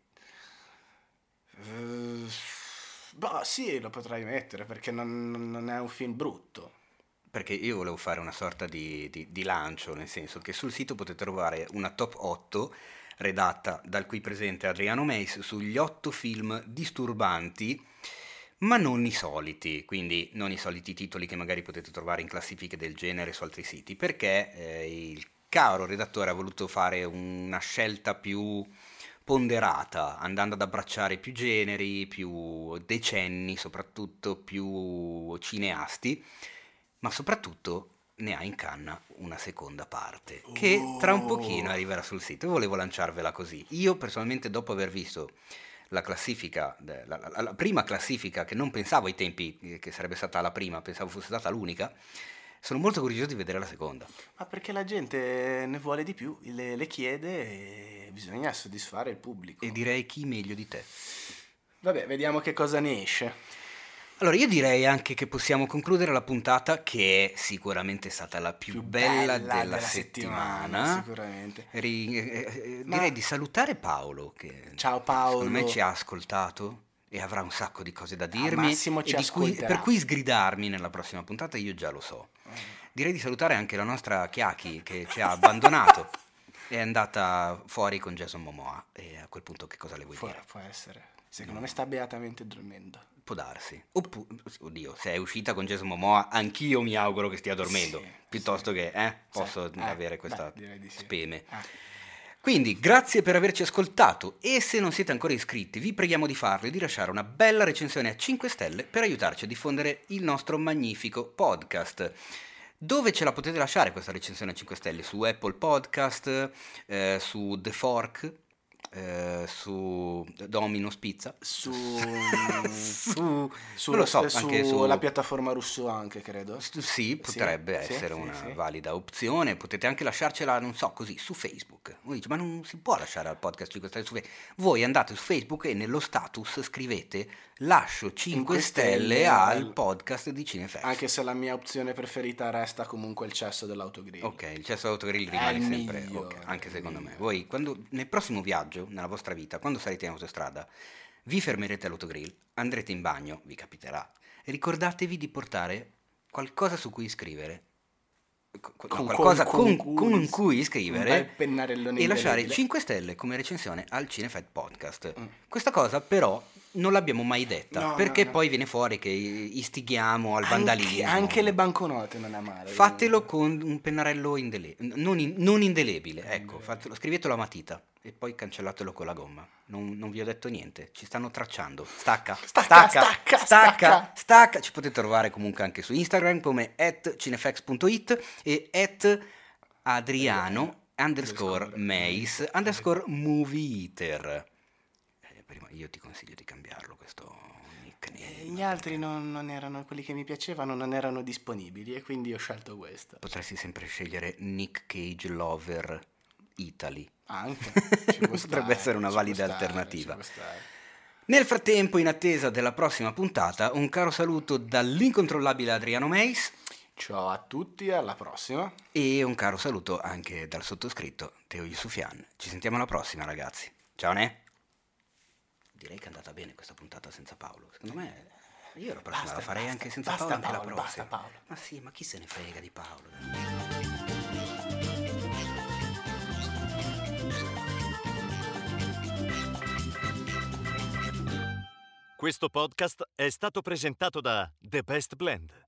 Sì, lo potrei mettere, perché non è un film brutto. Perché io volevo fare una sorta di lancio, nel senso che sul sito potete trovare una top 8 redatta dal qui presente Adriano Meis sugli 8 film disturbanti, ma non i soliti, quindi non i soliti titoli che magari potete trovare in classifiche del genere su altri siti, perché il caro redattore ha voluto fare una scelta più ponderata, andando ad abbracciare più generi, più decenni, soprattutto più cineasti, ma soprattutto ne ha in canna una seconda parte che tra un pochino arriverà sul sito. Io volevo lanciarvela così. Io personalmente, dopo aver visto la classifica, la prima classifica, che non pensavo ai tempi che sarebbe stata la prima, pensavo fosse stata l'unica, sono molto curioso di vedere la seconda. Ma perché la gente ne vuole di più, le chiede, e bisogna soddisfare il pubblico. E direi chi meglio di te. Vabbè, vediamo che cosa ne esce. Allora, io direi anche che possiamo concludere la puntata, che è sicuramente stata la più bella della settimana. Sicuramente. Direi di salutare Paolo, che ciao Paolo, secondo me ci ha ascoltato e avrà un sacco di cose da dirmi, Massimo ci ascolterà. Per cui sgridarmi nella prossima puntata io già lo so. Direi di salutare anche la nostra Chiaki, che ci ha abbandonato. È andata fuori con Jason Momoa. E a quel punto che cosa le vuoi dire? Può essere. Secondo me sta beatamente dormendo. Può darsi. Oddio, se è uscita con Jason Momoa, anch'io mi auguro che stia dormendo. Sì, piuttosto che posso avere questa speme. Quindi, grazie per averci ascoltato, e se non siete ancora iscritti, vi preghiamo di farlo e di lasciare una bella recensione a 5 stelle per aiutarci a diffondere il nostro magnifico podcast. Dove ce la potete lasciare questa recensione a 5 stelle? Su Apple Podcast, su The Fork, su Domino's Pizza, non lo so, anche sulla piattaforma Russo, anche credo. Sì, potrebbe essere una valida opzione. Potete anche lasciarcela, non so, così su Facebook. Voi dice, ma non si può lasciare al podcast 5 stelle su Facebook. Voi andate su Facebook e nello status scrivete lascio 5 stelle al podcast di Cinefx. Anche se la mia opzione preferita resta comunque il cesso dell'autogrill. Ok, il cesso dell'autogrill rimane sempre anche secondo me. Voi nel prossimo viaggio nella vostra vita, quando sarete in autostrada, vi fermerete all'autogrill, andrete in bagno, vi capiterà, e ricordatevi di portare qualcosa su cui scrivere, qualcosa con cui scrivere, e lasciare 5 stelle come recensione al Cinefed Podcast. Questa cosa però non l'abbiamo mai detta, perché poi viene fuori che istighiamo al vandalismo. Anche le banconote non è male. Fatelo con un pennarello non indelebile, ecco, scrivetelo a matita e poi cancellatelo con la gomma. Non vi ho detto niente, ci stanno tracciando. Stacca. Ci potete trovare comunque anche su Instagram come @cinefx.it e @Adriano_Mace_movie_eater. Prima io ti consiglio di cambiarlo questo nickname. Gli altri non erano quelli che mi piacevano, non erano disponibili e quindi ho scelto questo. Potresti sempre scegliere Nick Cage Lover Italy. Anche. Potrebbe essere una valida alternativa. Nel frattempo, in attesa della prossima puntata, un caro saluto dall'incontrollabile Adriano Mace. Ciao a tutti, alla prossima. E un caro saluto anche dal sottoscritto Teo Yusufian. Ci sentiamo alla prossima, ragazzi. Ciao, ne? Direi che è andata bene questa puntata senza Paolo. Secondo me io la prossima la farei anche senza Paolo. Anche la prossima. Basta Paolo. Ma sì, ma chi se ne frega di Paolo? Questo podcast è stato presentato da The Best Blend.